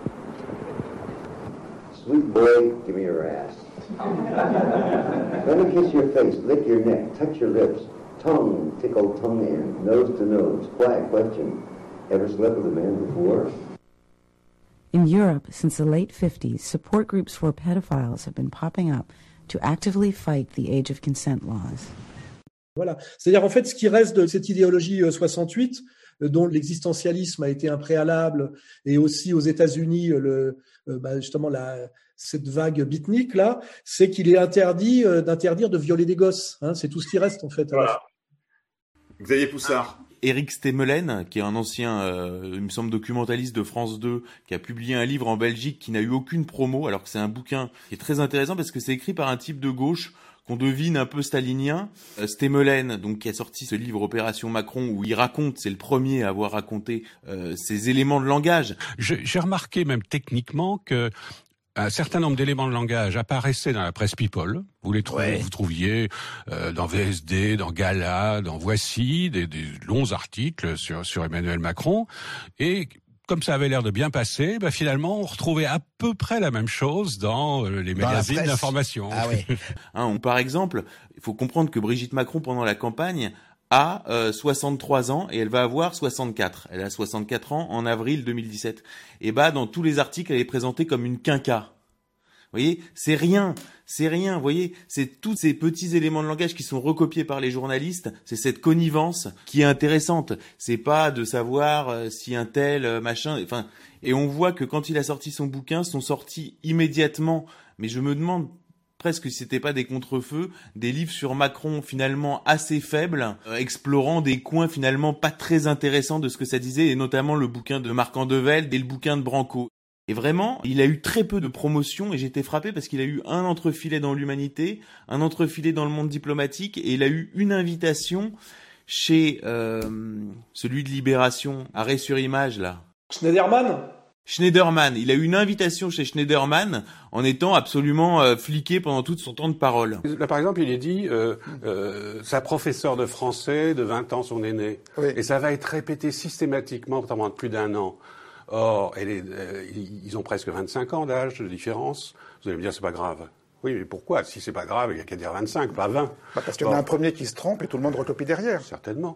Sweet boy, give me your ass. Let me kiss your face, lick your neck, touch your lips, tongue, tickle tongue end, nose to nose. Quiet question. Ever slept with a man before? In Europe, since the late fifties, support groups for pedophiles have been popping up to actively fight the age of consent laws. Voilà. C'est-à-dire, en fait, ce qui reste de cette idéologie soixante-huit, dont l'existentialisme a été un préalable, et aussi aux États-Unis, le, bah, justement, la, cette vague beatnik, là, c'est qu'il est interdit euh, d'interdire de violer des gosses. Hein, c'est tout ce qui reste, en fait. Voilà. Xavier Poussard. Éric Stemelen, qui est un ancien, euh, il me semble, documentaliste de France deux, qui a publié un livre en Belgique qui n'a eu aucune promo, alors que c'est un bouquin qui est très intéressant parce que c'est écrit par un type de gauche qu'on devine un peu stalinien. Euh, Stemelen, donc, qui a sorti ce livre Opération Macron, où il raconte, c'est le premier à avoir raconté euh, ces éléments de langage. Je, j'ai remarqué même techniquement que un certain nombre d'éléments de langage apparaissaient dans la presse People. Vous les trouvez, ouais. vous trouviez euh, dans V S D, dans Gala, dans Voici, des, des longs articles sur, sur Emmanuel Macron. Et comme ça avait l'air de bien passer, bah finalement, on retrouvait à peu près la même chose dans euh, les dans magazines d'information. Ah oui. hein, on, par exemple, il faut comprendre que Brigitte Macron, pendant la campagne, a euh, soixante-trois ans et elle va avoir soixante-quatre. Elle a soixante-quatre ans en avril deux mille dix-sept. Et bah, dans tous les articles, elle est présentée comme une quinca. Vous voyez, c'est rien, c'est rien, vous voyez, c'est tous ces petits éléments de langage qui sont recopiés par les journalistes, c'est cette connivence qui est intéressante. C'est pas de savoir euh, si un tel euh, machin, enfin, et on voit que quand il a sorti son bouquin, sont sortis immédiatement, mais je me demande presque si c'était pas des contrefeux, des livres sur Macron finalement assez faibles, euh, explorant des coins finalement pas très intéressants de ce que ça disait, et notamment le bouquin de Marc Andevelde et le bouquin de Branco. Et vraiment, il a eu très peu de promotion et j'étais frappé parce qu'il a eu un entrefilet dans l'Humanité, un entrefilet dans le monde diplomatique et il a eu une invitation chez euh, celui de Libération, Arrêt sur Image, là. Schneiderman Schneiderman. Il a eu une invitation chez Schneiderman en étant absolument euh, fliqué pendant tout son temps de parole. Là, par exemple, il est dit euh, euh, sa professeure de français de vingt ans, son aîné. Oui. Et ça va être répété systématiquement pendant plus d'un an. Or, elle est, euh, ils ont presque vingt-cinq ans d'âge de différence. Vous allez me dire, c'est pas grave. Oui, mais pourquoi? Si c'est pas grave, il n'y a qu'à dire vingt-cinq, pas vingt. Bah parce qu'il y en a un premier qui se trompe et tout le monde recopie derrière. Certainement.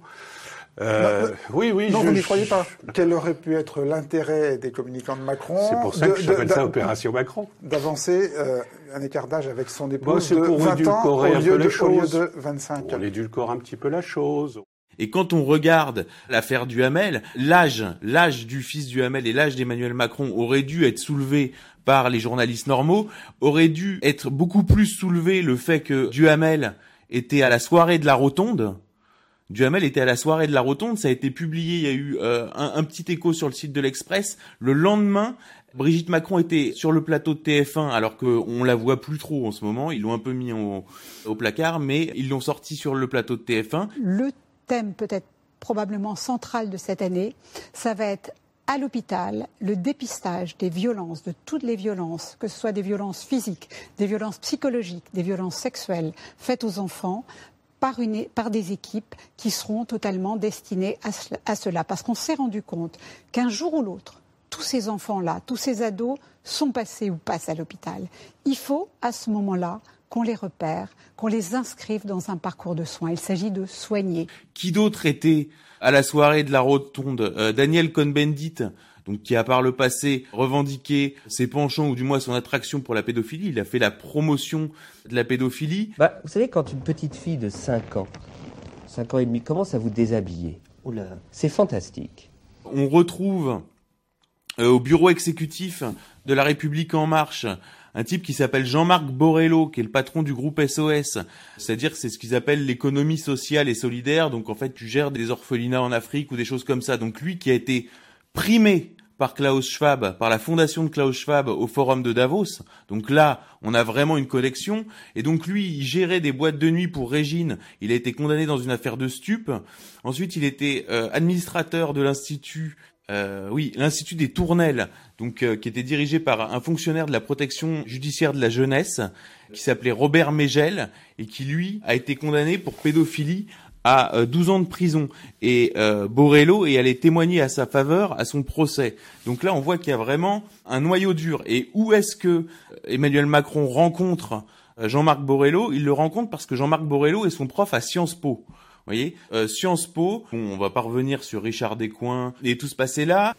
Euh, non, oui, oui. Non, je, vous n'y croyez pas. Quel aurait pu être l'intérêt des communicants de Macron? C'est pour ça de, que j'appelle de, ça Opération Macron. D'avancer euh, un écart d'âge avec son épouse bon, de vingt ans au lieu, de, au lieu de vingt-cinq. On édulcore un petit peu la chose. Et quand on regarde l'affaire Duhamel, l'âge, l'âge du fils Duhamel et l'âge d'Emmanuel Macron aurait dû être soulevé par les journalistes normaux, aurait dû être beaucoup plus soulevé le fait que Duhamel était à la soirée de la Rotonde. Duhamel était à la soirée de la Rotonde, ça a été publié, il y a eu euh, un, un petit écho sur le site de l'Express. Le lendemain, Brigitte Macron était sur le plateau de T F un, alors qu'on la voit plus trop en ce moment. Ils l'ont un peu mis au, au placard, mais ils l'ont sorti sur le plateau de T F un. Le thème peut-être probablement central de cette année, ça va être à l'hôpital le dépistage des violences, de toutes les violences, que ce soit des violences physiques, des violences psychologiques, des violences sexuelles faites aux enfants, par, une, par des équipes qui seront totalement destinées à, à cela. Parce qu'on s'est rendu compte qu'un jour ou l'autre, tous ces enfants-là, tous ces ados sont passés ou passent à l'hôpital. Il faut, à ce moment-là, qu'on les repère, qu'on les inscrive dans un parcours de soins. Il s'agit de soigner. Qui d'autre était à la soirée de la Rotonde? euh, Daniel Cohn-Bendit, donc qui a par le passé revendiqué ses penchants ou du moins son attraction pour la pédophilie. Il a fait la promotion de la pédophilie. Bah, vous savez, quand une petite fille de cinq ans, cinq ans et demi, commence à vous déshabiller, oula, c'est fantastique. On retrouve euh, au bureau exécutif de La République En Marche un type qui s'appelle Jean-Marc Borrello, qui est le patron du groupe S O S. C'est-à-dire que c'est ce qu'ils appellent l'économie sociale et solidaire. Donc en fait, tu gères des orphelinats en Afrique ou des choses comme ça. Donc lui qui a été primé par Klaus Schwab, par la fondation de Klaus Schwab au forum de Davos. Donc là, on a vraiment une collection. Et donc lui, il gérait des boîtes de nuit pour Régine. Il a été condamné dans une affaire de stup. Ensuite, il était euh, administrateur de l'Institut Euh, oui, l'Institut des Tournelles, donc euh, qui était dirigé par un fonctionnaire de la protection judiciaire de la jeunesse, qui s'appelait Robert Mégel, et qui lui a été condamné pour pédophilie à euh, douze ans de prison. Et euh, Borrello est allé témoigner à sa faveur à son procès. Donc là, on voit qu'il y a vraiment un noyau dur. Et où est-ce que Emmanuel Macron rencontre Jean-Marc Borrello? Il le rencontre parce que Jean-Marc Borrello est son prof à Sciences Po. Vous voyez, euh, Sciences Po, bon, on va pas revenir sur Richard Descoings et tout ce passé-là.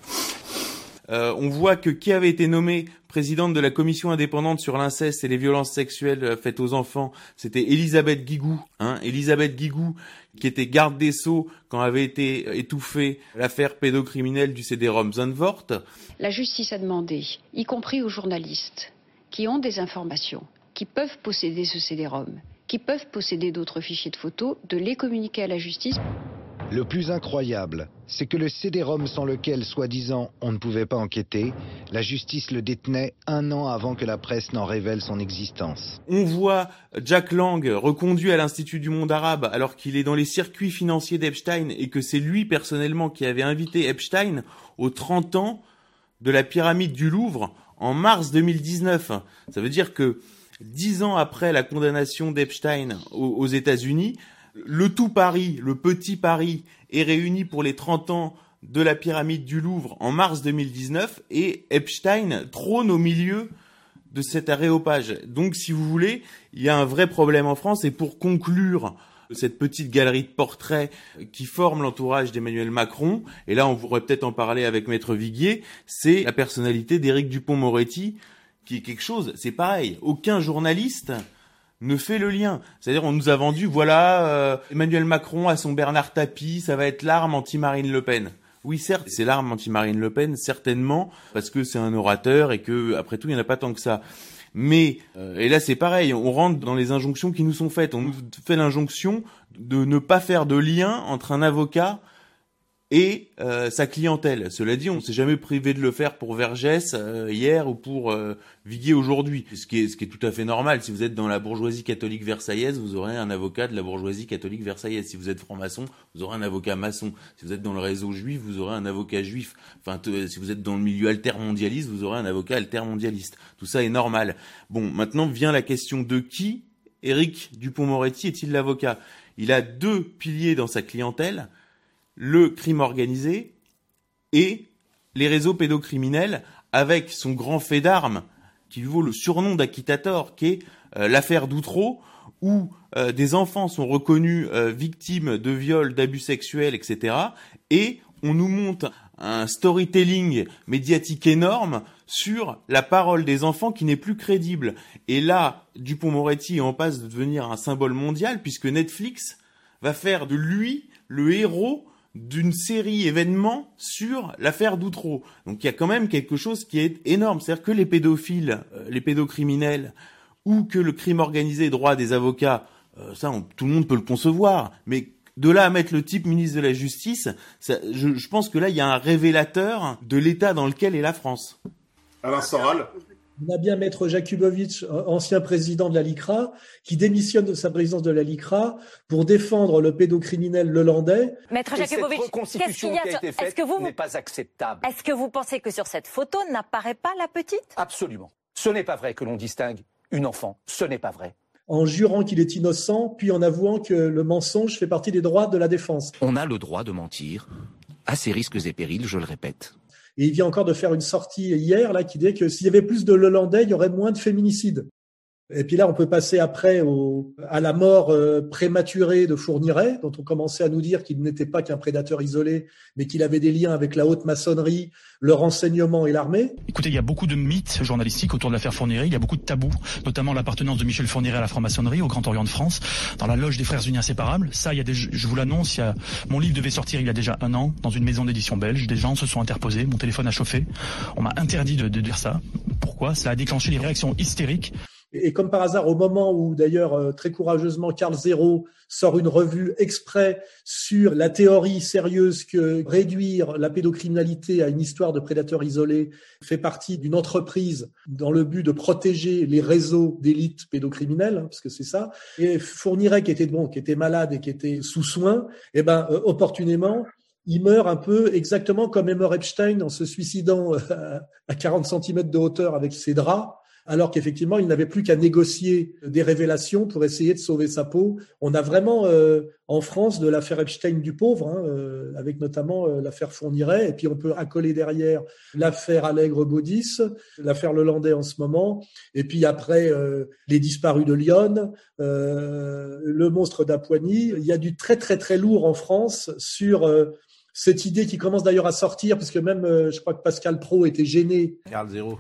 Euh, on voit que qui avait été nommé présidente de la commission indépendante sur l'inceste et les violences sexuelles faites aux enfants, c'était Elisabeth Guigou. Hein, Elisabeth Guigou, qui était garde des Sceaux quand avait été étouffée l'affaire pédocriminelle du C D-ROM Zandvoort. La justice a demandé, y compris aux journalistes, qui ont des informations, qui peuvent posséder ce C D-ROM, qui peuvent posséder d'autres fichiers de photos, de les communiquer à la justice. Le plus incroyable, c'est que le C D-ROM sans lequel, soi-disant, on ne pouvait pas enquêter, la justice le détenait un an avant que la presse n'en révèle son existence. On voit Jack Lang reconduit à l'Institut du monde arabe alors qu'il est dans les circuits financiers d'Epstein et que c'est lui personnellement qui avait invité Epstein aux trente ans de la pyramide du Louvre en mars deux mille dix-neuf. Ça veut dire que dix ans après la condamnation d'Epstein aux, aux États-Unis, le tout Paris, le petit Paris, est réuni pour les trente ans de la pyramide du Louvre en mars deux mille dix-neuf et Epstein trône au milieu de cet aréopage. Donc, si vous voulez, il y a un vrai problème en France. Et pour conclure cette petite galerie de portraits qui forme l'entourage d'Emmanuel Macron, et là on pourrait peut-être en parler avec Maître Viguier, c'est la personnalité d'Éric Dupond-Moretti, qui est quelque chose, c'est pareil, aucun journaliste ne fait le lien. C'est-à-dire, on nous a vendu, voilà, euh, Emmanuel Macron à son Bernard Tapie, ça va être l'arme anti-Marine Le Pen. Oui, certes, c'est l'arme anti-Marine Le Pen, certainement, parce que c'est un orateur et que, après tout, il n'y en a pas tant que ça. Mais, euh, et là c'est pareil, on rentre dans les injonctions qui nous sont faites. On nous fait l'injonction de ne pas faire de lien entre un avocat et euh, sa clientèle. Cela dit, on ne s'est jamais privé de le faire pour Vergès euh, hier ou pour euh, Viguier aujourd'hui, ce qui est ce qui est tout à fait normal. Si vous êtes dans la bourgeoisie catholique versaillaise, vous aurez un avocat de la bourgeoisie catholique versaillaise. Si vous êtes franc-maçon, vous aurez un avocat maçon. Si vous êtes dans le réseau juif, vous aurez un avocat juif. Enfin, t- si vous êtes dans le milieu altermondialiste, vous aurez un avocat altermondialiste. Tout ça est normal. Bon, maintenant vient la question de qui Éric Dupond-Moretti est-il l'avocat? Il a deux piliers dans sa clientèle: le crime organisé et les réseaux pédocriminels, avec son grand fait d'armes qui lui vaut le surnom d'Acquitator, qui est euh, l'affaire d'Outreau, où euh, des enfants sont reconnus euh, victimes de viols, d'abus sexuels, et cetera. Et on nous monte un storytelling médiatique énorme sur la parole des enfants qui n'est plus crédible. Et là, Dupond-Moretti est en passe de devenir un symbole mondial, puisque Netflix va faire de lui le héros d'une série événement sur l'affaire d'Outreau. Donc il y a quand même quelque chose qui est énorme. C'est-à-dire que les pédophiles, euh, les pédocriminels, ou que le crime organisé droit des avocats, euh, ça, on, tout le monde peut le concevoir. Mais de là à mettre le type ministre de la Justice, ça, je, je pense que là, il y a un révélateur de l'état dans lequel est la France. Alain Soral. On a bien Maître Jakubowicz, ancien président de la LICRA, qui démissionne de sa présidence de la LICRA pour défendre le pédocriminel lelandais. Maître Jakubowicz, qu'est-ce qu'il y a, qui a été faite est-ce que vous n'est pas acceptable. Est-ce que vous pensez que sur cette photo n'apparaît pas la petite? Absolument. Ce n'est pas vrai que l'on distingue une enfant. Ce n'est pas vrai. En jurant qu'il est innocent, puis en avouant que le mensonge fait partie des droits de la défense. On a le droit de mentir, à ses risques et périls, je le répète. Et il vient encore de faire une sortie hier là qui dit que s'il y avait plus de Lelandais, il y aurait moins de féminicides. Et puis là, on peut passer après au, à la mort euh, prématurée de Fourniret, dont on commençait à nous dire qu'il n'était pas qu'un prédateur isolé, mais qu'il avait des liens avec la haute maçonnerie, le renseignement et l'armée. Écoutez, il y a beaucoup de mythes journalistiques autour de l'affaire Fourniret. Il y a beaucoup de tabous, notamment l'appartenance de Michel Fourniret à la franc-maçonnerie, au Grand Orient de France, dans la loge des Frères Unis Inséparables. Ça, il y a des, je vous l'annonce, il y a, mon livre devait sortir il y a déjà un an dans une maison d'édition belge. Des gens se sont interposés, mon téléphone a chauffé. On m'a interdit de, de dire ça. Pourquoi? Ça a déclenché des réactions hystériques. Et comme par hasard, au moment où d'ailleurs très courageusement Carl Zero sort une revue exprès sur la théorie sérieuse que réduire la pédocriminalité à une histoire de prédateurs isolés fait partie d'une entreprise dans le but de protéger les réseaux d'élites pédocriminelles, parce que c'est ça. Et Fourniret, qui était bon, qui était malade et qui était sous soin, eh ben euh, opportunément il meurt un peu exactement comme est mort Epstein en se suicidant à quarante centimètres de hauteur avec ses draps, alors qu'effectivement, il n'avait plus qu'à négocier des révélations pour essayer de sauver sa peau. On a vraiment, euh, en France, de l'affaire Epstein du pauvre, hein, euh, avec notamment euh, l'affaire Fourniret, et puis on peut accoler derrière l'affaire Allègre-Baudis, l'affaire Lelandais en ce moment, et puis après, euh, les disparus de Lyon, euh, le monstre d'Apoigny. Il y a du très, très, très lourd en France sur... Euh, cette idée qui commence d'ailleurs à sortir, parce que même, euh, je crois que Pascal Praud était gêné. Carl Zéro,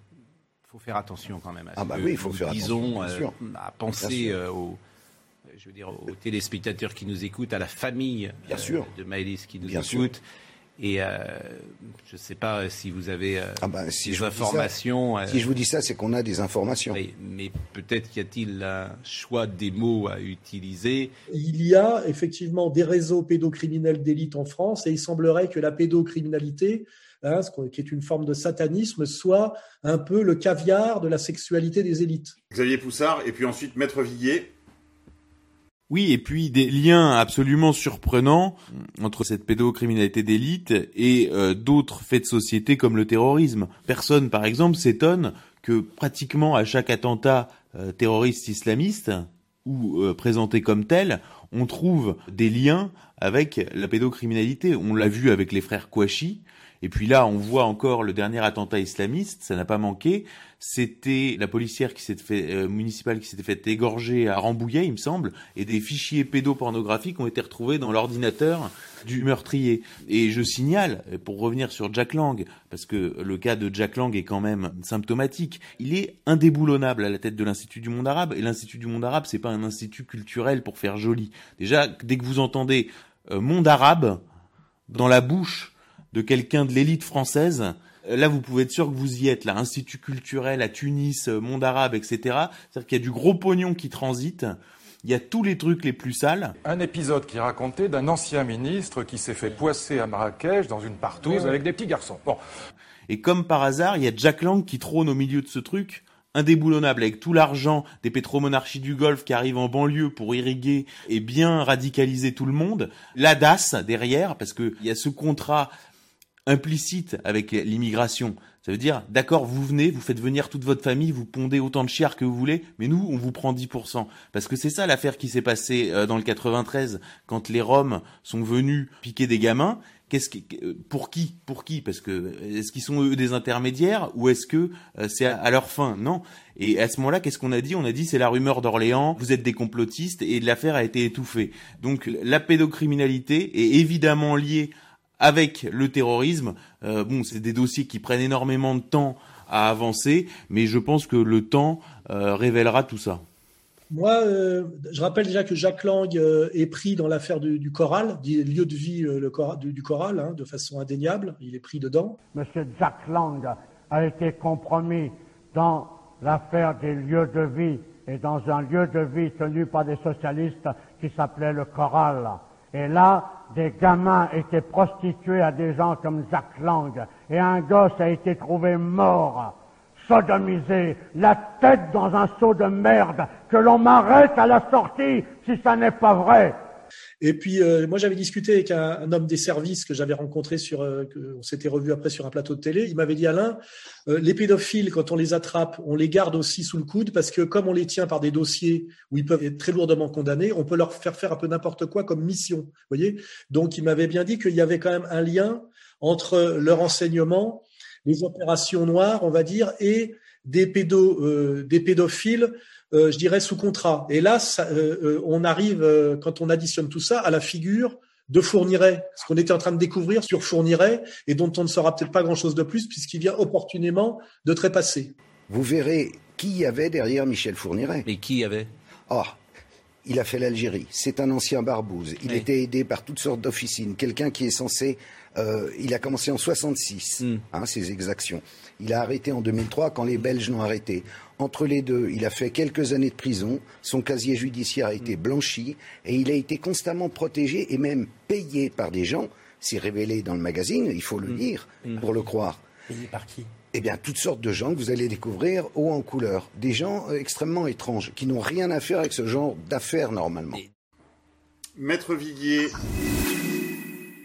il faut faire attention quand même à ce ah bah que oui, il faut nous faire disons, attention, euh, à penser euh, aux, je veux dire, aux téléspectateurs qui nous écoutent, à la famille bien euh, sûr. de Maëlys qui nous bien écoute. Sûr. Et euh, je ne sais pas si vous avez euh, ah bah, si des informations. Ça, euh, si je vous dis ça, c'est qu'on a des informations. Mais, mais peut-être y a-t-il un choix des mots à utiliser. Il y a effectivement des réseaux pédocriminels d'élite en France et il semblerait que la pédocriminalité, hein, qui est une forme de satanisme, soit un peu le caviar de la sexualité des élites. Xavier Poussard et puis ensuite Maître Viguier. Oui, et puis des liens absolument surprenants entre cette pédocriminalité d'élite et euh, d'autres faits de société comme le terrorisme. Personne, par exemple, s'étonne que pratiquement à chaque attentat euh, terroriste islamiste ou euh, présenté comme tel, on trouve des liens avec la pédocriminalité. On l'a vu avec les frères Kouachi. Et puis là, on voit encore le dernier attentat islamiste, ça n'a pas manqué. C'était la policière qui s'était fait, euh, municipale qui s'était fait égorger à Rambouillet, il me semble, et des fichiers pédopornographiques ont été retrouvés dans l'ordinateur du meurtrier. Et je signale, pour revenir sur Jack Lang, parce que le cas de Jack Lang est quand même symptomatique, il est indéboulonnable à la tête de l'Institut du monde arabe, et l'Institut du monde arabe, c'est pas un institut culturel pour faire joli. Déjà, dès que vous entendez euh, monde arabe dans la bouche de quelqu'un de l'élite française, là vous pouvez être sûr que vous y êtes, là, Institut culturel à Tunis, monde arabe, et cetera. C'est-à-dire qu'il y a du gros pognon qui transite, il y a tous les trucs les plus sales. Un épisode qui racontait d'un ancien ministre qui s'est fait poisser à Marrakech dans une partouze avec des petits garçons. Bon. Et comme par hasard, il y a Jack Lang qui trône au milieu de ce truc, indéboulonnable, avec tout l'argent des pétromonarchies du Golfe qui arrivent en banlieue pour irriguer et bien radicaliser tout le monde. La D A S derrière, parce qu'il y a ce contrat implicite avec l'immigration. Ça veut dire, d'accord, vous venez, vous faites venir toute votre famille, vous pondez autant de chiards que vous voulez, mais nous, on vous prend dix pour cent. Parce que c'est ça l'affaire qui s'est passée dans le quatre-vingt-treize, quand les Roms sont venus piquer des gamins. Qu'est-ce qui, pour qui, pour qui? Parce que est-ce qu'ils sont eux des intermédiaires ou est-ce que c'est à leur fin? Non. Et à ce moment-là, qu'est-ce qu'on a dit? On a dit c'est la rumeur d'Orléans, vous êtes des complotistes et l'affaire a été étouffée. Donc la pédocriminalité est évidemment liée avec le terrorisme. Euh, bon, c'est des dossiers qui prennent énormément de temps à avancer, mais je pense que le temps euh, révélera tout ça. Moi, euh, je rappelle déjà que Jack Lang euh, est pris dans l'affaire du, du Coral, du lieu de vie euh, le cor- du, du Coral, hein, de façon indéniable. Il est pris dedans. Monsieur Jack Lang a été compromis dans l'affaire des lieux de vie et dans un lieu de vie tenu par des socialistes qui s'appelait le Coral. Et là, des gamins étaient prostitués à des gens comme Jack Lang. Et un gosse a été trouvé mort, sodomisé, la tête dans un seau de merde, que l'on m'arrête à la sortie si ça n'est pas vrai. Et puis, euh, moi, j'avais discuté avec un, un homme des services que j'avais rencontré sur, euh, que on s'était revu après sur un plateau de télé. Il m'avait dit, Alain, euh, les pédophiles, quand on les attrape, on les garde aussi sous le coude parce que comme on les tient par des dossiers où ils peuvent être très lourdement condamnés, on peut leur faire faire un peu n'importe quoi comme mission. Vous voyez? Donc, il m'avait bien dit qu'il y avait quand même un lien entre leur enseignement, les opérations noires, on va dire, et des pédos, euh, des pédophiles. Euh, je dirais sous contrat. Et là, ça, euh, on arrive, euh, quand on additionne tout ça, à la figure de Fourniret, ce qu'on était en train de découvrir sur Fourniret, et dont on ne saura peut-être pas grand-chose de plus, puisqu'il vient opportunément de trépasser. Vous verrez qui y avait derrière Michel Fourniret. Et qui y avait? Ah, il a fait l'Algérie. C'est un ancien barbouze. Il oui. était aidé par toutes sortes d'officines. Quelqu'un qui est censé... Euh, il a commencé en soixante-six, mm. hein, ses exactions. Il a arrêté en deux mille trois quand les Belges l'ont arrêté. Entre les deux, il a fait quelques années de prison. Son casier judiciaire a été blanchi et il a été constamment protégé et même payé par des gens. C'est révélé dans le magazine, il faut le mm. lire mm. pour le croire. Payé par qui? Eh bien, toutes sortes de gens que vous allez découvrir haut en couleur. Des gens euh, extrêmement étranges, qui n'ont rien à faire avec ce genre d'affaires normalement. Maître Viguier.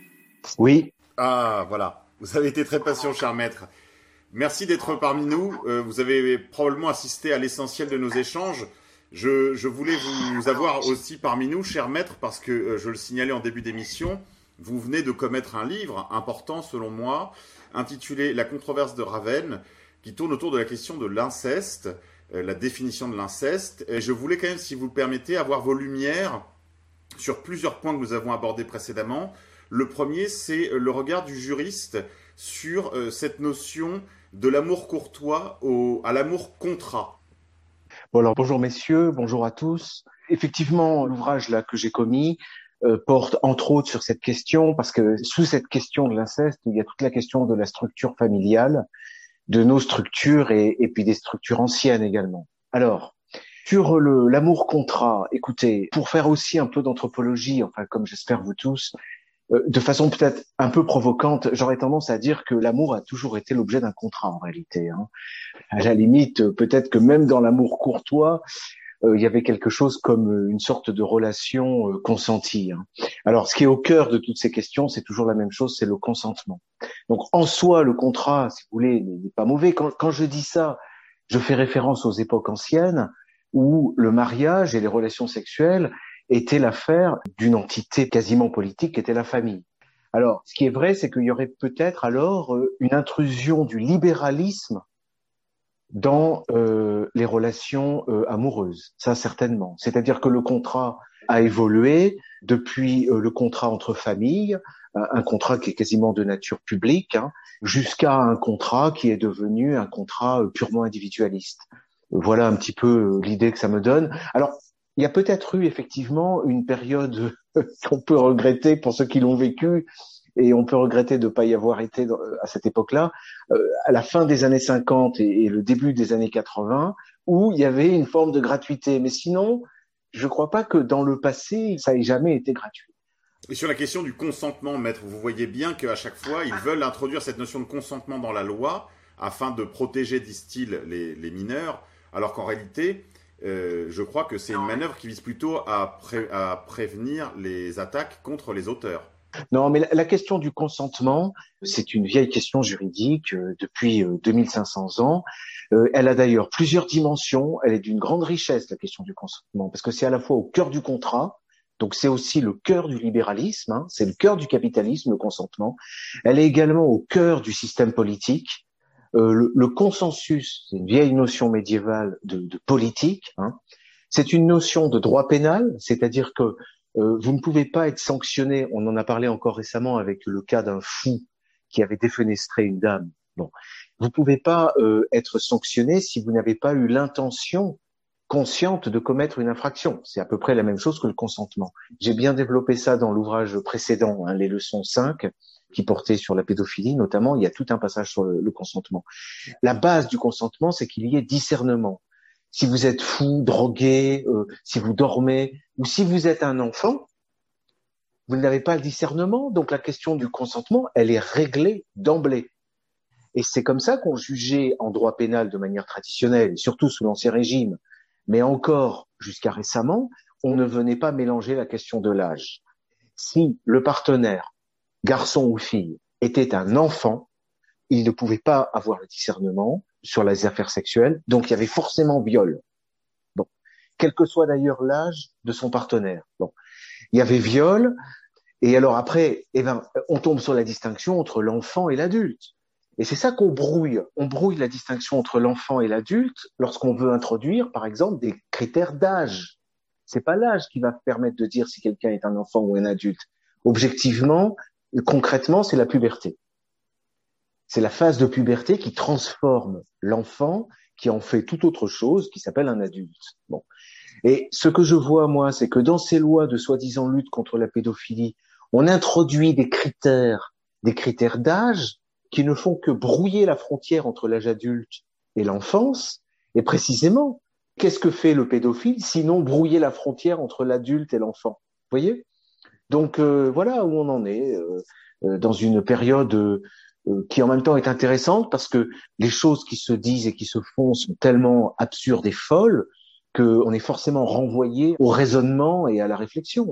Oui. Ah, voilà. Vous avez été très patient, cher maître. Merci d'être parmi nous. Euh, vous avez probablement assisté à l'essentiel de nos échanges. Je, je voulais vous avoir aussi parmi nous, cher maître, parce que euh, je le signalais en début d'émission, vous venez de commettre un livre important, selon moi, intitulé « La controverse de Ravenne », qui tourne autour de la question de l'inceste, euh, la définition de l'inceste. Et je voulais quand même, si vous le permettez, avoir vos lumières sur plusieurs points que nous avons abordés précédemment. Le premier, c'est le regard du juriste sur euh, cette notion de l'amour courtois au, à l'amour contrat. Bon alors, bonjour messieurs, bonjour à tous. Effectivement, l'ouvrage là que j'ai commis euh, porte entre autres sur cette question, parce que sous cette question de l'inceste, il y a toute la question de la structure familiale, de nos structures et, et puis des structures anciennes également. Alors, sur le, l'amour contrat, écoutez, pour faire aussi un peu d'anthropologie, enfin comme j'espère vous tous, euh, de façon peut-être un peu provocante, j'aurais tendance à dire que l'amour a toujours été l'objet d'un contrat en réalité. Hein. À la limite, peut-être que même dans l'amour courtois, euh, il y avait quelque chose comme une sorte de relation euh, consentie. Hein. Alors, ce qui est au cœur de toutes ces questions, c'est toujours la même chose, c'est le consentement. Donc, en soi, le contrat, si vous voulez, n'est pas mauvais. Quand, quand je dis ça, je fais référence aux époques anciennes où le mariage et les relations sexuelles étaient l'affaire d'une entité quasiment politique qui était la famille. Alors, ce qui est vrai, c'est qu'il y aurait peut-être alors euh, une intrusion du libéralisme dans euh, les relations euh, amoureuses, ça certainement. C'est-à-dire que le contrat a évolué depuis euh, le contrat entre familles, un, un contrat qui est quasiment de nature publique, hein, jusqu'à un contrat qui est devenu un contrat euh, purement individualiste. Voilà un petit peu euh, l'idée que ça me donne. Alors, il y a peut-être eu effectivement une période qu'on peut regretter pour ceux qui l'ont vécu, et on peut regretter de ne pas y avoir été à cette époque-là, euh, à la fin des années cinquante et, et le début des années quatre-vingts, où il y avait une forme de gratuité. Mais sinon, je ne crois pas que dans le passé, ça ait jamais été gratuit. Et sur la question du consentement, maître, vous voyez bien qu'à chaque fois, ils veulent introduire cette notion de consentement dans la loi afin de protéger, disent-ils, les, les mineurs, alors qu'en réalité, euh, je crois que c'est une manœuvre qui vise plutôt à, pré- à prévenir les attaques contre les auteurs. Non, mais la, la question du consentement, c'est une vieille question juridique euh, depuis euh, deux mille cinq cents ans. Euh, elle a d'ailleurs plusieurs dimensions. Elle est d'une grande richesse, la question du consentement, parce que c'est à la fois au cœur du contrat, donc c'est aussi le cœur du libéralisme, hein, c'est le cœur du capitalisme, le consentement. Elle est également au cœur du système politique. Euh, le, le consensus, c'est une vieille notion médiévale de, de politique. Hein. C'est une notion de droit pénal, c'est-à-dire que Euh, vous ne pouvez pas être sanctionné. On en a parlé encore récemment avec le cas d'un fou qui avait défenestré une dame. Bon, vous ne pouvez pas euh, être sanctionné si vous n'avez pas eu l'intention consciente de commettre une infraction. C'est à peu près la même chose que le consentement. J'ai bien développé ça dans l'ouvrage précédent, hein, les leçons cinq, qui portaient sur la pédophilie notamment. Il y a tout un passage sur le, le consentement. La base du consentement, c'est qu'il y ait discernement. Si vous êtes fou, drogué, euh, si vous dormez, ou si vous êtes un enfant, vous n'avez pas le discernement. Donc la question du consentement, elle est réglée d'emblée. Et c'est comme ça qu'on jugeait en droit pénal de manière traditionnelle, surtout sous l'Ancien Régime, mais encore jusqu'à récemment, on ne venait pas mélanger la question de l'âge. Si le partenaire, garçon ou fille, était un enfant, il ne pouvait pas avoir le discernement sur les affaires sexuelles, donc il y avait forcément viol. Bon, quel que soit d'ailleurs l'âge de son partenaire. Bon, il y avait viol, et alors après, eh ben, on tombe sur la distinction entre l'enfant et l'adulte. Et c'est ça qu'on brouille. On brouille la distinction entre l'enfant et l'adulte lorsqu'on veut introduire, par exemple, des critères d'âge. C'est pas l'âge qui va permettre de dire si quelqu'un est un enfant ou un adulte. Objectivement, concrètement, c'est la puberté. C'est la phase de puberté qui transforme l'enfant, qui en fait tout autre chose, qui s'appelle un adulte. Bon. Et ce que je vois, moi, c'est que dans ces lois de soi-disant lutte contre la pédophilie, on introduit des critères, des critères d'âge qui ne font que brouiller la frontière entre l'âge adulte et l'enfance. Et précisément, qu'est-ce que fait le pédophile sinon brouiller la frontière entre l'adulte et l'enfant? Vous voyez? Donc euh, voilà où on en est, euh, euh, dans une période euh, qui en même temps est intéressante parce que les choses qui se disent et qui se font sont tellement absurdes et folles qu'on est forcément renvoyé au raisonnement et à la réflexion.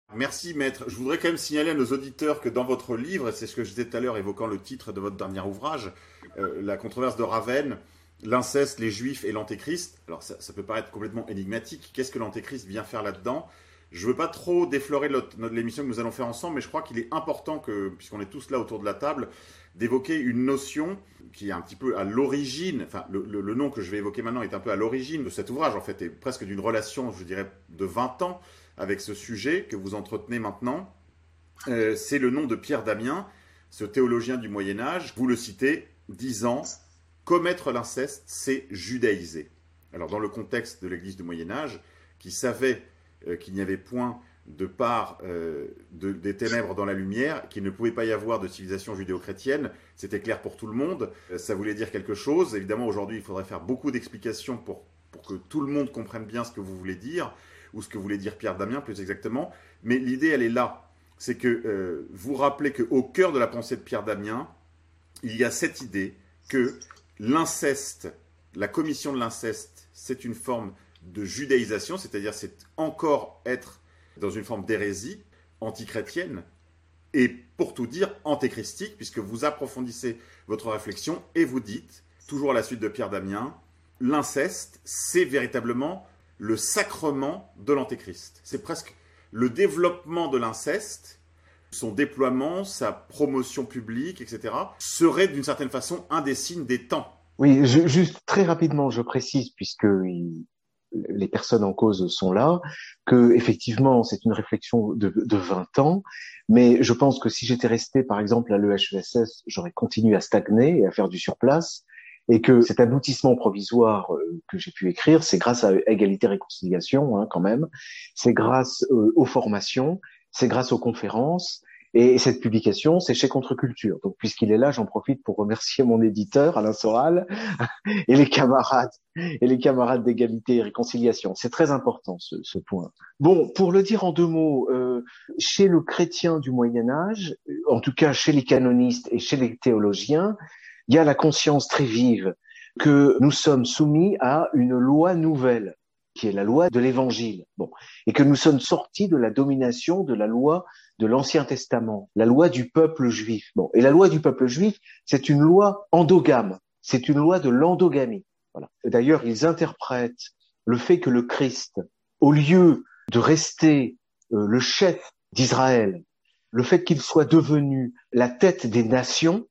Merci maître. Je voudrais quand même signaler à nos auditeurs que dans votre livre, et c'est ce que je disais tout à l'heure évoquant le titre de votre dernier ouvrage, euh, La controverse de Ravenne, l'inceste, les juifs et l'antéchrist. Alors ça, ça peut paraître complètement énigmatique. Qu'est-ce que l'antéchrist vient faire là-dedans ? Je ne veux pas trop déflorer notre, notre, l'émission que nous allons faire ensemble, mais je crois qu'il est important que, puisqu'on est tous là autour de la table, d'évoquer une notion qui est un petit peu à l'origine, enfin le, le, le nom que je vais évoquer maintenant est un peu à l'origine de cet ouvrage, en fait, et presque d'une relation, je dirais, de vingt ans avec ce sujet que vous entretenez maintenant. Euh, c'est le nom de Pierre Damien, ce théologien du Moyen-Âge. Vous le citez, disant « Commettre l'inceste, c'est judaïser ». Alors dans le contexte de l'Église du Moyen-Âge, qui savait euh, qu'il n'y avait point de part euh, de, des ténèbres dans la lumière, qu'il ne pouvait pas y avoir de civilisation judéo-chrétienne, c'était clair pour tout le monde, euh, ça voulait dire quelque chose. Évidemment, aujourd'hui, il faudrait faire beaucoup d'explications pour, pour que tout le monde comprenne bien ce que vous voulez dire, ou ce que voulait dire Pierre Damien, plus exactement. Mais l'idée, elle est là. C'est que euh, vous rappelez qu'au cœur de la pensée de Pierre Damien, il y a cette idée que l'inceste, la commission de l'inceste, c'est une forme de judaïsation, c'est-à-dire c'est encore être dans une forme d'hérésie antichrétienne, et pour tout dire, antéchristique, puisque vous approfondissez votre réflexion et vous dites, toujours à la suite de Pierre Damien, l'inceste, c'est véritablement le sacrement de l'antéchrist. C'est presque le développement de l'inceste, son déploiement, sa promotion publique, et cetera, serait d'une certaine façon un des signes des temps. Oui, je, juste très rapidement, je précise, puisque il, les personnes en cause sont là, que effectivement c'est une réflexion de, de vingt ans, mais je pense que si j'étais resté par exemple à l'E H E S S, j'aurais continué à stagner et à faire du surplace, et que cet aboutissement provisoire euh, que j'ai pu écrire, c'est grâce à Égalité Réconciliation, hein, quand même, c'est grâce euh, aux formations, c'est grâce aux conférences, et cette publication, c'est chez Contre-Culture. Donc, puisqu'il est là, j'en profite pour remercier mon éditeur, Alain Soral, et les camarades, et les camarades d'Égalité et Réconciliation. C'est très important, ce, ce point. Bon, pour le dire en deux mots, euh, chez le chrétien du Moyen-Âge, en tout cas chez les canonistes et chez les théologiens, il y a la conscience très vive que nous sommes soumis à une loi nouvelle, qui est la loi de l'Évangile. Bon, et que nous sommes sortis de la domination de la loi de l'Ancien Testament, la loi du peuple juif. Bon, et la loi du peuple juif, c'est une loi endogame, c'est une loi de l'endogamie. Voilà. D'ailleurs, ils interprètent le fait que le Christ, au lieu de rester euh, le chef d'Israël, le fait qu'il soit devenu la tête des nations,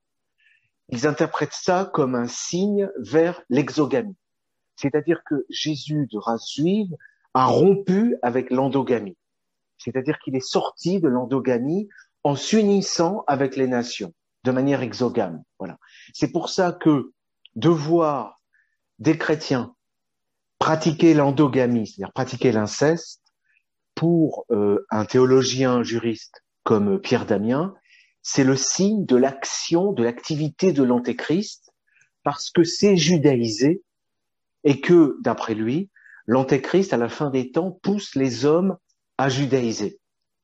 ils interprètent ça comme un signe vers l'exogamie. C'est-à-dire que Jésus, de race juive, a rompu avec l'endogamie. C'est-à-dire qu'il est sorti de l'endogamie en s'unissant avec les nations, de manière exogame. Voilà. C'est pour ça que de voir des chrétiens pratiquer l'endogamie, c'est-à-dire pratiquer l'inceste, pour euh, un théologien juriste comme Pierre Damien, c'est le signe de l'action, de l'activité de l'antéchrist, parce que c'est judaïsé, et que, d'après lui, l'antéchrist, à la fin des temps, pousse les hommes à judaïser.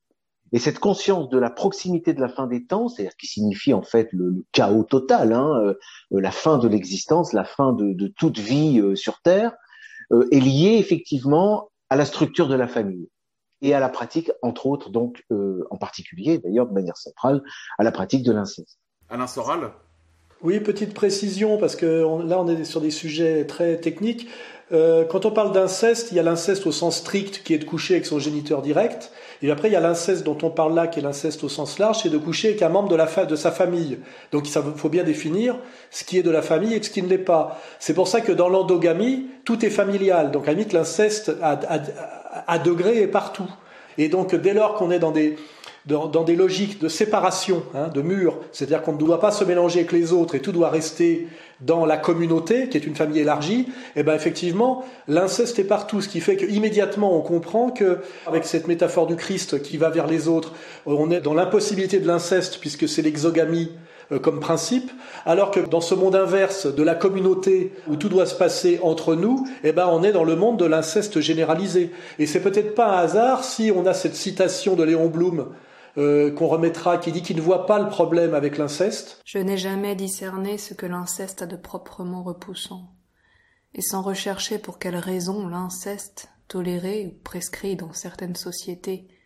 Et cette conscience de la proximité de la fin des temps, c'est-à-dire qui signifie en fait le, le chaos total, hein, euh, la fin de l'existence, la fin de, de toute vie euh, sur Terre, euh, est liée effectivement à la structure de la famille et à la pratique, entre autres, donc euh, en particulier, d'ailleurs de manière centrale, à la pratique de l'inceste. Alain Soral ? Oui, petite précision, parce que on, là on est sur des sujets très techniques. Euh, quand on parle d'inceste, il y a l'inceste au sens strict qui est de coucher avec son géniteur direct, et après il y a l'inceste dont on parle là qui est l'inceste au sens large, c'est de coucher avec un membre de, la fa- de sa famille. Donc il faut bien définir ce qui est de la famille et ce qui ne l'est pas. C'est pour ça que dans l'endogamie, tout est familial, donc à la limite l'inceste à, à, à degré est partout. Et donc dès lors qu'on est dans des... Dans, dans des logiques de séparation, hein, de murs, c'est-à-dire qu'on ne doit pas se mélanger avec les autres et tout doit rester dans la communauté, qui est une famille élargie, et ben effectivement, l'inceste est partout, ce qui fait qu'immédiatement on comprend que, avec cette métaphore du Christ qui va vers les autres, on est dans l'impossibilité de l'inceste puisque c'est l'exogamie euh, comme principe, alors que dans ce monde inverse de la communauté où tout doit se passer entre nous, eh ben on est dans le monde de l'inceste généralisé. Et c'est peut-être pas un hasard si on a cette citation de Léon Blum Euh, qu'on remettra, qui dit qu'il ne voit pas le problème avec l'inceste. Je n'ai jamais discerné ce que l'inceste a de proprement repoussant, et sans rechercher pour quelle raison l'inceste, toléré ou prescrit dans certaines sociétés,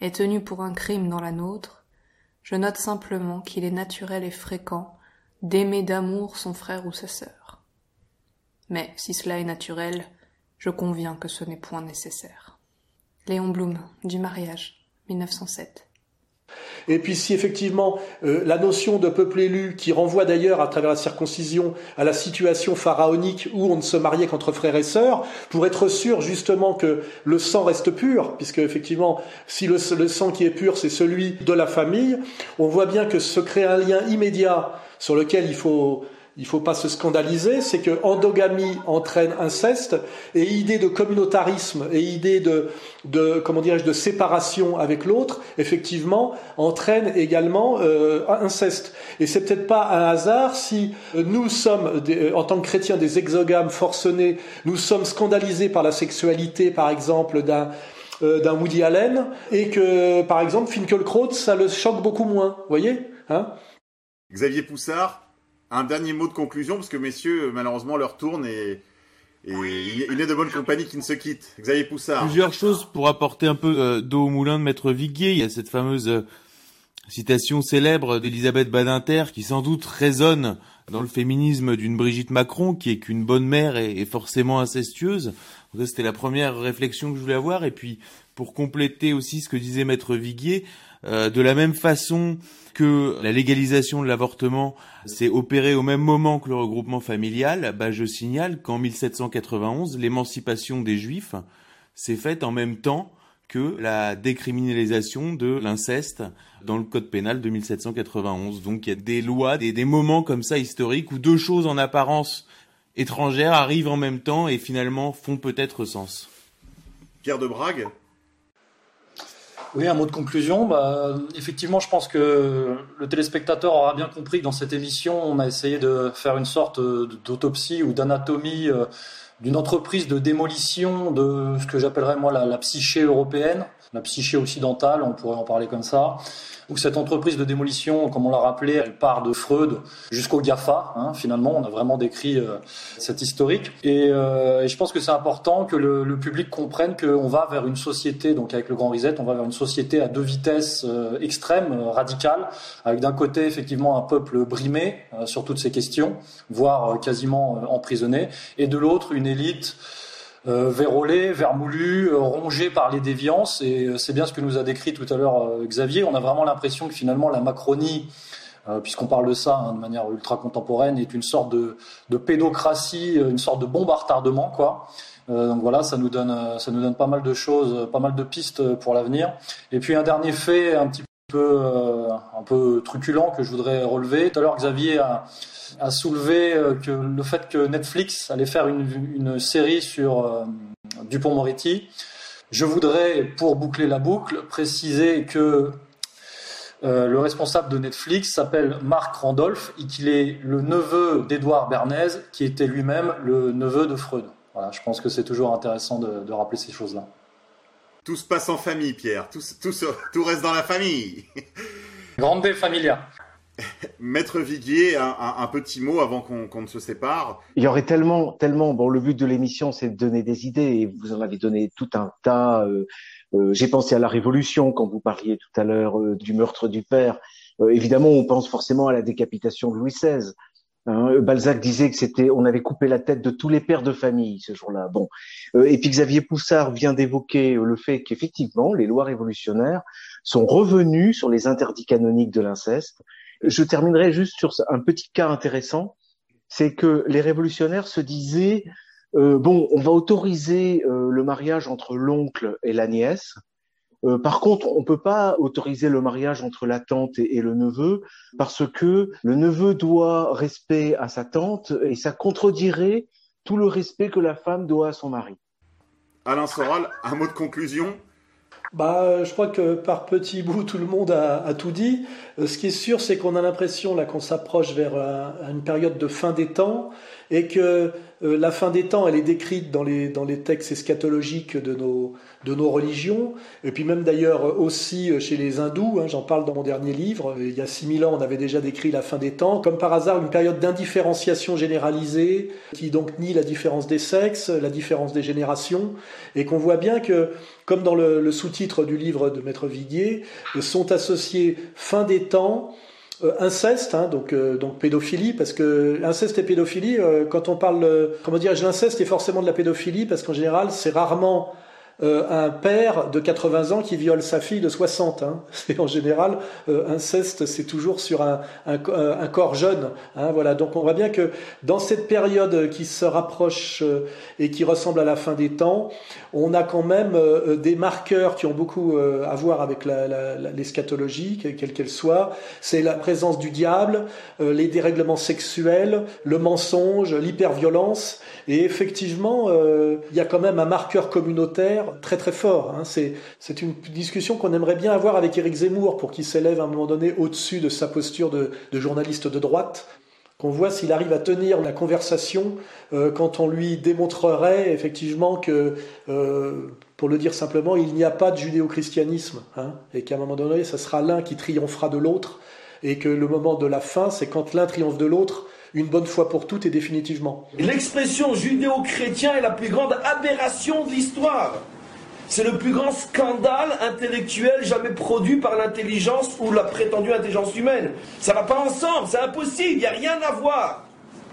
est tenu pour un crime dans la nôtre, je note simplement qu'il est naturel et fréquent d'aimer d'amour son frère ou sa sœur. Mais si cela est naturel, je conviens que ce n'est point nécessaire. Léon Blum, du mariage, mille neuf cent sept. Et puis si effectivement euh, la notion de peuple élu, qui renvoie d'ailleurs à travers la circoncision à la situation pharaonique où on ne se mariait qu'entre frères et sœurs, pour être sûr justement que le sang reste pur, puisque effectivement si le, le sang qui est pur c'est celui de la famille, on voit bien que se crée un lien immédiat sur lequel il faut... Il ne faut pas se scandaliser, c'est que endogamie entraîne inceste et idée de communautarisme et idée de, de comment dirais-je, de séparation avec l'autre, effectivement, entraîne également euh, inceste. Et c'est peut-être pas un hasard si nous sommes, des, en tant que chrétiens, des exogames forcenés, nous sommes scandalisés par la sexualité, par exemple, d'un euh, d'un Woody Allen, et que, par exemple, Finkielkraut, ça le choque beaucoup moins. Vous voyez, hein ? Xavier Poussard. Un dernier mot de conclusion, parce que messieurs, malheureusement, leur tourne et, et il est de bonne compagnie qui ne se quitte. Xavier Poussard. Plusieurs choses pour apporter un peu euh, d'eau au moulin de Maître Viguier. Il y a cette fameuse euh, citation célèbre d'Elisabeth Badinter qui sans doute résonne dans le féminisme d'une Brigitte Macron, qui est qu'une bonne mère et, et forcément incestueuse. Donc ça, c'était la première réflexion que je voulais avoir. Et puis, pour compléter aussi ce que disait Maître Viguier, euh, de la même façon que la légalisation de l'avortement s'est opérée au même moment que le regroupement familial, bah je signale qu'en mille sept cent quatre-vingt-onze, l'émancipation des Juifs s'est faite en même temps que la décriminalisation de l'inceste dans le code pénal de mille sept cent quatre-vingt-onze. Donc il y a des lois, des, des moments comme ça historiques où deux choses en apparence étrangères arrivent en même temps et finalement font peut-être sens. Pierre de Brague. Oui, un mot de conclusion. Bah, effectivement, je pense que le téléspectateur aura bien compris que dans cette émission, on a essayé de faire une sorte d'autopsie ou d'anatomie euh, d'une entreprise de démolition de ce que j'appellerais moi la, la psyché européenne, la psyché occidentale, on pourrait en parler comme ça. Donc cette entreprise de démolition, comme on l'a rappelé, elle part de Freud jusqu'au GAFA. Hein, finalement, on a vraiment décrit euh, cette historique. Et, euh, et je pense que c'est important que le, le public comprenne qu'on va vers une société, donc avec le Grand Reset, on va vers une société à deux vitesses euh, extrêmes, euh, radicales, avec d'un côté effectivement un peuple brimé euh, sur toutes ces questions, voire euh, quasiment euh, emprisonné, et de l'autre une élite Euh, vérolé, vermoulu, euh, rongé par les déviances, et euh, c'est bien ce que nous a décrit tout à l'heure euh, Xavier. On a vraiment l'impression que finalement la Macronie, euh, puisqu'on parle de ça hein, de manière ultra contemporaine, est une sorte de, de pédocratie, une sorte de bombe à retardement, quoi. Euh, donc voilà, ça nous donne, ça nous donne pas mal de choses, pas mal de pistes pour l'avenir. Et puis un dernier fait, un petit peu, euh, un peu truculent que je voudrais relever. Tout à l'heure, Xavier a a soulevé que le fait que Netflix allait faire une, une série sur euh, Dupond-Moretti. Je voudrais, pour boucler la boucle, préciser que euh, le responsable de Netflix s'appelle Marc Randolph et qu'il est le neveu d'Édouard Bernays, qui était lui-même le neveu de Freud. Voilà, je pense que c'est toujours intéressant de, de rappeler ces choses-là. Tout se passe en famille, Pierre. Tout, tout, tout reste dans la famille. Grande familia. Maître Viguier, un, un, un petit mot avant qu'on, qu'on ne se sépare. Il y aurait tellement, tellement. Bon, le but de l'émission, c'est de donner des idées, et vous en avez donné tout un tas. Euh, euh, j'ai pensé à la Révolution quand vous parliez tout à l'heure euh, du meurtre du père. Euh, évidemment, on pense forcément à la décapitation de Louis seize. Hein, Balzac disait que c'était, on avait coupé la tête de tous les pères de famille ce jour-là. Bon, euh, et puis Xavier Poussard vient d'évoquer le fait qu'effectivement, les lois révolutionnaires sont revenues sur les interdits canoniques de l'inceste. Je terminerai juste sur un petit cas intéressant, c'est que les révolutionnaires se disaient euh, bon, on va autoriser euh, le mariage entre l'oncle et la nièce. Euh, par contre, on peut pas autoriser le mariage entre la tante et, et le neveu parce que le neveu doit respect à sa tante et ça contredirait tout le respect que la femme doit à son mari. Alain Soral, un mot de conclusion ? Bah, je crois que par petits bouts, tout le monde a, a tout dit. Ce qui est sûr, c'est qu'on a l'impression là qu'on s'approche vers une période de fin des temps et que euh, la fin des temps, elle est décrite dans les, dans les textes eschatologiques de nos, de nos religions, et puis même d'ailleurs aussi chez les hindous, hein, j'en parle dans mon dernier livre. Il y a six mille ans, on avait déjà décrit la fin des temps, comme par hasard une période d'indifférenciation généralisée, qui donc nie la différence des sexes, la différence des générations, et qu'on voit bien que, comme dans le, le sous-titre du livre de Maître Viguier, sont associés fin des temps, Euh, inceste, hein, donc, euh, donc pédophilie, parce que inceste et pédophilie, euh, quand on parle, euh, comment dire, l'inceste est forcément de la pédophilie, parce qu'en général, c'est rarement euh, un père de quatre-vingts ans qui viole sa fille de soixante. Hein. C'est en général, euh, inceste, c'est toujours sur un, un, un corps jeune. Hein, voilà. Donc on voit bien que dans cette période qui se rapproche euh, et qui ressemble à la fin des temps, on a quand même euh, des marqueurs qui ont beaucoup euh, à voir avec la, la, la, l'eschatologie, quelle qu'elle soit. C'est la présence du diable, euh, les dérèglements sexuels, le mensonge, l'hyperviolence. Et effectivement, euh, il y a quand même un marqueur communautaire très très fort. Hein. C'est, c'est une discussion qu'on aimerait bien avoir avec Éric Zemmour pour qu'il s'élève à un moment donné au-dessus de sa posture de, de journaliste de droite, qu'on voit s'il arrive à tenir la conversation euh, quand on lui démontrerait effectivement que, euh, pour le dire simplement, il n'y a pas de judéo-christianisme, hein, et qu'à un moment donné, ça sera l'un qui triomphera de l'autre, et que le moment de la fin, c'est quand l'un triomphe de l'autre, une bonne fois pour toutes et définitivement. L'expression judéo-chrétien est la plus grande aberration de l'histoire. C'est le plus grand scandale intellectuel jamais produit par l'intelligence ou la prétendue intelligence humaine. Ça va pas ensemble, c'est impossible, il n'y a rien à voir.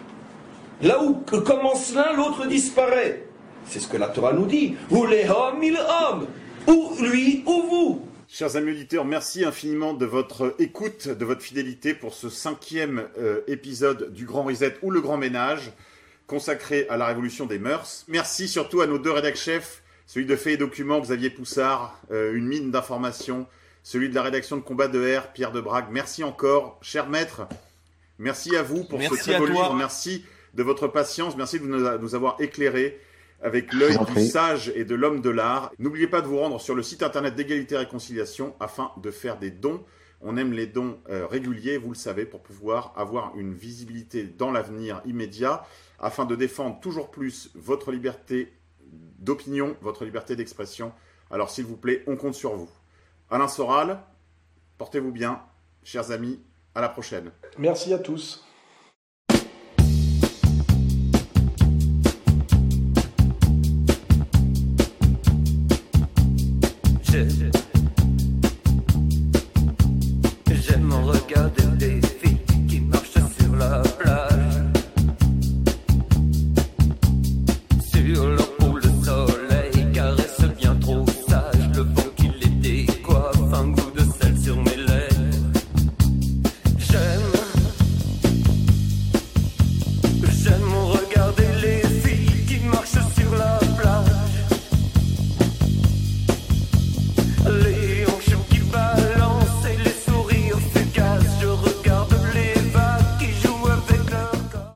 Là où commence l'un, l'autre disparaît. C'est ce que la Torah nous dit. Ou les hommes, il homme. Ou lui, ou vous. Chers amis auditeurs, merci infiniment de votre écoute, de votre fidélité pour ce cinquième euh, épisode du Grand Reset ou le Grand Ménage, consacré à la révolution des mœurs. Merci surtout à nos deux rédac-chefs, celui de Faits et Documents, Xavier Poussard, euh, une mine d'informations, celui de la rédaction de Combat de R, Pierre Debrague. Merci encore, cher maître. Merci à vous pour merci ce très beau livre. Merci de votre patience. Merci de nous, nous avoir éclairés avec l'œil du sage et de l'homme de l'art. N'oubliez pas de vous rendre sur le site internet d'Égalité et Réconciliation afin de faire des dons. On aime les dons euh, réguliers, vous le savez, pour pouvoir avoir une visibilité dans l'avenir immédiat, afin de défendre toujours plus votre liberté d'opinion, votre liberté d'expression. Alors s'il vous plaît, on compte sur vous. Alain Soral, portez-vous bien, chers amis, à la prochaine. Merci à tous. J'aime regarder les